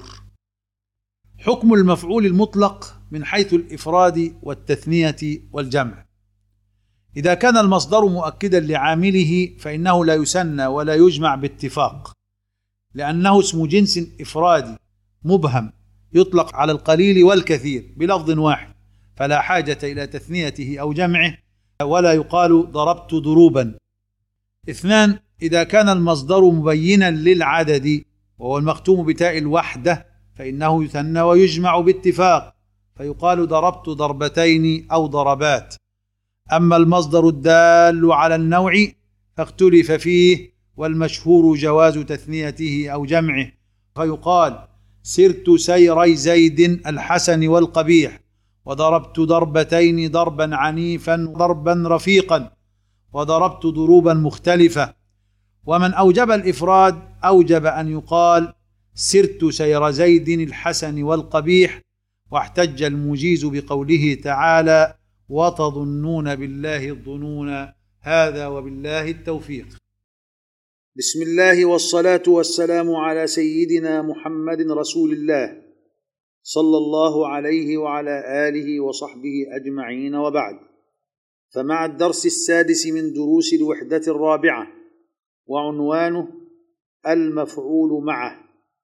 حكم المفعول المطلق من حيث الإفراد والتثنية والجمع: إذا كان المصدر مؤكدا لعامله فإنه لا يثنى ولا يجمع باتفاق، لأنه اسم جنس إفرادي مبهم يطلق على القليل والكثير بلفظ واحد، فلا حاجة إلى تثنيته أو جمعه، ولا يقال ضربت ضروبا. اثنان: إذا كان المصدر مبينا للعدد وهو المختوم بتاء الوحدة فإنه يثنى ويجمع باتفاق، فيقال ضربت ضربتين أو ضربات. أما المصدر الدال على النوع فاختلف فيه، والمشهور جواز تثنيته أو جمعه، فيقال سرت سيري زيد الحسن والقبيح، وضربت ضربتين ضربا عنيفا ضربا رفيقا، وضربت ضروبا مختلفة. ومن أوجب الإفراد أوجب أن يقال سرت سير زيد الحسن والقبيح، واحتج المجيز بقوله تعالى وتظنون بالله الظنون. هذا وبالله التوفيق. بسم الله والصلاة والسلام على سيدنا محمد رسول الله صلى الله عليه وعلى آله وصحبه أجمعين، وبعد. فمع الدرس السادس من دروس الوحدة الرابعة، وعنوانه المفعول معه.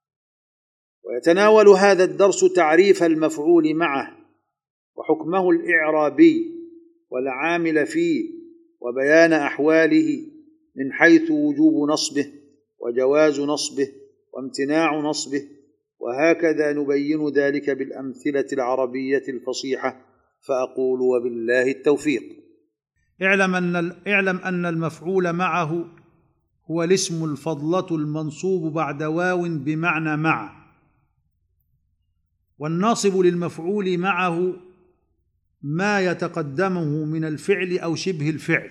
ويتناول هذا الدرس تعريف المفعول معه وحكمه الإعرابي والعامل فيه، وبيان أحواله من حيث وجوب نصبه وجواز نصبه وامتناع نصبه، وهكذا نبين ذلك بالأمثلة العربية الفصيحة. فأقول وبالله التوفيق. اعلم أن اعلم أن المفعول معه هو الاسم الفضلة المنصوب بعد واو بمعنى مع، والناصب للمفعول معه ما يتقدمه من الفعل أو شبه الفعل.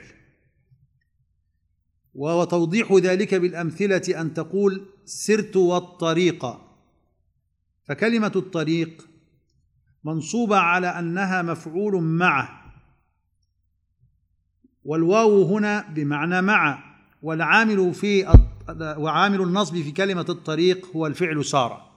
وتوضيح ذلك بالأمثلة أن تقول سرت والطريق، فكلمة الطريق منصوبة على أنها مفعول معه، والواو هنا بمعنى مع، والعامل في وعامل النصب في كلمة الطريق هو الفعل سار.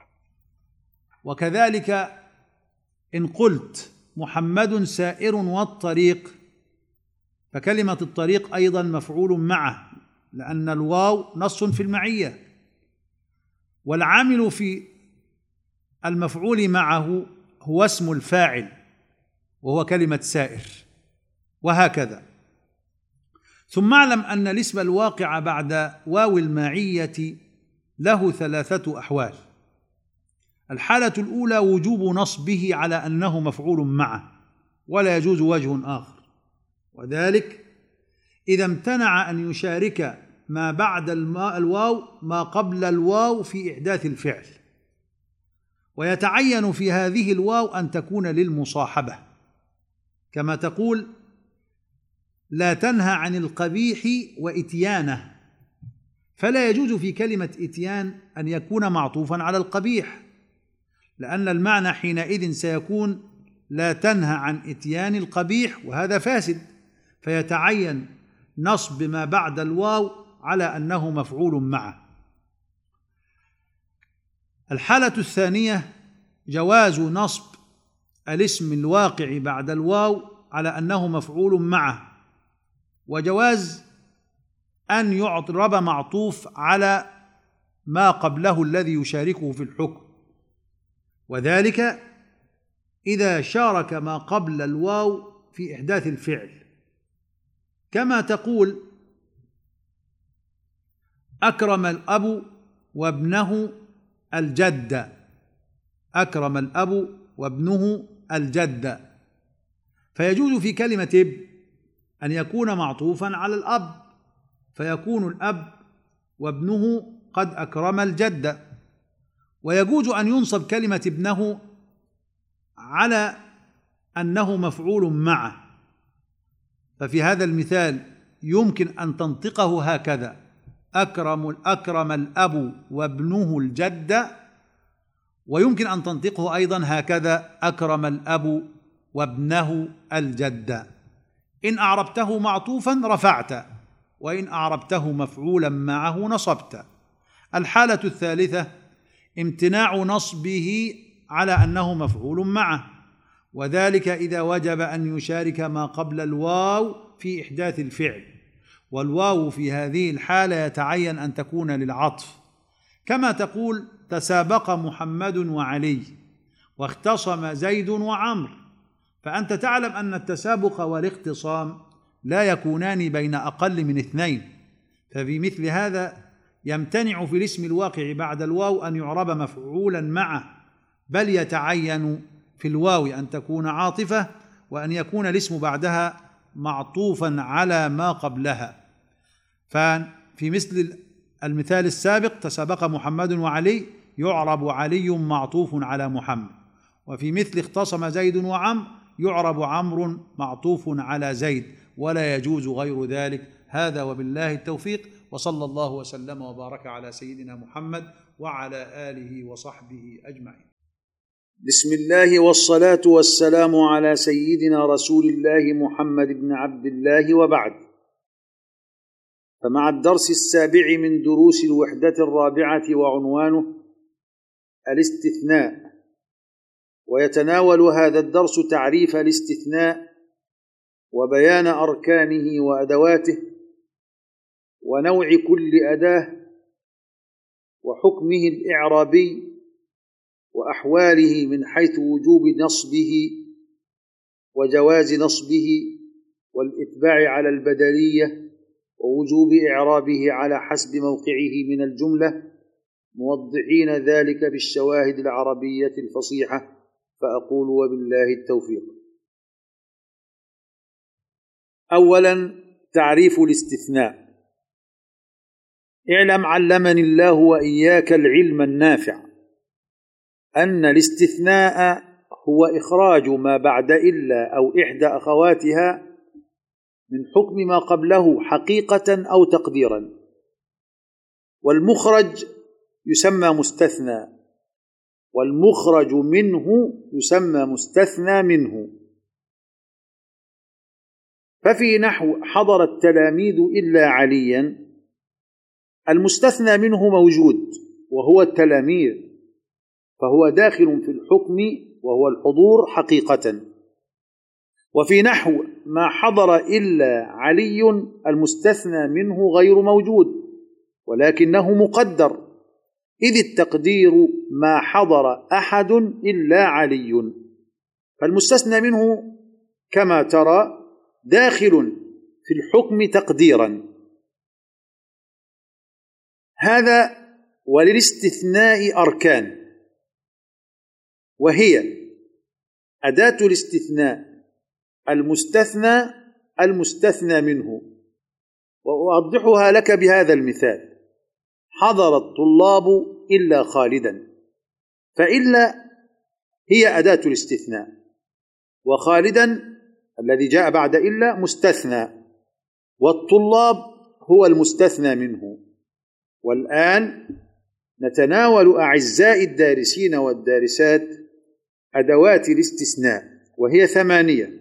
وكذلك إن قلت محمد سائر والطريق، فكلمة الطريق أيضا مفعول معه، لأن الواو نص في المعية، والعامل في المفعول معه هو اسم الفاعل وهو كلمة سائر، وهكذا. ثم اعلم أن الاسم الواقع بعد واو المعية له ثلاثة أحوال. الحالة الأولى وجوب نصبه على أنه مفعول معه، ولا يجوز وجه آخر، وذلك إذا امتنع أن يشارك ما بعد الواو ما قبل الواو في إحداث الفعل، ويتعين في هذه الواو أن تكون للمصاحبة، كما تقول لا تنهى عن القبيح وإتيانه، فلا يجوز في كلمة إتيان أن يكون معطوفا على القبيح، لأن المعنى حينئذ سيكون لا تنهى عن إتيان القبيح، وهذا فاسد، فيتعين نصب ما بعد الواو على أنه مفعول معه. الحالة الثانية جواز نصب الاسم الواقع بعد الواو على أنه مفعول معه، وجواز أن يعرب معطوف على ما قبله الذي يشاركه في الحكم، وذلك إذا شارك ما قبل الواو في إحداث الفعل، كما تقول أكرم الأب وابنه الجد، أكرم الأب وابنه الجد، فيجوز في كلمة ابن أن يكون معطوفا على الأب، فيكون الأب وابنه قد أكرم الجد، ويجوز أن ينصب كلمة ابنه على أنه مفعول معه، ففي هذا المثال يمكن أن تنطقه هكذا أكرم أكرم الأب وابنه الجد، ويمكن أن تنطقه أيضا هكذا أكرم الأب وابنه الجد. إن أعربته معطوفا رفعت، وإن أعربته مفعولا معه نصبت. الحالة الثالثة امتناع نصبه على أنه مفعول معه، وذلك إذا وجب أن يشارك ما قبل الواو في إحداث الفعل، والواو في هذه الحالة يتعين أن تكون للعطف، كما تقول تسابق محمد وعلي، واختصم زيد وعمر، فأنت تعلم أن التسابق والاختصام لا يكونان بين أقل من اثنين، ففي مثل هذا يمتنع في الاسم الواقع بعد الواو أن يعرب مفعولا معه، بل يتعين في الواو أن تكون عاطفة، وأن يكون الاسم بعدها معطوفا على ما قبلها. ففي مثل المثال السابق تسابق محمد وعلي يعرب علي معطوف على محمد، وفي مثل اختصم زيد وعمر يعرب عمرو معطوف على زيد، ولا يجوز غير ذلك. هذا وبالله التوفيق، وصلى الله وسلم وبارك على سيدنا محمد وعلى آله وصحبه أجمعين. بسم الله والصلاة والسلام على سيدنا رسول الله محمد بن عبد الله، وبعد. فمع الدرس السابع من دروس الوحدة الرابعة، وعنوانه الاستثناء، ويتناول هذا الدرس تعريف الاستثناء وبيان أركانه وأدواته ونوع كل أداة وحكمه الإعرابي وأحواله من حيث وجوب نصبه وجواز نصبه والإتباع على البدلية ووجوب إعرابه على حسب موقعه من الجملة، موضحين ذلك بالشواهد العربية الفصيحة. فأقول وبالله التوفيق. أولا، تعريف الاستثناء. اعلم علمني الله وإياك العلم النافع أن الاستثناء هو إخراج ما بعد إلا أو إحدى أخواتها من حكم ما قبله حقيقة أو تقديرا، والمخرج يسمى مستثنى، والمخرج منه يسمى مستثنى منه. ففي نحو حضر التلاميذ إلا عليا، المستثنى منه موجود وهو التلاميذ، فهو داخل في الحكم وهو الحضور حقيقة. وفي نحو ما حضر إلا علي، المستثنى منه غير موجود ولكنه مقدر، إذ التقدير ما حضر أحد إلا علي، فالمستثنى منه كما ترى داخل في الحكم تقديرا. هذا وللاستثناء أركان، وهي أداة الاستثناء، المستثنى، المستثنى منه. وأوضحها لك بهذا المثال: حضر الطلاب إلا خالدا، فإلا هي أداة الاستثناء، وخالدا الذي جاء بعد إلا مستثنى، والطلاب هو المستثنى منه. والآن نتناول أعزائي الدارسين والدارسات أدوات الاستثناء، وهي ثمانية.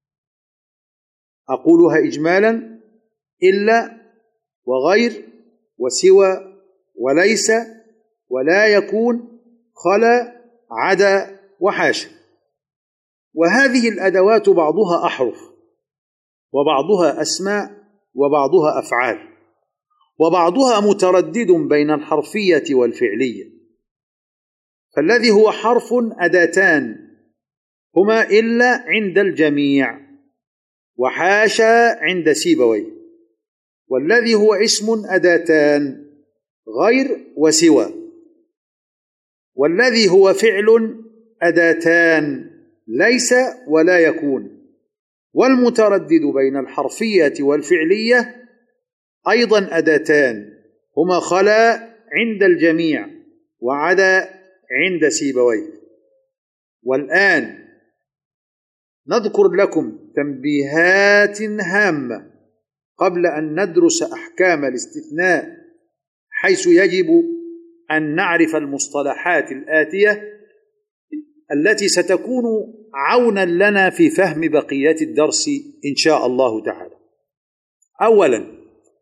أقولها إجمالا: إلا، وغير، وسوى، وليس، ولا يكون، خلا، عدا، وحاشا. وهذه الأدوات بعضها أحرف، وبعضها أسماء، وبعضها أفعال، وبعضها متردد بين الحرفية والفعلية. فالذي هو حرف أداتان هما إلا عند الجميع، وحاشا عند سيبويه. والذي هو اسم أداتان غير وسوى. والذي هو فعل أداتان ليس ولا يكون. والمتردد بين الحرفية والفعلية أيضا أداتان هما خلا عند الجميع وعدا عند سيبويه. والآن نذكر لكم تنبيهات هامة قبل أن ندرس أحكام الاستثناء، حيث يجب أن نعرف المصطلحات الآتية التي ستكون عونا لنا في فهم بقية الدرس إن شاء الله تعالى. أولا،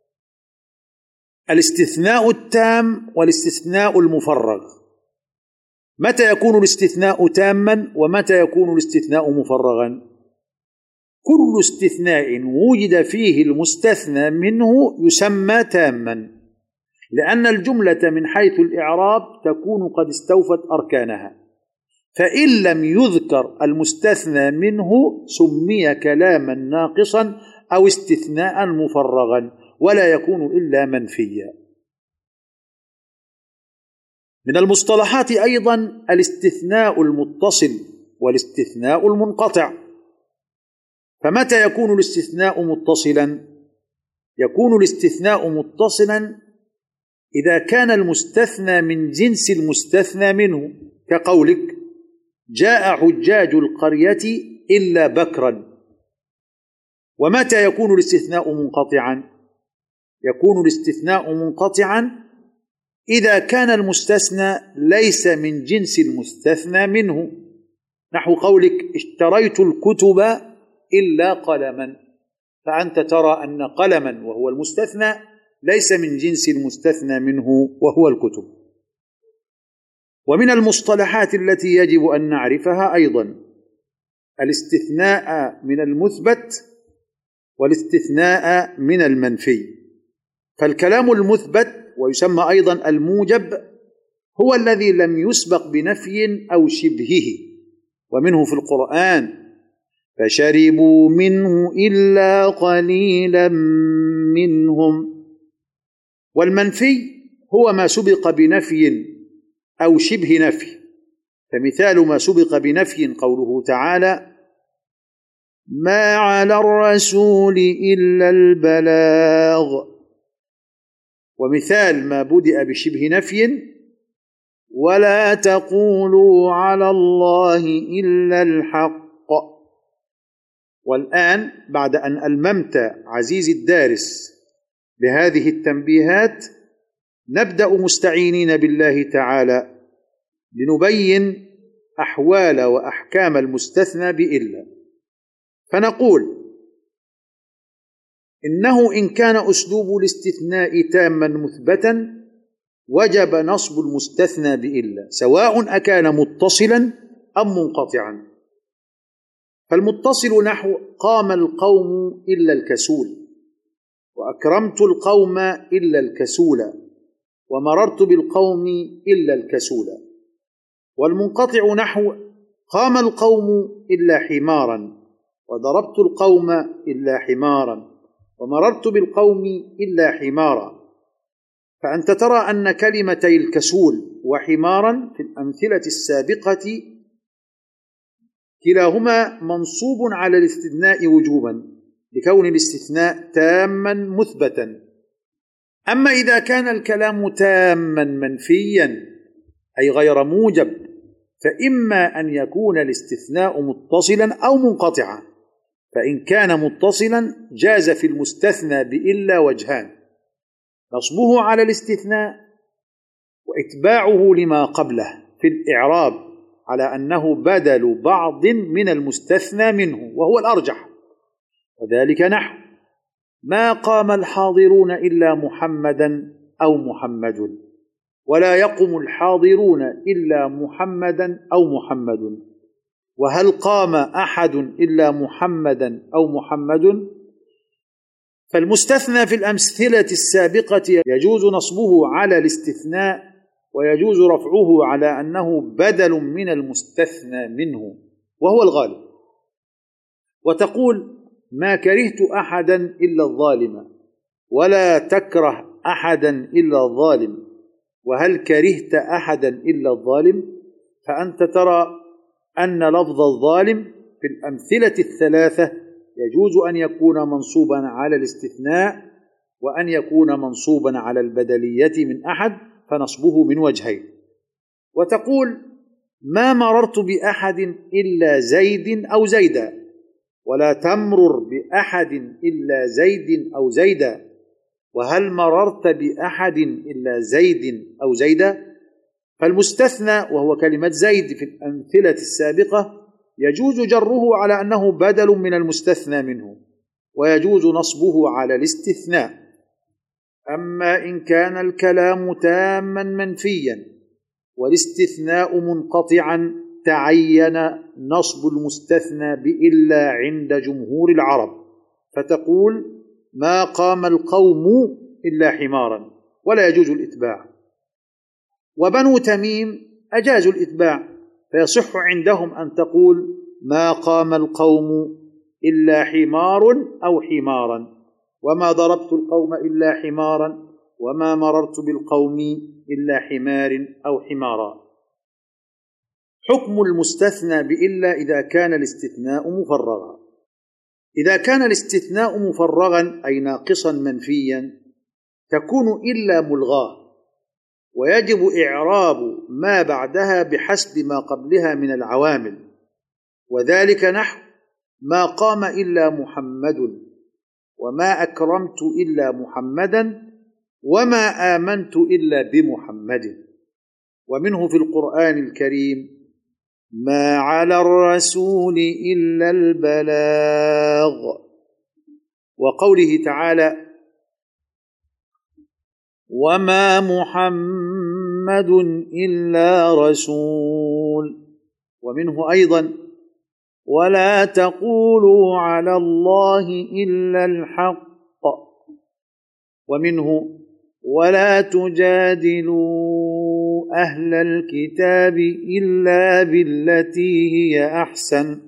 الاستثناء التام والاستثناء المفرغ. متى يكون الاستثناء تاما ومتى يكون الاستثناء مفرغا؟ كل استثناء وجد فيه المستثنى منه يسمى تاما، لأن الجملة من حيث الإعراب تكون قد استوفت أركانها، فإن لم يذكر المستثنى منه سمي كلاما ناقصا أو استثناء مفرغا، ولا يكون إلا منفيا. من المصطلحات أيضا الاستثناء المتصل والاستثناء المنقطع. فمتى يكون الاستثناء متصلا؟ يكون الاستثناء متصلا إذا كان المستثنى من جنس المستثنى منه، كقولك جاء حجاج القرية إلا بكرا. ومتى يكون الاستثناء منقطعا؟ يكون الاستثناء منقطعا إذا كان المستثنى ليس من جنس المستثنى منه، نحو قولك اشتريت الكتب إلا قلما، فأنت ترى أن قلما وهو المستثنى ليس من جنس المستثنى منه وهو الكتب. ومن المصطلحات التي يجب أن نعرفها أيضا الاستثناء من المثبت والاستثناء من المنفي. فالكلام المثبت ويسمى أيضا الموجب هو الذي لم يسبق بنفي أو شبهه، ومنه في القرآن فشربوا منه إلا قليلا منهم. والمنفي هو ما سبق بنفي أو شبه نفي، فمثال ما سبق بنفي قوله تعالى ما على الرسول إلا البلاغ. ومثال ما بدأ بشبه نفي ولا تقولوا على الله إلا الحق. والآن بعد أن ألممت عزيزي الدارس بهذه التنبيهات نبدأ مستعينين بالله تعالى لنبين أحوال وأحكام المستثنى بإلا. فنقول إنه إن كان أسلوب الاستثناء تاما مثبتا وجب نصب المستثنى بإلا، سواء أكان متصلا أم منقطعا. فالمتصل نحو قام القوم إلا الكسول، وأكرمت القوم إلا الكسول، ومررت بالقوم إلا الكسول. والمنقطع نحو قام القوم إلا حمارا، وضربت القوم إلا حمارا، ومررت بالقوم إلا حمارا. فأنت ترى أن كلمتي الكسول وحمارا في الأمثلة السابقة كلاهما منصوب على الاستثناء وجوبا لكون الاستثناء تاما مثبتا. أما إذا كان الكلام تاما منفيا أي غير موجب، فإما أن يكون الاستثناء متصلا أو منقطعا. فإن كان متصلا جاز في المستثنى بإلا وجهان: نصبه على الاستثناء وإتباعه لما قبله في الإعراب على أنه بدل بعض من المستثنى منه وهو الأرجح. وذلك نحو ما قام الحاضرون إلا محمدا أو محمد، ولا يقم الحاضرون إلا محمدا أو محمد، وهل قام أحد إلا محمدا أو محمد. فالمستثنى في الأمثلة السابقة يجوز نصبه على الاستثناء ويجوز رفعه على أنه بدل من المستثنى منه وهو الغالب. وتقول ما كرهت أحدا إلا الظالم، ولا تكره أحدا إلا الظالم، وهل كرهت أحدا إلا الظالم. فأنت ترى أن لفظ الظالم في الأمثلة الثلاثة يجوز أن يكون منصوبا على الاستثناء وأن يكون منصوبا على البدلية من أحد، فنصبه من وجهين. وتقول ما مررت بأحد إلا زيد أو زيدا، ولا تمرر بأحد إلا زيد أو زيدا، وهل مررت بأحد إلا زيد أو زيدا. فالمستثنى وهو كلمة زيد في الأمثلة السابقة يجوز جره على أنه بدل من المستثنى منه، ويجوز نصبه على الاستثناء. أما إن كان الكلام تاما منفيا والاستثناء منقطعا تعين نصب المستثنى بإلا عند جمهور العرب، فتقول ما قام القوم إلا حمارا، ولا يجوز الإتباع. وبنو تميم أجازوا الإتباع، فيصح عندهم أن تقول ما قام القوم إلا حمار أو حمارا، وما ضربت القوم إلا حمارا، وما مررت بالقوم إلا حمار أو حمارا. حكم المستثنى بإلا إذا كان الاستثناء مفرغا. إذا كان الاستثناء مفرغا أي ناقصا منفيا تكون إلا ملغاه، ويجب إعراب ما بعدها بحسب ما قبلها من العوامل، وذلك نحو ما قام إلا محمد، وما أكرمت إلا محمدا، وما آمنت إلا بمحمد. ومنه في القرآن الكريم ما على الرسول إلا البلاغ، وقوله تعالى وما محمد إلا رسول. ومنه أيضا ولا تقولوا على الله إلا الحق. ومنه ولا تجادلوا أهل الكتاب إلا بالتي هي أحسن.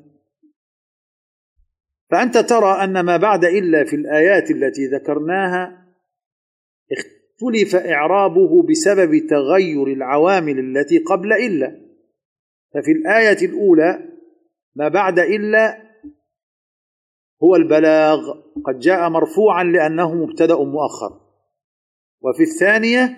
فأنت ترى أن ما بعد إلا في الآيات التي ذكرناها اختلف إعرابه بسبب تغير العوامل التي قبل إلا. ففي الآية الأولى ما بعد إلا هو البلاغ، قد جاء مرفوعا لأنه مبتدأ مؤخر. وفي الثانية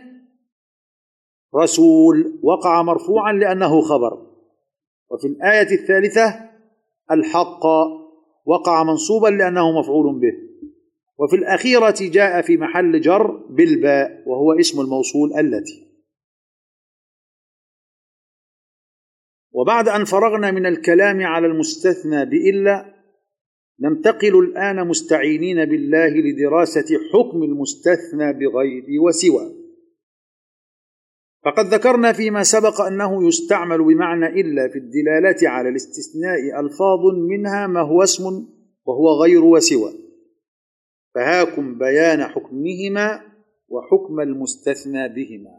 رسول وقع مرفوعا لأنه خبر. وفي الآية الثالثة الحق وقع منصوبا لأنه مفعول به. وفي الأخيرة جاء في محل جر بالباء وهو اسم الموصول التي. وبعد أن فرغنا من الكلام على المستثنى بإلا ننتقل الآن مستعينين بالله لدراسة حكم المستثنى بغير وسوى. فقد ذكرنا فيما سبق أنه يستعمل بمعنى إلا في الدلالة على الاستثناء ألفاظ منها ما هو اسم وهو غير وسوى، فهاكم بيان حكمهما وحكم المستثنى بهما.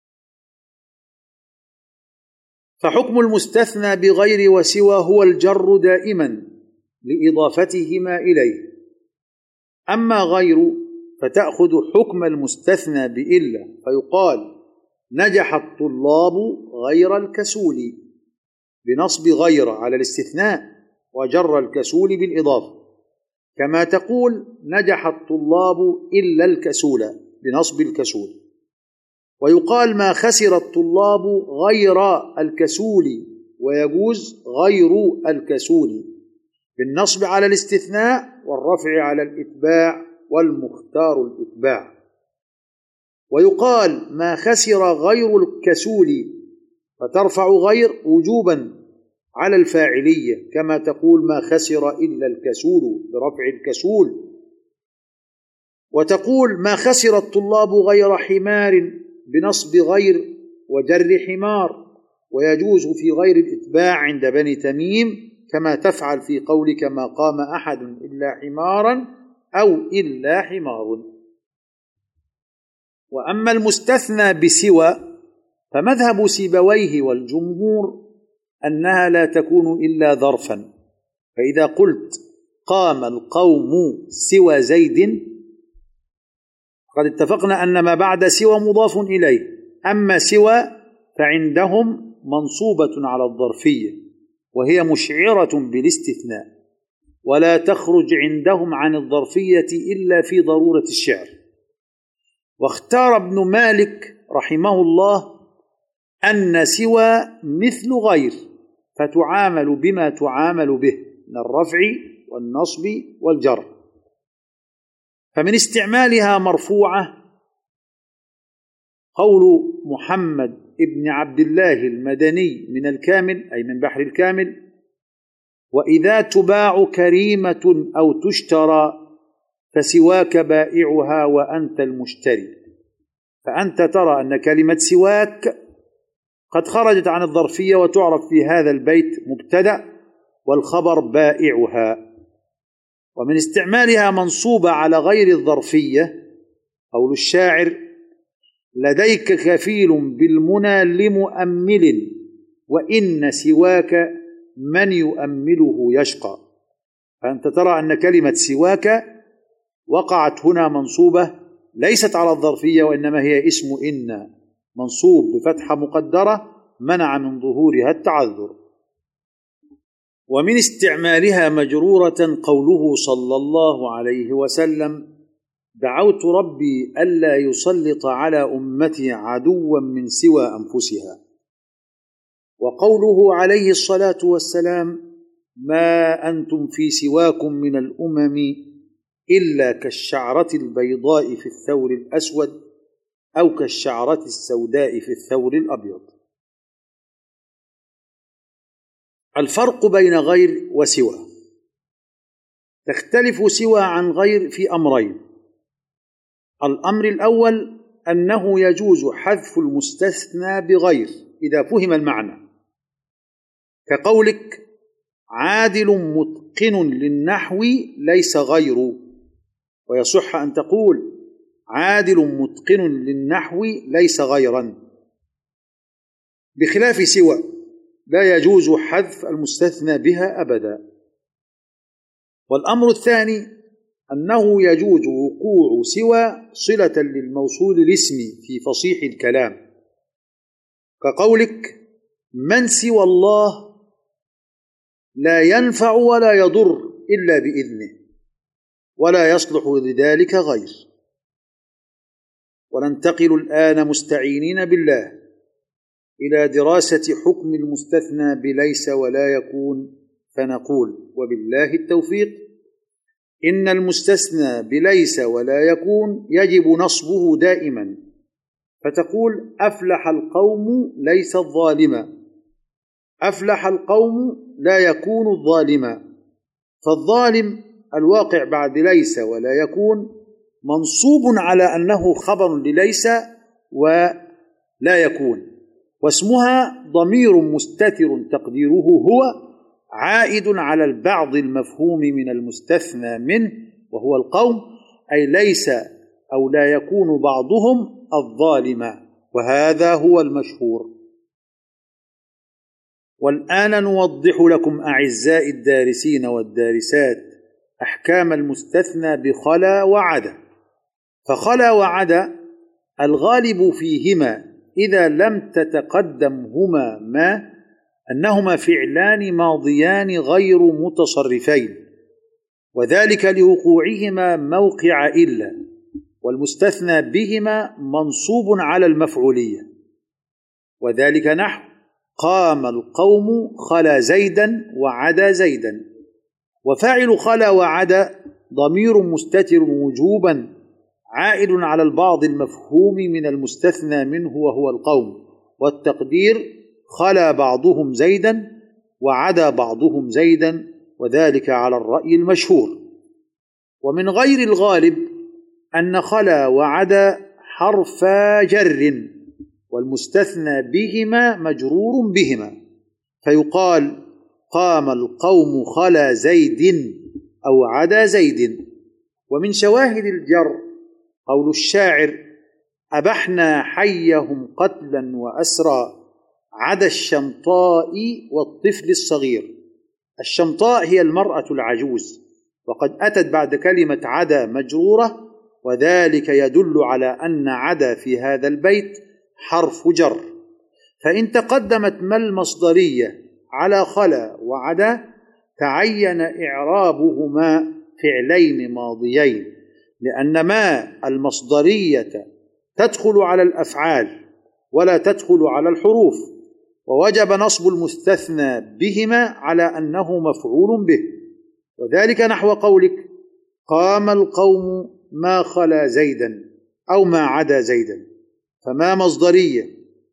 فحكم المستثنى بغير وسوى هو الجر دائما لإضافتهما إليه. أما غير فتأخذ حكم المستثنى بإلا، فيقال نجح الطلاب غير الكسول بنصب غير على الاستثناء وجر الكسول بالإضافة، كما تقول نجح الطلاب إلا الكسول بنصب الكسول. ويقال ما خسر الطلاب غير الكسول، ويجوز غير الكسول بالنصب على الاستثناء والرفع على الإتباع والمختار الإتباع. ويقال ما خسر غير الكسول فترفع غير وجوبا على الفاعلية، كما تقول ما خسر إلا الكسول برفع الكسول. وتقول ما خسر الطلاب غير حمار بنصب غير وجر حمار، ويجوز في غير الإتباع عند بني تميم، كما تفعل في قولك ما قام أحد إلا حمارا أو إلا حمار. وأما المستثنى بسوى فمذهب سيبويه والجمهور أنها لا تكون إلا ظرفا. فإذا قلت قام القوم سوى زيد قد اتفقنا أن ما بعد سوى مضاف إليه، أما سوى فعندهم منصوبة على الظرفية وهي مشعرة بالاستثناء، ولا تخرج عندهم عن الظرفية إلا في ضرورة الشعر. واختار ابن مالك رحمه الله أن سوى مثل غير، فتعامل بما تعامل به من الرفع والنصب والجر. فمن استعمالها مرفوعة قول محمد ابن عبد الله المدني من الكامل أي من بحر الكامل: وإذا تباع كريمة أو تشترى فسواك بائعها وأنت المشتري. فأنت ترى أن كلمة سواك قد خرجت عن الظرفية وتعرف في هذا البيت مبتدأ والخبر بائعها، ومن استعمالها منصوبة على غير الظرفية قول الشاعر: لديك كفيل بالمنى لمؤمل وإن سواك من يؤمله يشقى. فأنت ترى أن كلمة سواك وقعت هنا منصوبة ليست على الظرفية وإنما هي اسم إن منصوب بفتحة مقدرة منع من ظهورها التعذر. ومن استعمالها مجرورة قوله صلى الله عليه وسلم: دعوت ربي ألا يسلط على أمتي عدوا من سوى أنفسها. وقوله عليه الصلاة والسلام: ما أنتم في سواكم من الأمم إلا كالشعرة البيضاء في الثور الأسود أو كالشعرة السوداء في الثور الأبيض. الفرق بين غير وسوى: تختلف سوى عن غير في أمرين. الأمر الأول أنه يجوز حذف المستثنى بغير إذا فهم المعنى، كقولك: عادل متقن للنحو ليس غير، ويصح أن تقول: عادل متقن للنحو ليس غيرا، بخلاف سوى لا يجوز حذف المستثنى بها أبدا. والأمر الثاني أنه يجوز وقوع سوى صلة للموصول الاسمي في فصيح الكلام، كقولك: من سوى الله لا ينفع ولا يضر إلا بإذنه ولا يصلح لذلك غير. وننتقل الآن مستعينين بالله إلى دراسة حكم المستثنى بليس ولا يكون، فنقول: وبالله التوفيق. إن المستثنى بليس ولا يكون يجب نصبه دائما، فتقول: أفلح القوم ليس الظالما. أفلح القوم لا يكون الظالما، فالظالم الواقع بعد ليس ولا يكون منصوب على أنه خبر لليس ولا يكون، واسمها ضمير مستتر تقديره هو عائد على البعض المفهوم من المستثنى منه وهو القوم، أي ليس أو لا يكون بعضهم الظالم، وهذا هو المشهور. والآن نوضح لكم أعزائي الدارسين والدارسات أحكام المستثنى بخلا وعدا. فخلا وعدا الغالب فيهما إذا لم تتقدمهما ما أنهما فعلان ماضيان غير متصرفين، وذلك لوقوعهما موقع إلا، والمستثنى بهما منصوب على المفعولية، وذلك نحو: قام القوم خلا زيدا وعدا زيدا. وفاعل خلا وعدا ضمير مستتر وجوبا عائد على البعض المفهوم من المستثنى منه وهو القوم، والتقدير: خلا بعضهم زيدا وعدا بعضهم زيدا، وذلك على الرأي المشهور. ومن غير الغالب أن خلا وعدا حرفا جر، والمستثنى بهما مجرور بهما، فيقال: قام القوم خلا زيد أو عدا زيد. ومن شواهد الجر قول الشاعر: أبحنا حيهم قتلا وأسرى عدا الشمطاء والطفل الصغير. الشمطاء هي المرأة العجوز، وقد أتت بعد كلمة عدا مجرورة، وذلك يدل على أن عدا في هذا البيت حرف جر. فإن تقدمت ما المصدرية على خلا وعدا تعين إعرابهما فعلين ماضيين، لأن ما المصدرية تدخل على الأفعال ولا تدخل على الحروف، ووجب نصب المستثنى بهما على أنه مفعول به، وذلك نحو قولك: قام القوم ما خلا زيدا أو ما عدا زيدا. فما مصدرية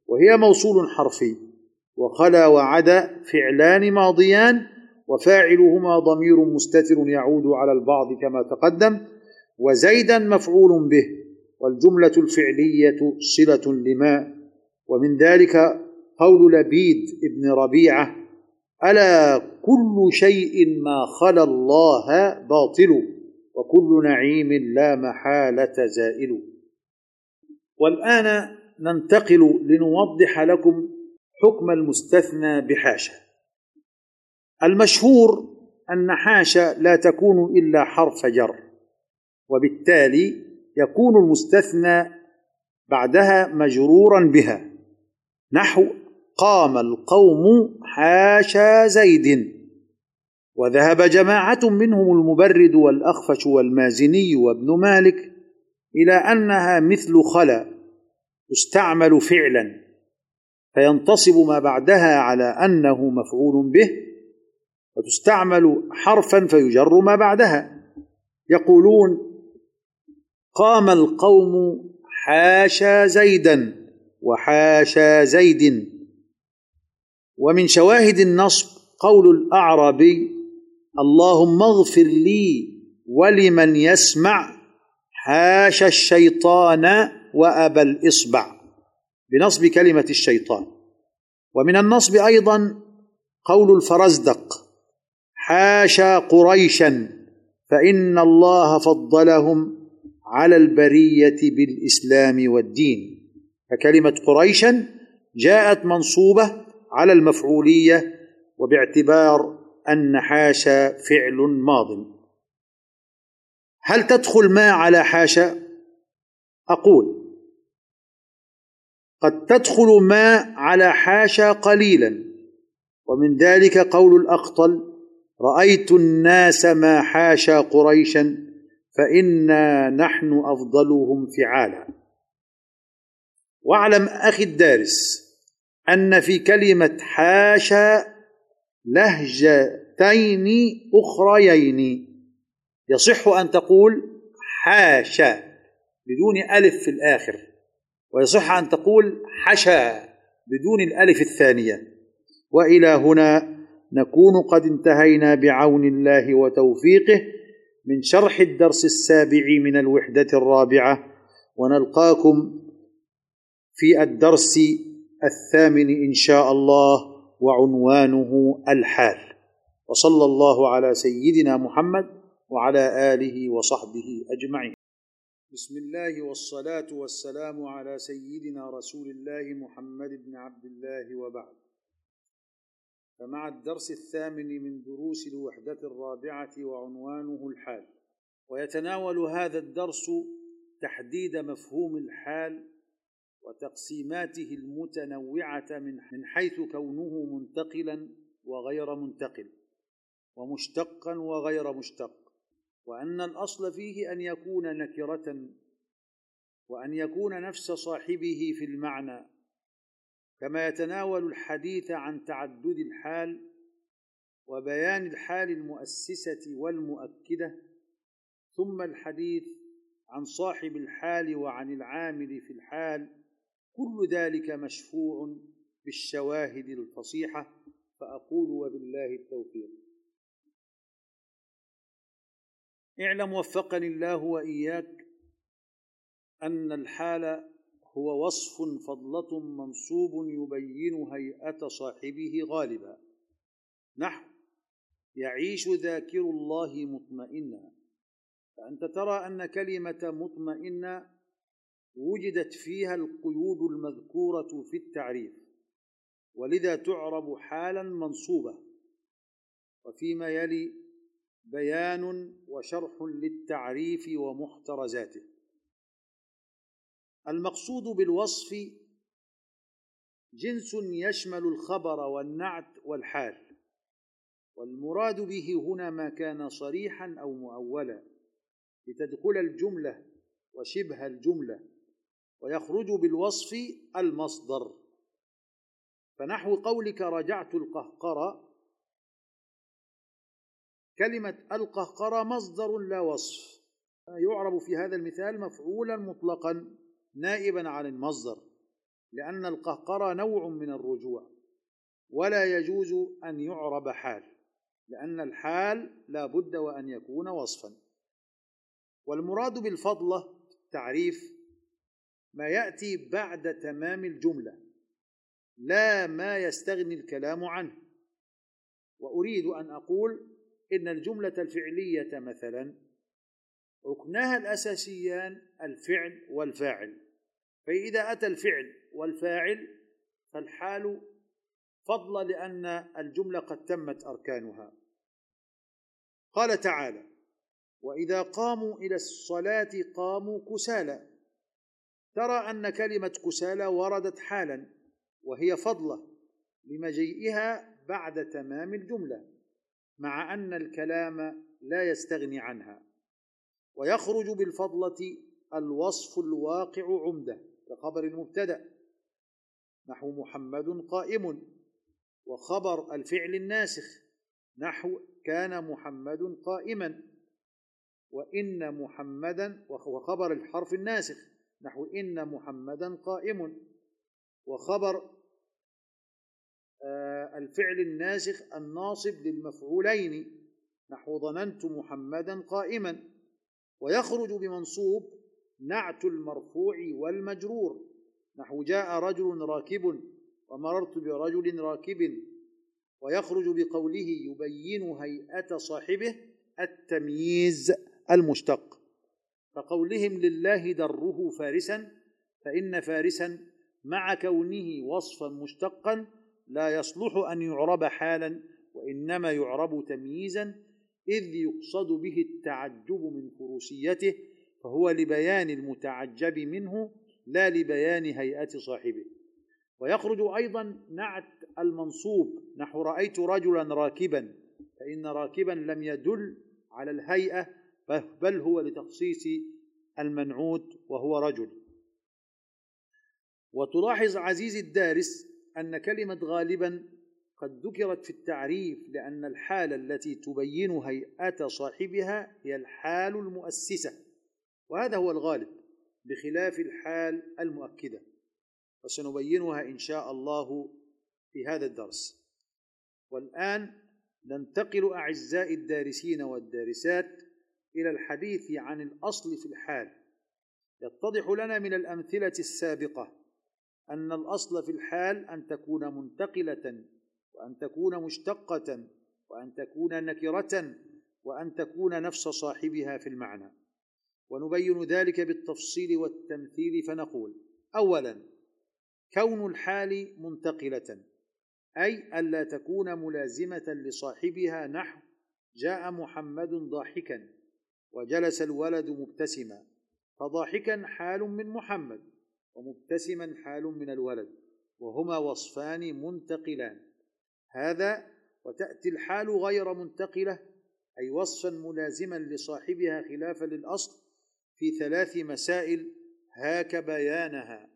وهي موصول حرفي، وخلا وعدا فعلان ماضيان وفاعلهما ضمير مستتر يعود على البعض كما تقدم، وزيدا مفعول به، والجملة الفعلية صلة لما. ومن ذلك قول لبيد ابن ربيعة: ألا كل شيء ما خلا الله باطل، وكل نعيم لا محالة زائل. والآن ننتقل لنوضح لكم حكم المستثنى بحاشا. المشهور أن حاشا لا تكون إلا حرف جر، وبالتالي يكون المستثنى بعدها مجرورا بها، نحو قام القوم حاشا زيد. وذهب جماعة منهم المبرد والأخفش والمازني وابن مالك إلى أنها مثل خلا تستعمل فعلا فينتصب ما بعدها على أنه مفعول به، وتستعمل حرفا فيجر ما بعدها. يقولون: قام القوم حاشا زيدا وحاشا زيد. ومن شواهد النصب قول الأعرابي: اللهم اغفر لي ولمن يسمع حاشا الشيطان وأبى الإصبع، بنصب كلمة الشيطان. ومن النصب أيضا قول الفرزدق: حاشا قريشا فإن الله فضلهم على البرية بالإسلام والدين. فكلمة قريشا جاءت منصوبة على المفعولية، وباعتبار أن حاشا فعل ماض. هل تدخل ما على حاشا؟ أقول: قد تدخل ما على حاشا قليلا، ومن ذلك قول الأقطل: رأيت الناس ما حاشا قريشا فإنا نحن أفضلهم فعالا. واعلم أخي الدارس أن في كلمة حاشا لهجتين أخريين. يصح أن تقول حاشا بدون ألف في الآخر، ويصح أن تقول حشا بدون الألف الثانية. وإلى هنا نكون قد انتهينا بعون الله وتوفيقه من شرح الدرس السابع من الوحدة الرابعة، ونلقاكم في الدرس الثامن إن شاء الله، وعنوانه الحال. وصلى الله على سيدنا محمد وعلى آله وصحبه أجمعين. بسم الله والصلاة والسلام على سيدنا رسول الله محمد بن عبد الله، وبعد. فمع الدرس الثامن من دروس الوحدة الرابعة، وعنوانه الحال. ويتناول هذا الدرس تحديد مفهوم الحال وتقسيماته المتنوعة من حيث كونه منتقلا وغير منتقل، ومشتقا وغير مشتق، وأن الأصل فيه أن يكون نكرة، وأن يكون نفس صاحبه في المعنى، كما يتناول الحديث عن تعدد الحال وبيان الحال المؤسسة والمؤكدة، ثم الحديث عن صاحب الحال وعن العامل في الحال. كل ذلك مشفوع بالشواهد الفصيحة. فأقول وبالله التوفيق. اعلم وفقني الله وإياك أن الحال هو وصف فضلة منصوب يبين هيئة صاحبه غالبا، نحو يعيش ذاكر الله مطمئنا. فأنت ترى أن كلمة مطمئنة وجدت فيها القيود المذكورة في التعريف، ولذا تعرب حالا منصوبة. وفيما يلي بيان وشرح للتعريف ومحترزاته. المقصود بالوصف جنس يشمل الخبر والنعت والحال، والمراد به هنا ما كان صريحا أو مؤولا لتدخل الجملة وشبه الجملة، ويخرج بالوصف المصدر. فنحو قولك رجعت القهقرة، كلمة القهقرة مصدر لا وصف، يعرب في هذا المثال مفعولا مطلقا نائبا عن المصدر، لأن القهقرة نوع من الرجوع، ولا يجوز أن يعرب حال، لأن الحال لا بد وأن يكون وصفا. والمراد بالفضلة تعريف ما يأتي بعد تمام الجملة، لا ما يستغني الكلام عنه. وأريد أن أقول إن الجملة الفعلية مثلا ركنها الأساسيان الفعل والفاعل، فإذا أتى الفعل والفاعل فالحال فضل لأن الجملة قد تمت أركانها. قال تعالى: وإذا قاموا إلى الصلاة قاموا كسالى. ترى أن كلمة كسالى وردت حالا، وهي فضلة لمجيئها بعد تمام الجملة، مع أن الكلام لا يستغني عنها. ويخرج بالفضلة الوصف الواقع عمدة كخبر المبتدأ نحو محمد قائم، وخبر الفعل الناسخ نحو كان محمد قائما، وإن محمدا، وخبر الحرف الناسخ نحو إن محمدا قائم، وخبر الفعل الناسخ الناصب للمفعولين نحو ظننت محمدا قائما. ويخرج بمنصوب نعت المرفوع والمجرور نحو جاء رجل راكب ومررت برجل راكب. ويخرج بقوله يبين هيئة صاحبه التمييز المشتق، فقولهم لله دره فارسا، فإن فارسا مع كونه وصفا مشتقا لا يصلح أن يعرب حالا، وإنما يعرب تمييزا، إذ يقصد به التعجب من فروسيته، فهو لبيان المتعجب منه لا لبيان هيئة صاحبه. ويخرج أيضا نعت المنصوب نحو رأيت رجلا راكبا، فإن راكبا لم يدل على الهيئة بل هو لتخصيص المنعوت وهو رجل. وتلاحظ عزيزي الدارس أن كلمة غالبا قد ذكرت في التعريف لأن الحالة التي تبين هيئة صاحبها هي الحال المؤسسة، وهذا هو الغالب بخلاف الحال المؤكدة، وسنبينها إن شاء الله في هذا الدرس. والآن ننتقل أعزائي الدارسين والدارسات إلى الحديث عن الأصل في الحال. يتضح لنا من الأمثلة السابقة أن الأصل في الحال أن تكون منتقلة، وأن تكون مشتقة، وأن تكون نكرة، وأن تكون نفس صاحبها في المعنى. ونبين ذلك بالتفصيل والتمثيل، فنقول: أولا، كون الحال منتقلة، أي ألا تكون ملازمة لصاحبها، نحو جاء محمد ضاحكا وجلس الولد مبتسما، فضاحكا حال من محمد ومبتسما حال من الولد، وهما وصفان منتقلان. هذا. وتأتي الحال غير منتقلة، أي وصفا ملازما لصاحبها خلافا للأصل، في ثلاث مسائل هاك بيانها.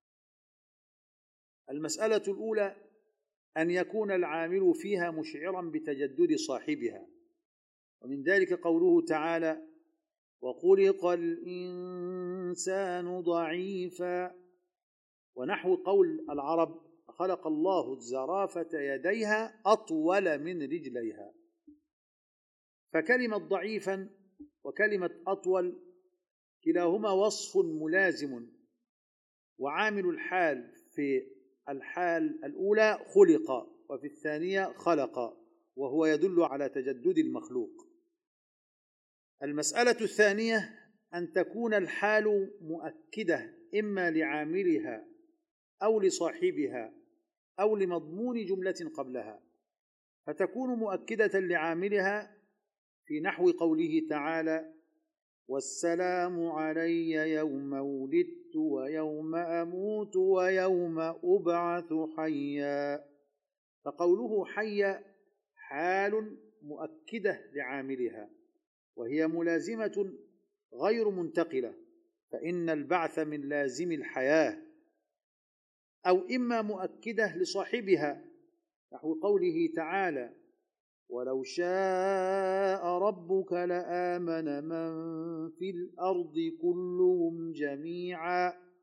المسألة الأولى أن يكون العامل فيها مشعرا بتجدد صاحبها، ومن ذلك قوله تعالى: وخلق الإنسان ضعيفا، ونحو قول العرب: خلق الله الزرافة يديها أطول من رجليها. فكلمة ضعيفا وكلمة أطول كلاهما وصف ملازم، وعامل الحال في الحال الأولى خلق، وفي الثانية خلق، وهو يدل على تجدد المخلوق. المسألة الثانية أن تكون الحال مؤكدة إما لعاملها أو لصاحبها أو لمضمون جملة قبلها، فتكون مؤكدة لعاملها في نحو قوله تعالى: والسلام علي يوم ولدت ويوم أموت ويوم أبعث حيا. فقوله حيا حال مؤكدة لعاملها، وهي ملازمة غير منتقلة، فإن البعث من لازم الحياة. أو إما مؤكدة لصاحبها نحو قوله تعالى: ولو شاء ربك لآمن من في الأرض كلهم جميعا،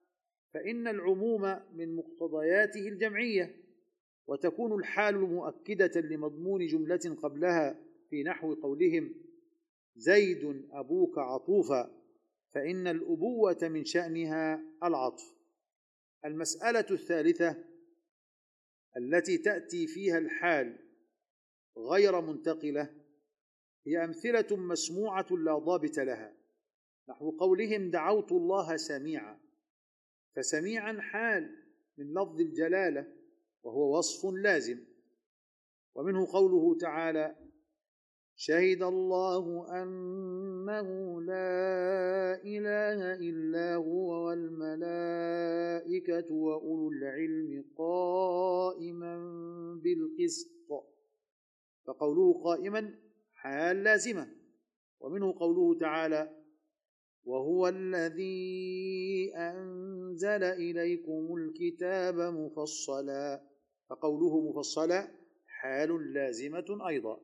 فإن العموم من مقتضياته الجمعية، وتكون الحال مؤكدة لمضمون جملة قبلها في نحو قولهم زيد أبوك عطوفا، فإن الأبوة من شأنها العطف. المسألة الثالثة التي تأتي فيها الحال غير منتقلة هي أمثلة مسموعة لا ضابط لها، نحو قولهم دعوت الله سميعا، فسميعا حال من لفظ الجلالة وهو وصف لازم. ومنه قوله تعالى شهد الله أنه لا إله إلا هو والملائكة وأولو العلم قائما بالقسط، فقوله قائما حال لازمة. ومنه قوله تعالى وهو الذي أنزل إليكم الكتاب مفصلا، فقوله مفصلا حال لازمة أيضا.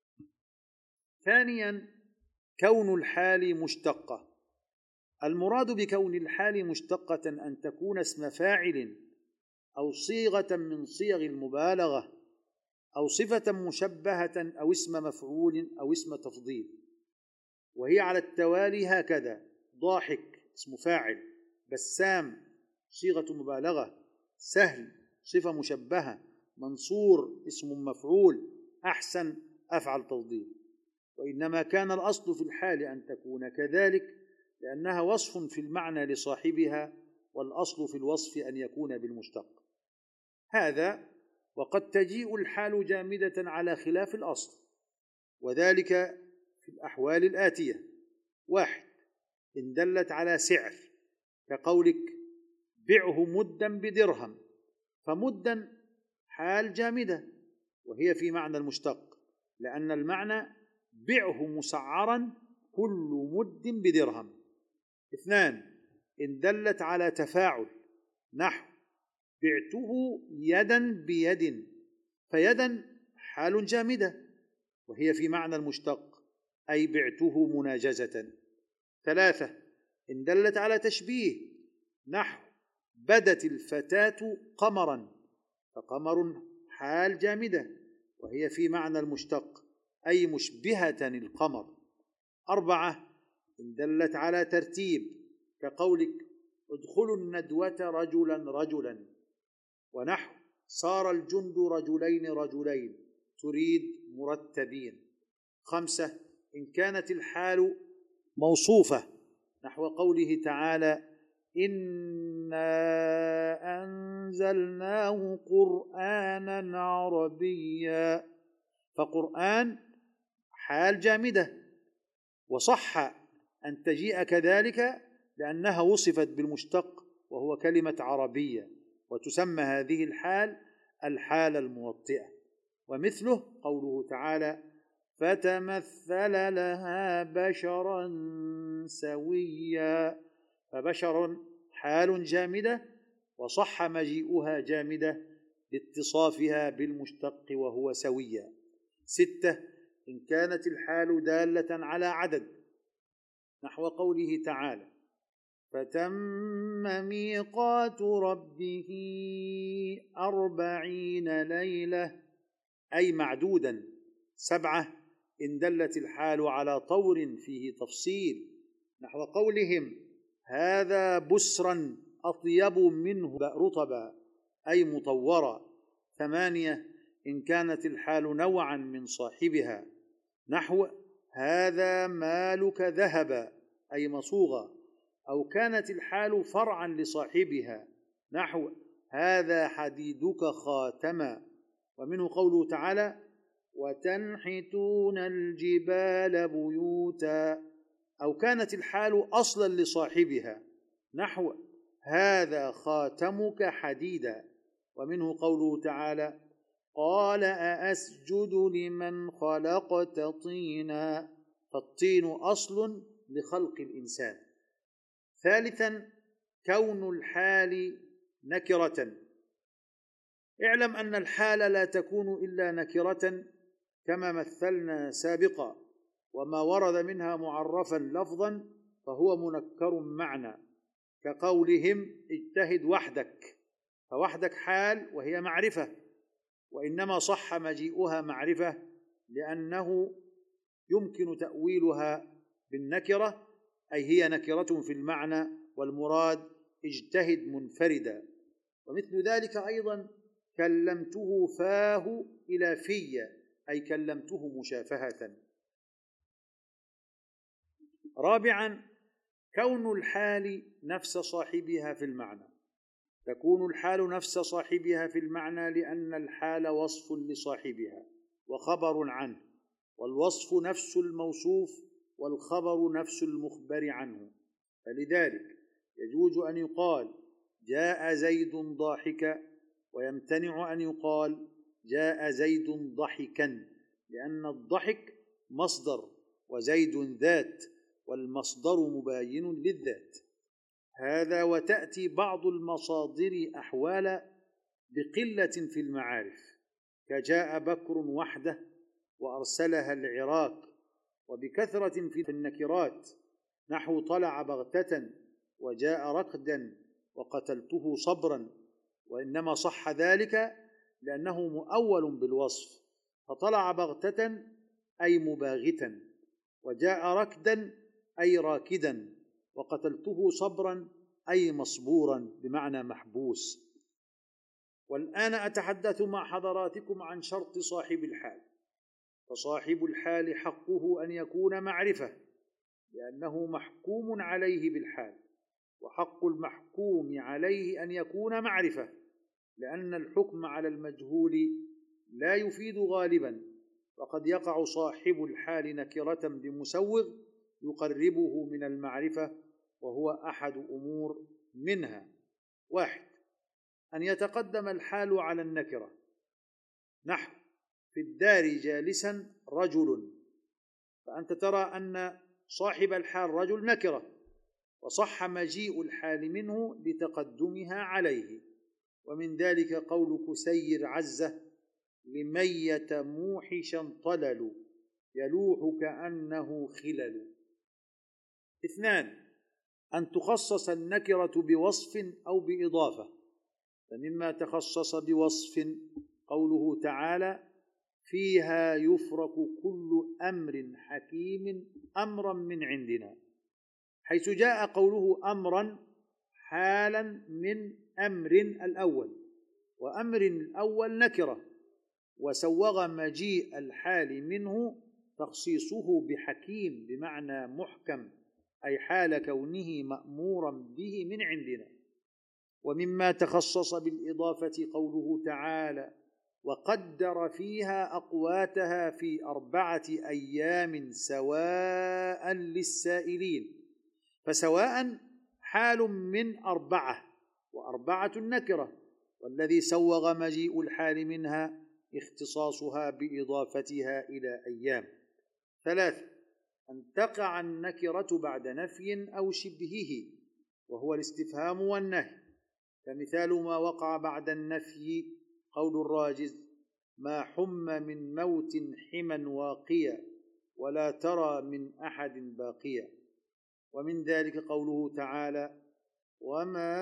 ثانيا كون الحال مشتقة. المراد بكون الحال مشتقة أن تكون اسم فاعل أو صيغة من صيغ المبالغة أو صفة مشبهة أو اسم مفعول أو اسم تفضيل، وهي على التوالي هكذا: ضاحك اسم فاعل، بسام صيغة مبالغة، سهل صفة مشبهة، منصور اسم مفعول، أحسن أفعل تفضيل. وإنما كان الأصل في الحال أن تكون كذلك لأنها وصف في المعنى لصاحبها، والأصل في الوصف أن يكون بالمشتق. هذا وقد تجيء الحال جامدة على خلاف الأصل، وذلك في الأحوال الآتية: واحد إن دلت على سعر، كقولك بعه مدا بدرهم، فمدا حال جامدة وهي في معنى المشتق، لأن المعنى بعه مسعرا كل مد بدرهم. اثنان إن دلت على تفاعل، نحو بعته يدا بيد، فيدا حال جامدة وهي في معنى المشتق، أي بعته مناجزة. ثلاثة إن دلت على تشبيه، نحو بدت الفتاة قمرا، فقمر حال جامدة وهي في معنى المشتق، أي مشبهة القمر. أربعة إن دلت على ترتيب، كقولك ادخلوا الندوة رجلا رجلا، ونحو صار الجند رجلين رجلين، تريد مرتبين. خمسة إن كانت الحال موصوفة، نحو قوله تعالى إنا أنزلناه قرآنا عربيا، فقرآن حال جامدة، وصح أن تجيء كذلك لأنها وصفت بالمشتق وهو كلمة عربية، وتسمى هذه الحال الحال الموطئة. ومثله قوله تعالى فتمثل لها بشرا سويا، فبشر حال جامدة وصح مجيئها جامدة لاتصافها بالمشتق وهو سويا. ستة إن كانت الحال دالة على عدد، نحو قوله تعالى فتم ميقات ربه أربعين ليلة، أي معدودا. سبعة إن دلت الحال على طور فيه تفصيل، نحو قولهم هذا بسرا أطيب منه رطبا، أي مطورا. ثمانية إن كانت الحال نوعا من صاحبها، نحو هذا مالك ذهبا، أي مصوغا، أو كانت الحال فرعا لصاحبها، نحو هذا حديدك خاتما. ومنه قوله تعالى وتنحتون الجبال بيوتا، أو كانت الحال أصلا لصاحبها، نحو هذا خاتمك حديدا. ومنه قوله تعالى قال أأسجد لمن خلقت طينا، فالطين أصل لخلق الإنسان. ثالثا كون الحال نكرة. اعلم أن الحال لا تكون إلا نكرة كما مثلنا سابقا، وما ورد منها معرفا لفظا فهو منكر معنى، كقولهم اجتهد وحدك، فوحدك حال وهي معرفة، وإنما صح مجيئها معرفة لأنه يمكن تأويلها بالنكرة، أي هي نكرة في المعنى، والمراد اجتهد منفردا. ومثل ذلك أيضا كلمته فاه إلى في، أي كلمته مشافهة. رابعا، كون الحال نفس صاحبها في المعنى. تكون الحال نفس صاحبها في المعنى لأن الحال وصف لصاحبها وخبر عنه، والوصف نفس الموصوف والخبر نفس المخبر عنه، فلذلك يجوز أن يقال جاء زيد ضاحكا، ويمتنع أن يقال جاء زيد ضحكا، لأن الضحك مصدر وزيد ذات، والمصدر مباين للذات. هذا وتأتي بعض المصادر أحوال بقلة في المعارف، كجاء بكر وحده وأرسلها العراق، وبكثرة في النكرات، نحو طلع بغتة وجاء ركدا وقتلته صبرا، وإنما صح ذلك لأنه مؤول بالوصف، فطلع بغتة أي مباغتا، وجاء ركدا أي راكدا، وقتلته صبرا أي مصبورا بمعنى محبوس. والآن أتحدث مع حضراتكم عن شرط صاحب الحال. فصاحب الحال حقه أن يكون معرفة لأنه محكوم عليه بالحال، وحق المحكوم عليه أن يكون معرفة لأن الحكم على المجهول لا يفيد غالبا، وقد يقع صاحب الحال نكرة بمسوغ يقربه من المعرفة، وهو أحد أمور منها: واحد، أن يتقدم الحال على النكرة، نحو في الدار جالسا رجل، فأنت ترى أن صاحب الحال رجل نكرة، وصح مجيء الحال منه لتقدمها عليه. ومن ذلك قول كسير عزة لميت موحشا طلل يلوح كأنه خلل. اثنان، أن تخصص النكرة بوصف أو بإضافة، فمما تخصص بوصف قوله تعالى فيها يفرق كل أمر حكيم أمرا من عندنا، حيث جاء قوله أمرا حالا من أمر الأول، وأمر الأول نكرة، وسوغ مجيء الحال منه تخصيصه بحكيم بمعنى محكم، أي حال كونه مأمورا به من عندنا. ومما تخصص بالإضافة قوله تعالى وقدر فيها أقواتها في أربعة أيام سواء للسائلين، فسواء حال من أربعة، وأربعة النكرة، والذي سوغ مجيء الحال منها اختصاصها بإضافتها إلى أيام. ثلاثة، أن تقع النكرة بعد نفي أو شبهه، وهو الاستفهام والنهي، فمثال ما وقع بعد النفي قول الراجز ما حم من موت حما واقيا ولا ترى من أحد باقيا. ومن ذلك قوله تعالى وما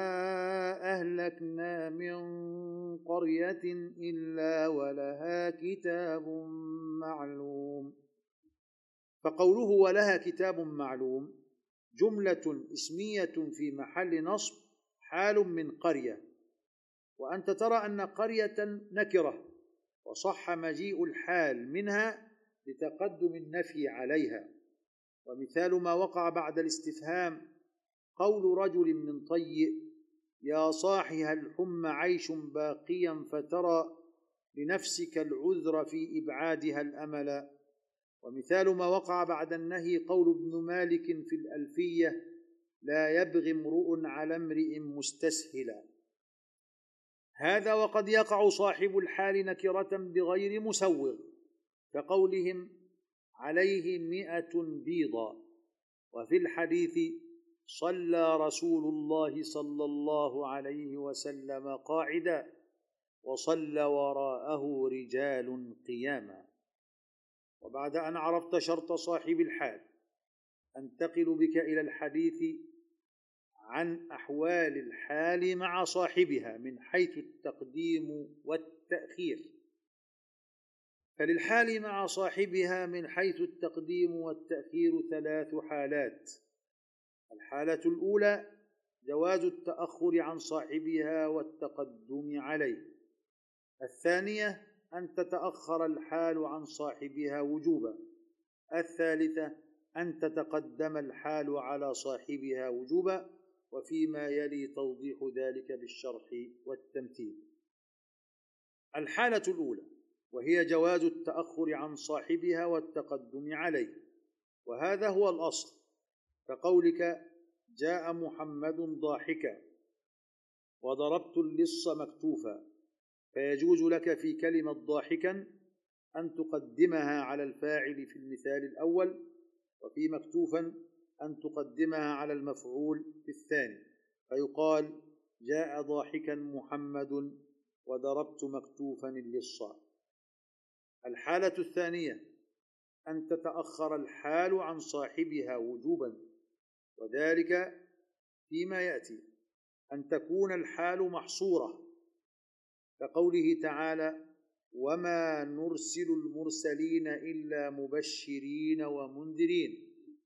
أهلكنا من قرية إلا ولها كتاب معلوم. فقوله ولها كتاب معلوم جملة اسمية في محل نصب حال من قرية، وأنت ترى أن قرية نكرة، وصح مجيء الحال منها لتقدم النفي عليها. ومثال ما وقع بعد الاستفهام قول رجل من طي يا صاحي هل حم عيش باقيا فترى لنفسك العذر في إبعادها الأمل. ومثال ما وقع بعد النهي قول ابن مالك في الألفية لا يبغي امرؤ على امرئ مستسهلا. هذا وقد يقع صاحب الحال نكرة بغير مسوغ، كقولهم عليه مئة بيضا، وفي الحديث صلى رسول الله صلى الله عليه وسلم قاعدا وصلى وراءه رجال قياما. وبعد أن عرفت شرط صاحب الحال أنتقل بك إلى الحديث عن أحوال الحال مع صاحبها من حيث التقديم والتأخير. فللحال مع صاحبها من حيث التقديم والتأخير ثلاث حالات: الحالة الأولى جواز التأخر عن صاحبها والتقدم عليه. الثانية أن تتأخر الحال عن صاحبها وجوبا. الثالثة أن تتقدم الحال على صاحبها وجوبا، وفيما يلي توضيح ذلك بالشرح والتمثيل. الحالة الأولى وهي جواز التأخر عن صاحبها والتقدم عليه، وهذا هو الأصل، كقولك جاء محمد ضاحكا وضربت اللص مكتوفا، فيجوز لك في كلمة ضاحكا أن تقدمها على الفاعل في المثال الأول، وفي مكتوفا أن تقدمها على المفعول في الثاني، فيقال جاء ضاحكا محمد وضربت مكتوفا اللص. الحالة الثانية أن تتأخر الحال عن صاحبها وجوبا، وذلك فيما يأتي: أن تكون الحال محصورة، كقوله تعالى وما نرسل المرسلين إلا مبشرين ومنذرين.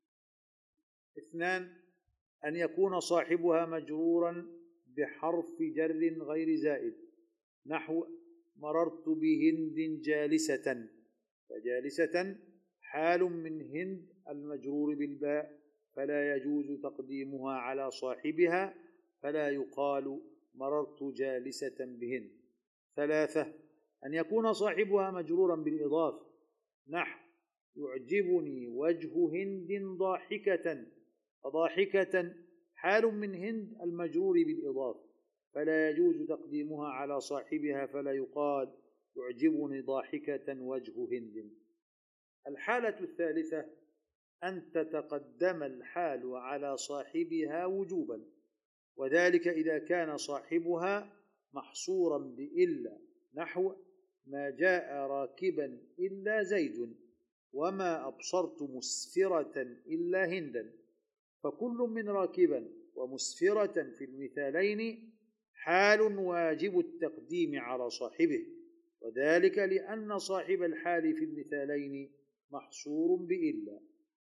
اثنان، أن يكون صاحبها مجرورا بحرف جر غير زائد، نحو مررت بهند جالسة، فجالسة حال من هند المجرور بالباء، فلا يجوز تقديمها على صاحبها، فلا يقال مررت جالسة بهند. ثلاثة، أن يكون صاحبها مجرورا بالإضافة، نحو يعجبني وجه هند ضاحكة، فضاحكة حال من هند المجرور بالإضافة، فلا يجوز تقديمها على صاحبها، فلا يقال يعجبني ضاحكة وجه هند. الحالة الثالثة أن تتقدم الحال على صاحبها وجوبا، وذلك إذا كان صاحبها محصورا بإلا، نحو ما جاء راكبا إلا زيد، وما أبصرت مسفرة إلا هندا، فكل من راكبا ومسفرة في المثالين حال واجب التقديم على صاحبه، وذلك لأن صاحب الحال في المثالين محصور بإلا.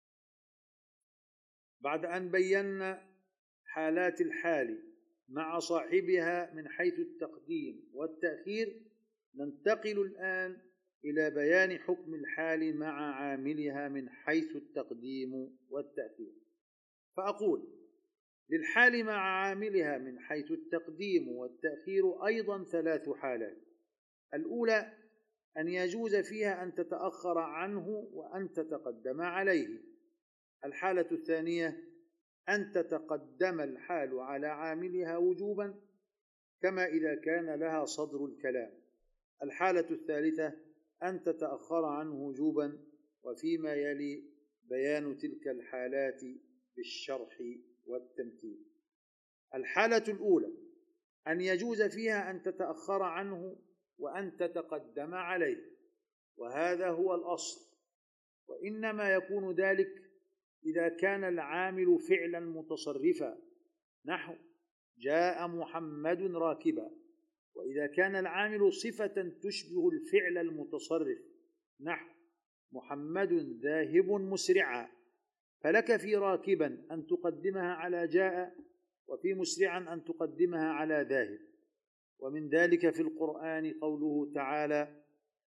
بعد أن بينا حالات الحال مع صاحبها من حيث التقديم والتأخير، ننتقل الآن إلى بيان حكم الحال مع عاملها من حيث التقديم والتأخير. فأقول للحال مع عاملها من حيث التقديم والتأخير أيضا ثلاث حالات: الأولى أن يجوز فيها أن تتأخر عنه وأن تتقدم عليه. الحالة الثانية أن تتقدم الحال على عاملها وجوبا، كما إذا كان لها صدر الكلام. الحالة الثالثة أن تتأخر عنه وجوبا، وفيما يلي بيان تلك الحالات بالشرح والتمثيل. الحالة الأولى أن يجوز فيها أن تتأخر عنه وأن تتقدم عليه، وهذا هو الأصل، وإنما يكون ذلك إذا كان العامل فعلا متصرفا، نحو جاء محمد راكبا، وإذا كان العامل صفة تشبه الفعل المتصرف، نحو محمد ذاهب مسرعا، فلك في راكبا أن تقدمها على جاء، وفي مسرعا أن تقدمها على ذاهب. ومن ذلك في القرآن قوله تعالى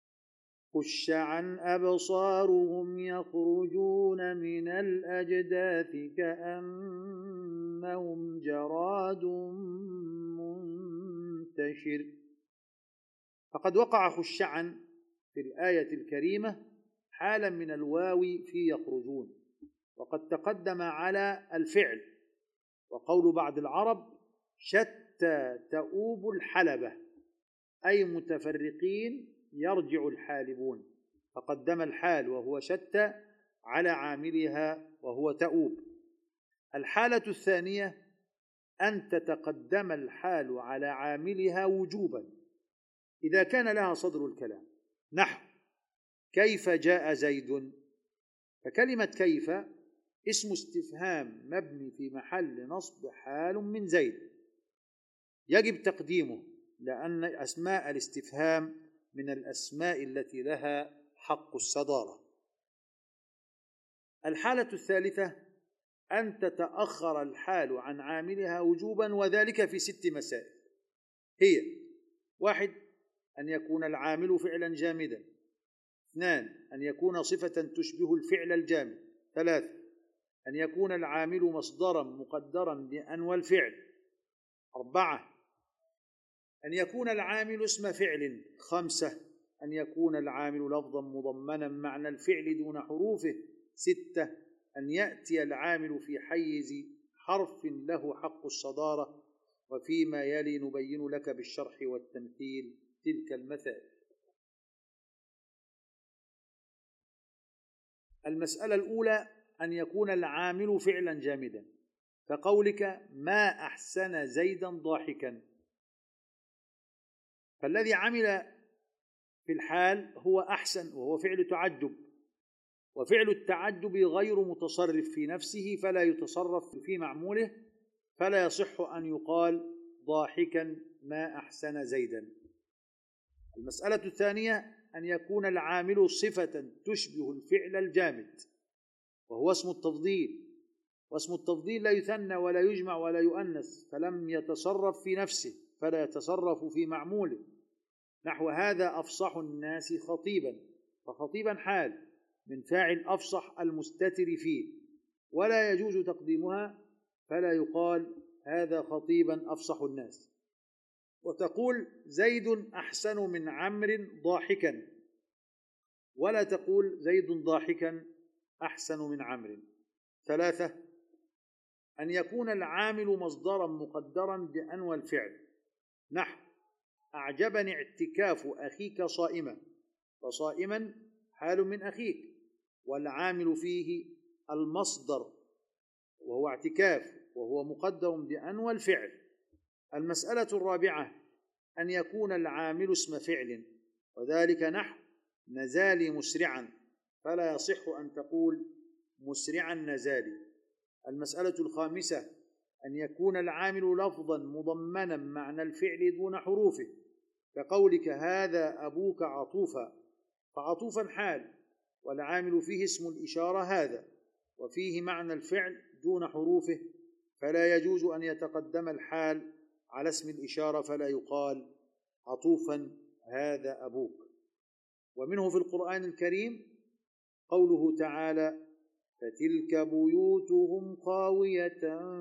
خشعا أبصارهم يخرجون من الأجداث كأنهم جراد منتشر. فقد وقع خشعا في الآية الكريمة حالا من الواو في يخرجون، وقد تقدم على الفعل. وقول بعض العرب شتى تؤوب الحلبة، أي متفرقين يرجع الحالبون، فقدم الحال وهو شتى على عاملها وهو تؤوب. الحالة الثانية أن تتقدم الحال على عاملها وجوبا إذا كان لها صدر الكلام، نحو كيف جاء زيد، فكلمة كيف اسم استفهام مبني في محل نصب حال من زيد، يجب تقديمه لأن أسماء الاستفهام من الأسماء التي لها حق الصدارة. الحالة الثالثة أن تتأخر الحال عن عاملها وجوبا، وذلك في ست مسائل هي: واحد، أن يكون العامل فعلا جامدا. اثنان، أن يكون صفة تشبه الفعل الجامد. ثلاثة، أن يكون العامل مصدرا مقدرا بأن والفعل. أربعة، أن يكون العامل اسم فعل. خمسة، أن يكون العامل لفظا مضمنا معنى الفعل دون حروفه. ستة، أن يأتي العامل في حيز حرف له حق الصدارة. وفيما يلي نبين لك بالشرح والتمثيل تلك المثال. المسألة الأولى أن يكون العامل فعلا جامدا، كقولك ما أحسن زيدا ضاحكا، فالذي عمل في الحال هو أحسن، وهو فعل تعجب، وفعل التعجب غير متصرف في نفسه فلا يتصرف في معموله، فلا يصح أن يقال ضاحكا ما أحسن زيدا. المسألة الثانية أن يكون العامل صفة تشبه الفعل الجامد، وهو اسم التفضيل، واسم التفضيل لا يثنى ولا يجمع ولا يؤنث، فلم يتصرف في نفسه فلا يتصرف في معموله، نحو هذا أفصح الناس خطيبا، فخطيبا حال من فاعل أفصح المستتر فيه، ولا يجوز تقديمها، فلا يقال هذا خطيبا أفصح الناس. وتقول زيد أحسن من عمرو ضاحكا، ولا تقول زيد ضاحكا أحسن من عمرو. ثلاثة، أن يكون العامل مصدرا مقدرا بأن والفعل، نحو أعجبني اعتكاف أخيك صائما، فصائما حال من أخيك، والعامل فيه المصدر وهو اعتكاف، وهو مقدر بأن والفعل. المسألة الرابعة أن يكون العامل اسم فعل، وذلك نحو نزالي مسرعا، فلا يصح أن تقول مسرعا نزالي. المسألة الخامسة أن يكون العامل لفظا مضمنا معنى الفعل دون حروفه، كقولك هذا أبوك عطوفا، فعطوفا حال، والعامل فيه اسم الإشارة هذا، وفيه معنى الفعل دون حروفه، فلا يجوز أن يتقدم الحال على اسم الإشارة، فلا يقال عطوفا هذا أبوك. ومنه في القرآن الكريم قوله تعالى فتلك بيوتهم خاوية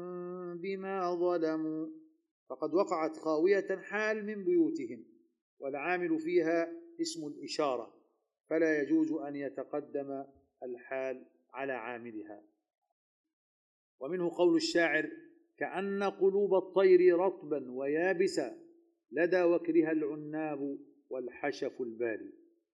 بما ظلموا، فقد وقعت خاوية حال من بيوتهم، والعامل فيها اسم الإشارة، فلا يجوز أن يتقدم الحال على عاملها. ومنه قول الشاعر كأن قلوب الطير رطبا ويابسا لدى وكرها العناب والحشف البالي.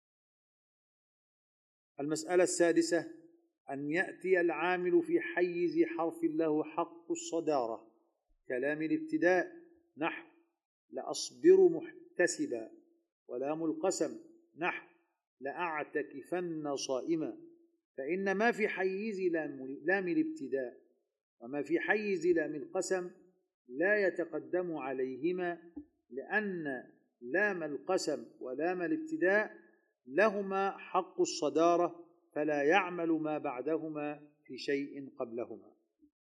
المسألة السادسة أن يأتي العامل في حيز حرف له حق الصدارة، كلام الابتداء، نحو لأصبر محتسبا، ولام القسم، نحو لأعتكفن صائما، فإن ما في حيز لام الابتداء وما في حيز لام القسم لا يتقدم عليهما، لأن لام القسم ولام الابتداء لهما حق الصدارة، فلا يعمل ما بعدهما في شيء قبلهما.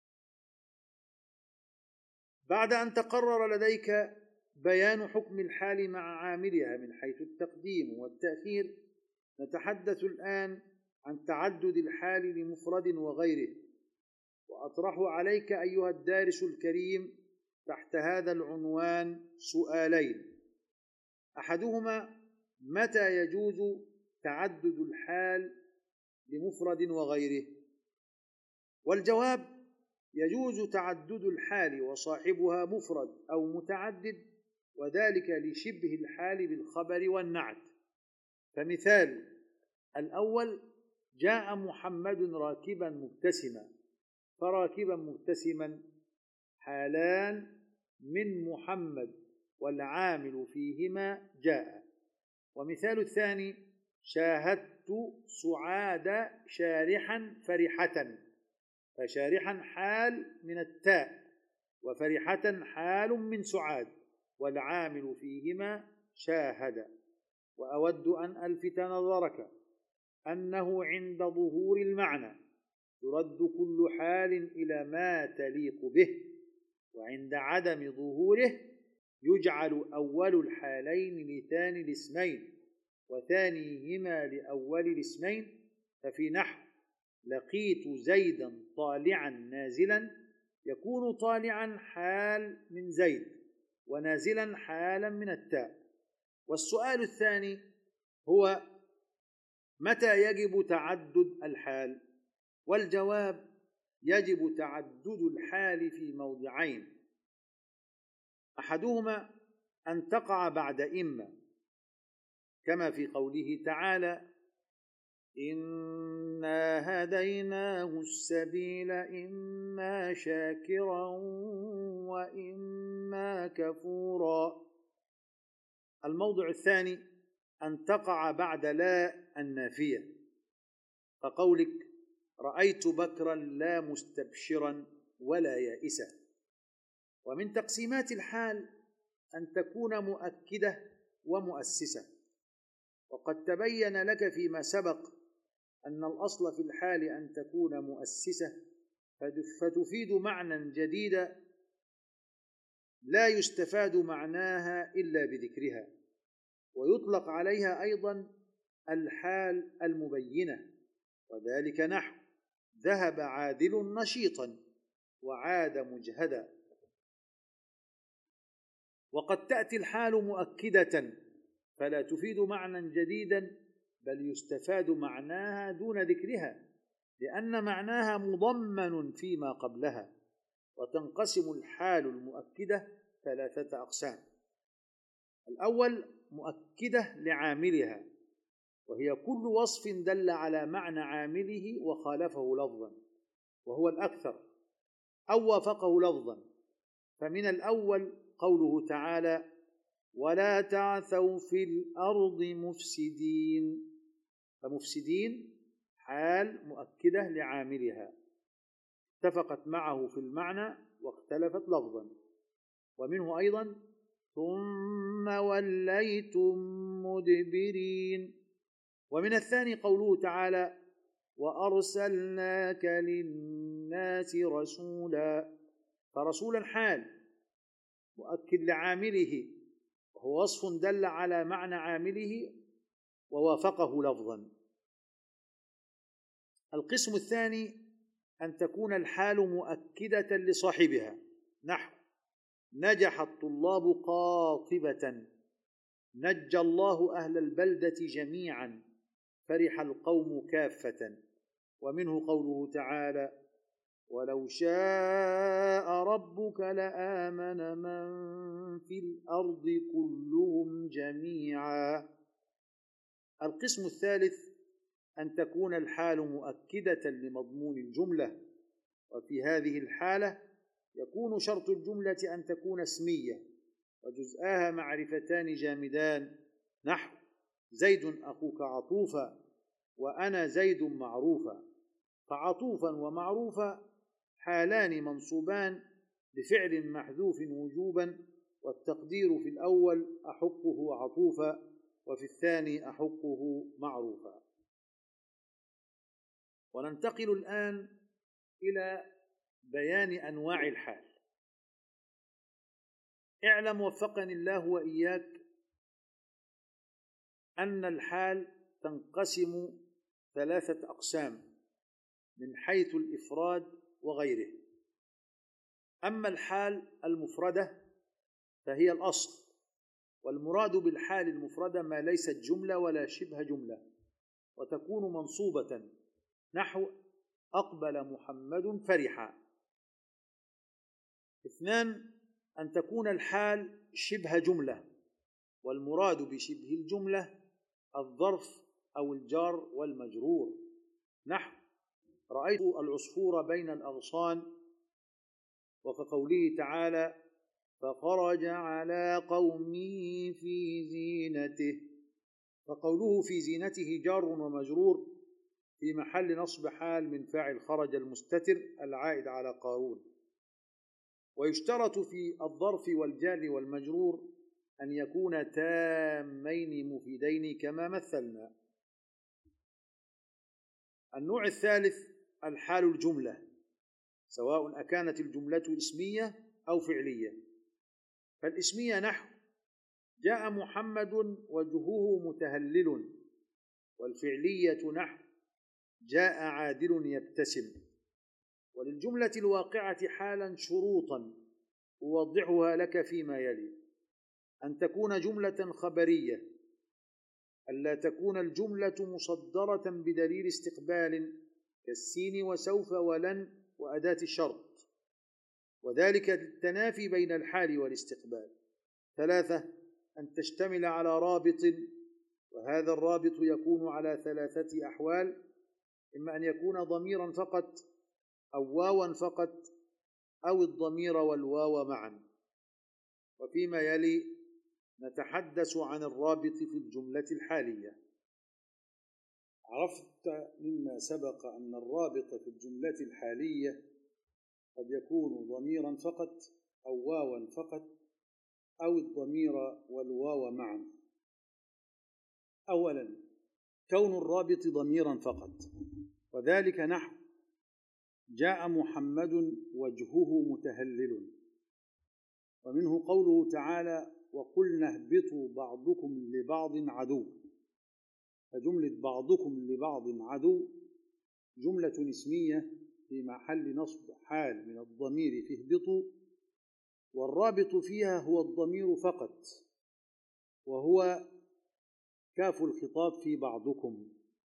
بعد أن تقرر لديك بيان حكم الحال مع عاملها من حيث التقديم والتأخير، نتحدث الآن عن تعدد الحال لمفرد وغيره، وأطرح عليك أيها الدارس الكريم تحت هذا العنوان سؤالين: أحدهما متى يجوز تعدد الحال لمفرد وغيره؟ والجواب يجوز تعدد الحال وصاحبها مفرد أو متعدد، وذلك لشبه الحال بالخبر والنعت. فمثال الأول جاء محمد راكبا مبتسما، فراكبا مبتسما حالان من محمد والعامل فيهما جاء. ومثال الثاني شاهدت سعاد شارحا فرحة، فشارحا حال من التاء، وفرحة حال من سعاد، والعامل فيهما شاهد. وأود أن ألفت نظرك أنه عند ظهور المعنى يرد كل حال إلى ما تليق به، وعند عدم ظهوره يجعل أول الحالين لثاني الاسمين وثانيهما لأول الاسمين. ففي نحو لقيت زيدا طالعا نازلا يكون طالعا حال من زيد، ونازلا حالا من التاء. والسؤال الثاني هو متى يجب تعدد الحال؟ والجواب يجب تعدد الحال في موضعين: أحدهما أن تقع بعد إما، كما في قوله تعالى: إنا هديناه السبيل إما شاكرا وإما كفورا. الموضع الثاني أن تقع بعد لا النافية، كقولك: رأيت بكرا لا مستبشرا ولا يائسا. ومن تقسيمات الحال أن تكون مؤكدة ومؤسسة، وقد تبين لك فيما سبق أن الأصل في الحال أن تكون مؤسسة، فتفيد معنى جديدا لا يستفاد معناها إلا بذكرها. ويطلق عليها أيضا الحال المبينة، وذلك نحو: ذهب عادل نشيطا وعاد مجهدا. وقد تأتي الحال مؤكدة فلا تفيد معنى جديدا، بل يستفاد معناها دون ذكرها، لأن معناها مضمن فيما قبلها. وتنقسم الحال المؤكدة ثلاثة أقسام: الأول مؤكدة لعاملها، وهي كل وصف دل على معنى عامله وخالفه لفظا، وهو الأكثر، أو وافقه لفظا. فمن الأول قوله تعالى: ولا تعثوا في الأرض مفسدين. فمفسدين حال مؤكدة لعاملها، اتفقت معه في المعنى واختلفت لفظا. ومنه أيضا: ثم وليتم مدبرين. ومن الثاني قوله تعالى: وأرسلناك للناس رسولا. فرسولا حال مؤكد لعامله، وهو وصف دل على معنى عامله ووافقه لفظا. القسم الثاني أن تكون الحال مؤكدة لصاحبها، نحو: نجح الطلاب قاطبة، نجى الله أهل البلدة جميعا، فرح القوم كافة. ومنه قوله تعالى: ولو شاء ربك لآمن من في الأرض كلهم جميعا. القسم الثالث أن تكون الحال مؤكدة لمضمون الجملة، وفي هذه الحالة يكون شرط الجملة أن تكون اسمية وجزءاها معرفتان جامدان، نحو: زيد أخوك عطوفا وأنا زيد معروفا. فعطوفا ومعروفا حالان منصوبان بفعل محذوف وجوبا، والتقدير في الأول أحقه عطوفا، وفي الثاني أحقه معروفا. وننتقل الآن إلى بيان أنواع الحال. اعلم وفقني الله وإياك أن الحال تنقسم ثلاثة أقسام من حيث الإفراد وغيره. أما الحال المفردة فهي الأصل، والمراد بالحال المفردة ما ليست جملة ولا شبه جملة، وتكون منصوبة، نحو: أقبل محمد فرحا. اثنان: أن تكون الحال شبه جملة، والمراد بشبه الجملة الظرف أو الجار والمجرور، نحو: رأيت العصفور بين الأغصان، وكقوله تعالى: فخرج على قومه في زينته. فقوله في زينته جار ومجرور، في محل نصب حال من فاعل خرج المستتر العائد على قارون. ويشترط في الظرف والجار والمجرور أن يكون تامين مفيدين كما مثلنا. النوع الثالث الحال الجملة، سواء أكانت الجملة اسمية أو فعلية. فالاسمية نحو جاء محمد وجهه متهلل، والفعلية نحو جاء عادل يبتسم. وللجملة الواقعة حالا شروطا أوضحها لك فيما يلي: أن تكون جملة خبرية، ألا تكون الجملة مصدرة بدليل استقبال كالسين وسوف ولن وأداة الشرط، وذلك للتنافي بين الحال والاستقبال. ثلاثة، أن تشتمل على رابط، وهذا الرابط يكون على ثلاثة أحوال: إما أن يكون ضميرا فقط، أو واوا فقط، أو الضمير والواو معا. وفيما يلي نتحدث عن الرابط في الجملة الحالية. عرفت مما سبق أن الرابط في الجملة الحالية قد يكون ضميرا فقط، أو واوا فقط، أو الضمير والواو معا. أولا، كون الرابط ضميرا فقط، وذلك نحو جاء محمد وجهه متهلل. ومنه قوله تعالى: وقلنا اهبطوا بعضكم لبعض عدو. فجملة بعضكم لبعض عدو جملة اسمية في محل نصب حال من الضمير في اهبطوا، والرابط فيها هو الضمير فقط، وهو كاف الخطاب في بعضكم.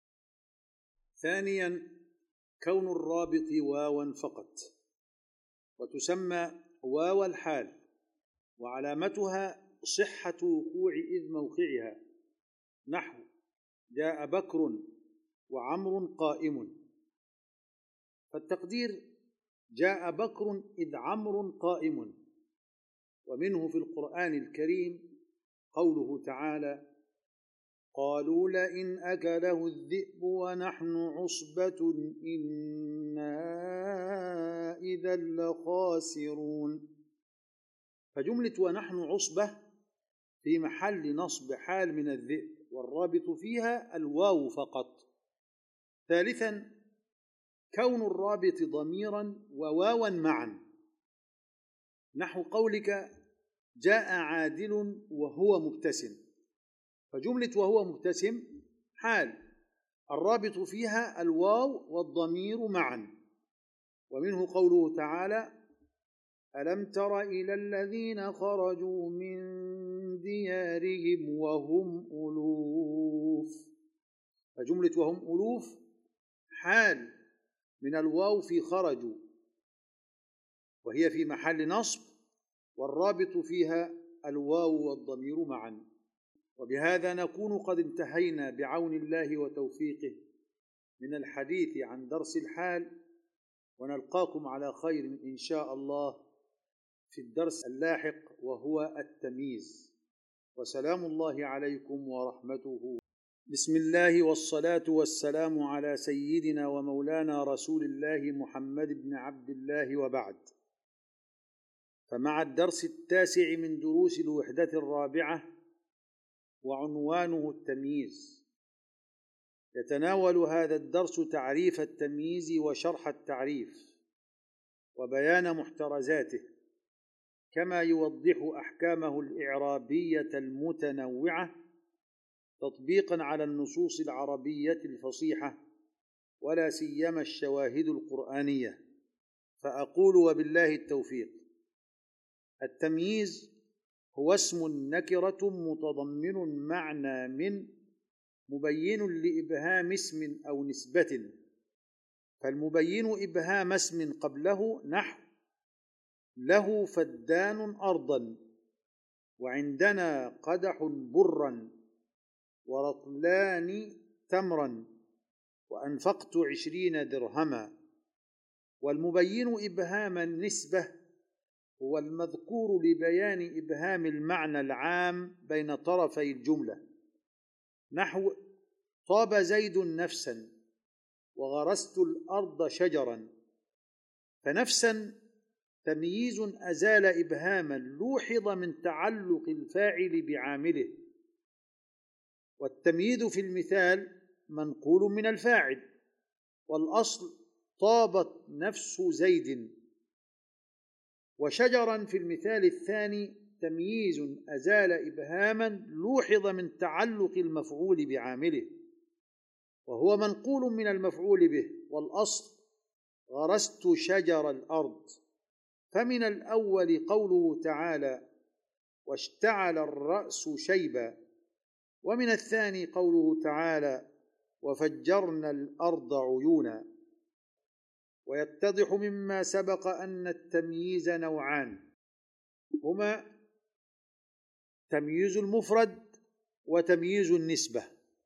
ثانيا، كون الرابط واوا فقط، وتسمى واو الحال، وعلامتها صحة وقوع إذ موقعها، نحو جاء بكر وعمر قائم. فالتقدير جاء بكر إذ عمر قائم. ومنه في القرآن الكريم قوله تعالى: قالوا لئن أكله الذئب ونحن عصبة إنا إذا لخاسرون. فجملة ونحن عصبة في محل نصب حال من الذئب، والرابط فيها الواو فقط. ثالثا، كون الرابط ضميرا وواوا معا، نحو قولك جاء عادل وهو مبتسم. فجملة وهو مبتسم حال، الرابط فيها الواو والضمير معا. ومنه قوله تعالى: ألم تر إلى الذين خرجوا من ديارهم وهم ألوف. فجملة وهم ألوف حال من الواو في خرجوا، وهي في محل نصب، والرابط فيها الواو والضمير معا. وبهذا نكون قد انتهينا بعون الله وتوفيقه من الحديث عن درس الحال، ونلقاكم على خير إن شاء الله في الدرس اللاحق وهو التمييز. وسلام الله عليكم ورحمته. بسم الله والصلاة والسلام على سيدنا ومولانا رسول الله محمد بن عبد الله، وبعد. فمع الدرس التاسع من دروس الوحدة الرابعة، وعنوانه التمييز. يتناول هذا الدرس تعريف التمييز وشرح التعريف وبيان محترزاته، كما يوضح أحكامه الإعرابية المتنوعة تطبيقا على النصوص العربية الفصيحة، ولا سيما الشواهد القرآنية. فأقول وبالله التوفيق: التمييز هو اسم نكرة متضمن معنى من مبين لإبهام اسم أو نسبة. فالمبين إبهام اسم قبله، نحو له فدان أرضا، وعندنا قدح برا، ورطلان تمرا، وأنفقت عشرين درهما. والمبين إبهام النسبة هو المذكور لبيان إبهام المعنى العام بين طرفي الجملة، نحو طاب زيد نفسا، وغرست الأرض شجرا. فنفسا تمييز أزال إبهاما لوحظ من تعلق الفاعل بعامله، والتمييز في المثال منقول من الفاعل، والأصل طابت نفس زيد. وشجرا في المثال الثاني تمييز أزال إبهاما لوحظ من تعلق المفعول بعامله، وهو منقول من المفعول به، والأصل غرست شجر الأرض. فمن الأول قوله تعالى واشتعل الرأس شيبا، ومن الثاني قوله تعالى وفجرنا الأرض عيونا. ويتضح مما سبق أن التمييز نوعان، هما تمييز المفرد وتمييز النسبة.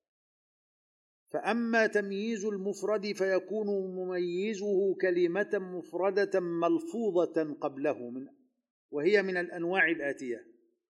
فأما تمييز المفرد فيكون مميزه كلمة مفردة ملفوظة قبله، من وهي من الأنواع الآتية: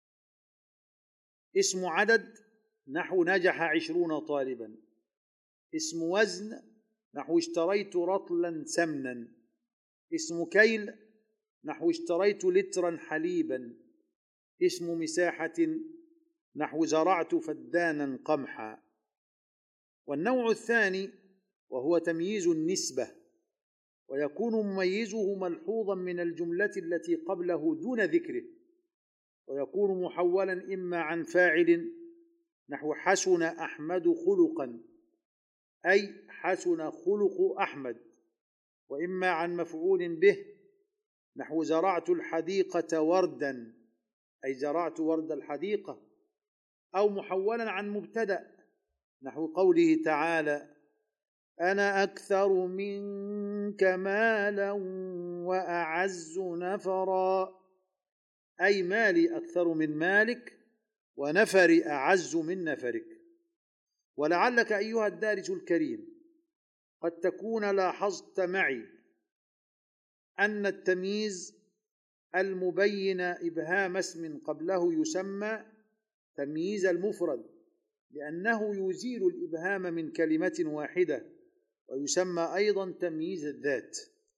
اسم عدد نحو نجح عشرون طالبا، اسم وزن نحو اشتريت رطلا سمنا، اسم كيل نحو اشتريت لترا حليبا، اسم مساحة نحو زرعت فدانا قمحا. والنوع الثاني وهو تمييز النسبة، ويكون مميزه ملحوظا من الجملة التي قبله دون ذكره، ويكون محولا إما عن فاعل نحو حسن أحمد خلقا، أي حسن خلق أحمد، وإما عن مفعول به نحو زرعت الحديقة وردا، أي زرعت ورد الحديقة، أو محولا عن مبتدأ نحو قوله تعالى أنا أكثر منك مالا وأعز نفرا، أي مالي أكثر من مالك ونفري أعز من نفرك. ولعلك أيها الدارس الكريم قد تكون لاحظت معي أن التمييز المبين إبهام اسم قبله يسمى تمييز المفرد، لأنه يزيل الإبهام من كلمة واحدة، ويسمى أيضا تمييز الذات.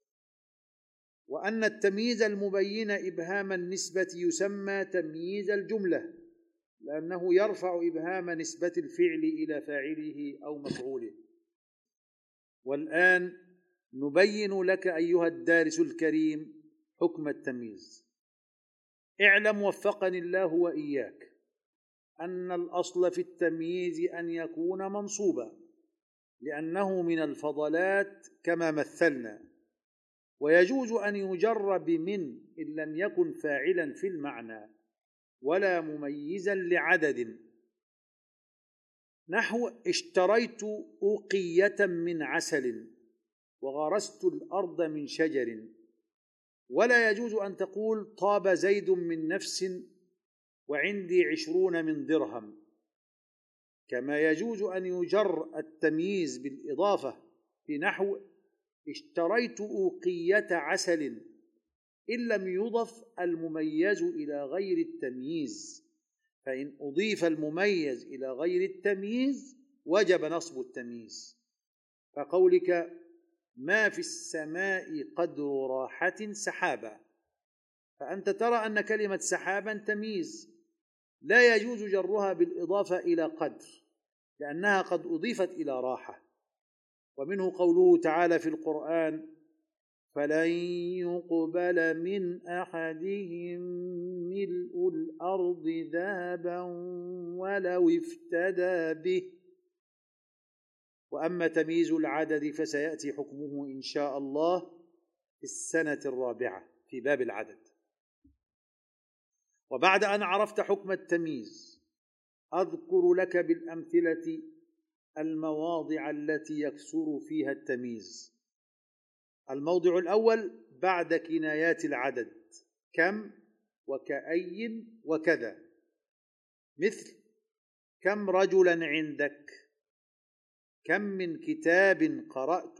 وأن التمييز المبين إبهام النسبة يسمى تمييز الجملة، لأنه يرفع إبهام نسبة الفعل إلى فاعله أو مفعوله. والآن نبين لك أيها الدارس الكريم حكم التمييز. اعلم وفقني الله وإياك أن الأصل في التمييز أن يكون منصوبا، لأنه من الفضلات كما مثلنا، ويجوز أن يجر بمن إن لم يكن فاعلا في المعنى ولا مميزا لعدد، نحو اشتريت أوقية من عسل وغرست الأرض من شجر. ولا يجوز أن تقول طاب زيد من نفس وعندي عشرون من درهم، كما يجوز أن يجر التمييز بالإضافة في نحو اشتريت أوقية عسل إن لم يضف المميز إلى غير التمييز، فإن أضيف المميز إلى غير التمييز وجب نصب التمييز، كقولك ما في السماء قدر راحة سحابا، فأنت ترى أن كلمة سحابا تمييز لا يجوز جرها بالإضافة إلى قدر، لأنها قد أضيفت إلى راحة. ومنه قوله تعالى في القرآن فلن يقبل من أحدهم ملء الأرض ذهبا ولو افتدى به. وأما تمييز العدد فسيأتي حكمه إن شاء الله في السنة الرابعة في باب العدد. وبعد أن عرفت حكم التمييز أذكر لك بالأمثلة المواضع التي يكثر فيها التمييز. الموضع الأول بعد كنايات العدد كم وكأي وكذا، مثل كم رجلا عندك، كم من كتاب قرأت،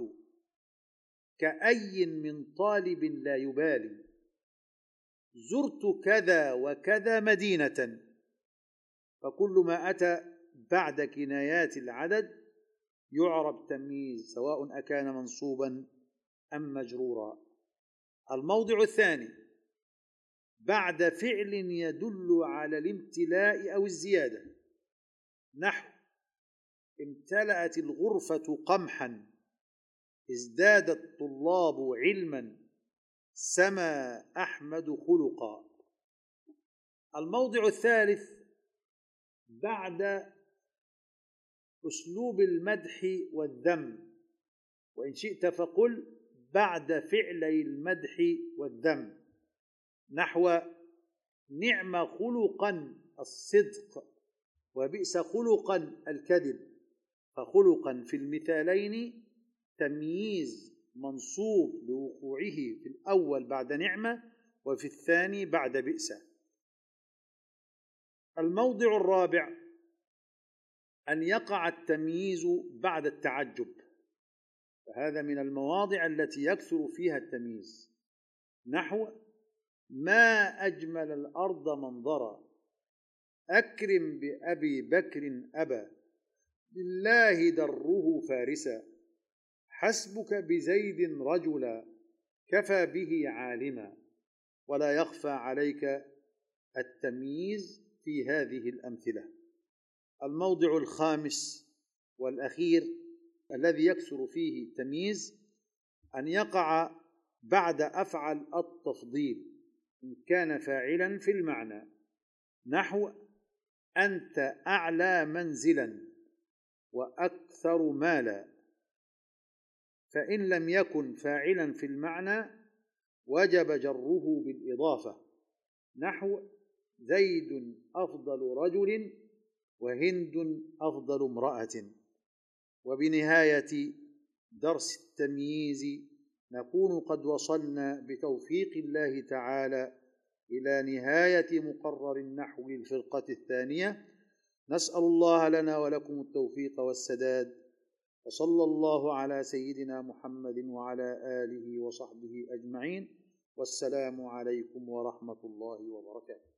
كأي من طالب لا يبالي، زرت كذا وكذا مدينة. فكل ما أتى بعد كنايات العدد يعرب تمييز سواء أكان منصوبا أم مجرورا. الموضع الثاني بعد فعل يدل على الامتلاء أو الزيادة، نحو امتلأت الغرفة قمحا، ازداد الطلاب علما، سما أحمد خلقا. الموضع الثالث بعد أسلوب المدح والذم، وإن شئت فقل بعد فعلي المدح والذم، نحو نعم خلقا الصدق وبئس خلقا الكذب. فخلقا في المثالين تمييز منصوب لوقوعه في الأول بعد نعمة وفي الثاني بعد بئس. الموضع الرابع أن يقع التمييز بعد التعجب، فهذا من المواضع التي يكثر فيها التمييز، نحو ما أجمل الأرض منظرا، أكرم بأبي بكر أبا، لله دره فارسا، حسبك بزيد رجلا، كفى به عالما. ولا يخفى عليك التمييز في هذه الأمثلة. الموضع الخامس والأخير الذي يكثر فيه التمييز أن يقع بعد أفعل التفضيل إن كان فاعلا في المعنى، نحو أنت أعلى منزلا وأكثر مالا. فإن لم يكن فاعلا في المعنى وجب جره بالإضافة، نحو زيد أفضل رجل وهند أفضل امرأة. وبنهاية درس التمييز نكون قد وصلنا بتوفيق الله تعالى إلى نهاية مقرر النحو للفرقة الثانية. نسأل الله لنا ولكم التوفيق والسداد، وصلى الله على سيدنا محمد وعلى آله وصحبه أجمعين، والسلام عليكم ورحمة الله وبركاته.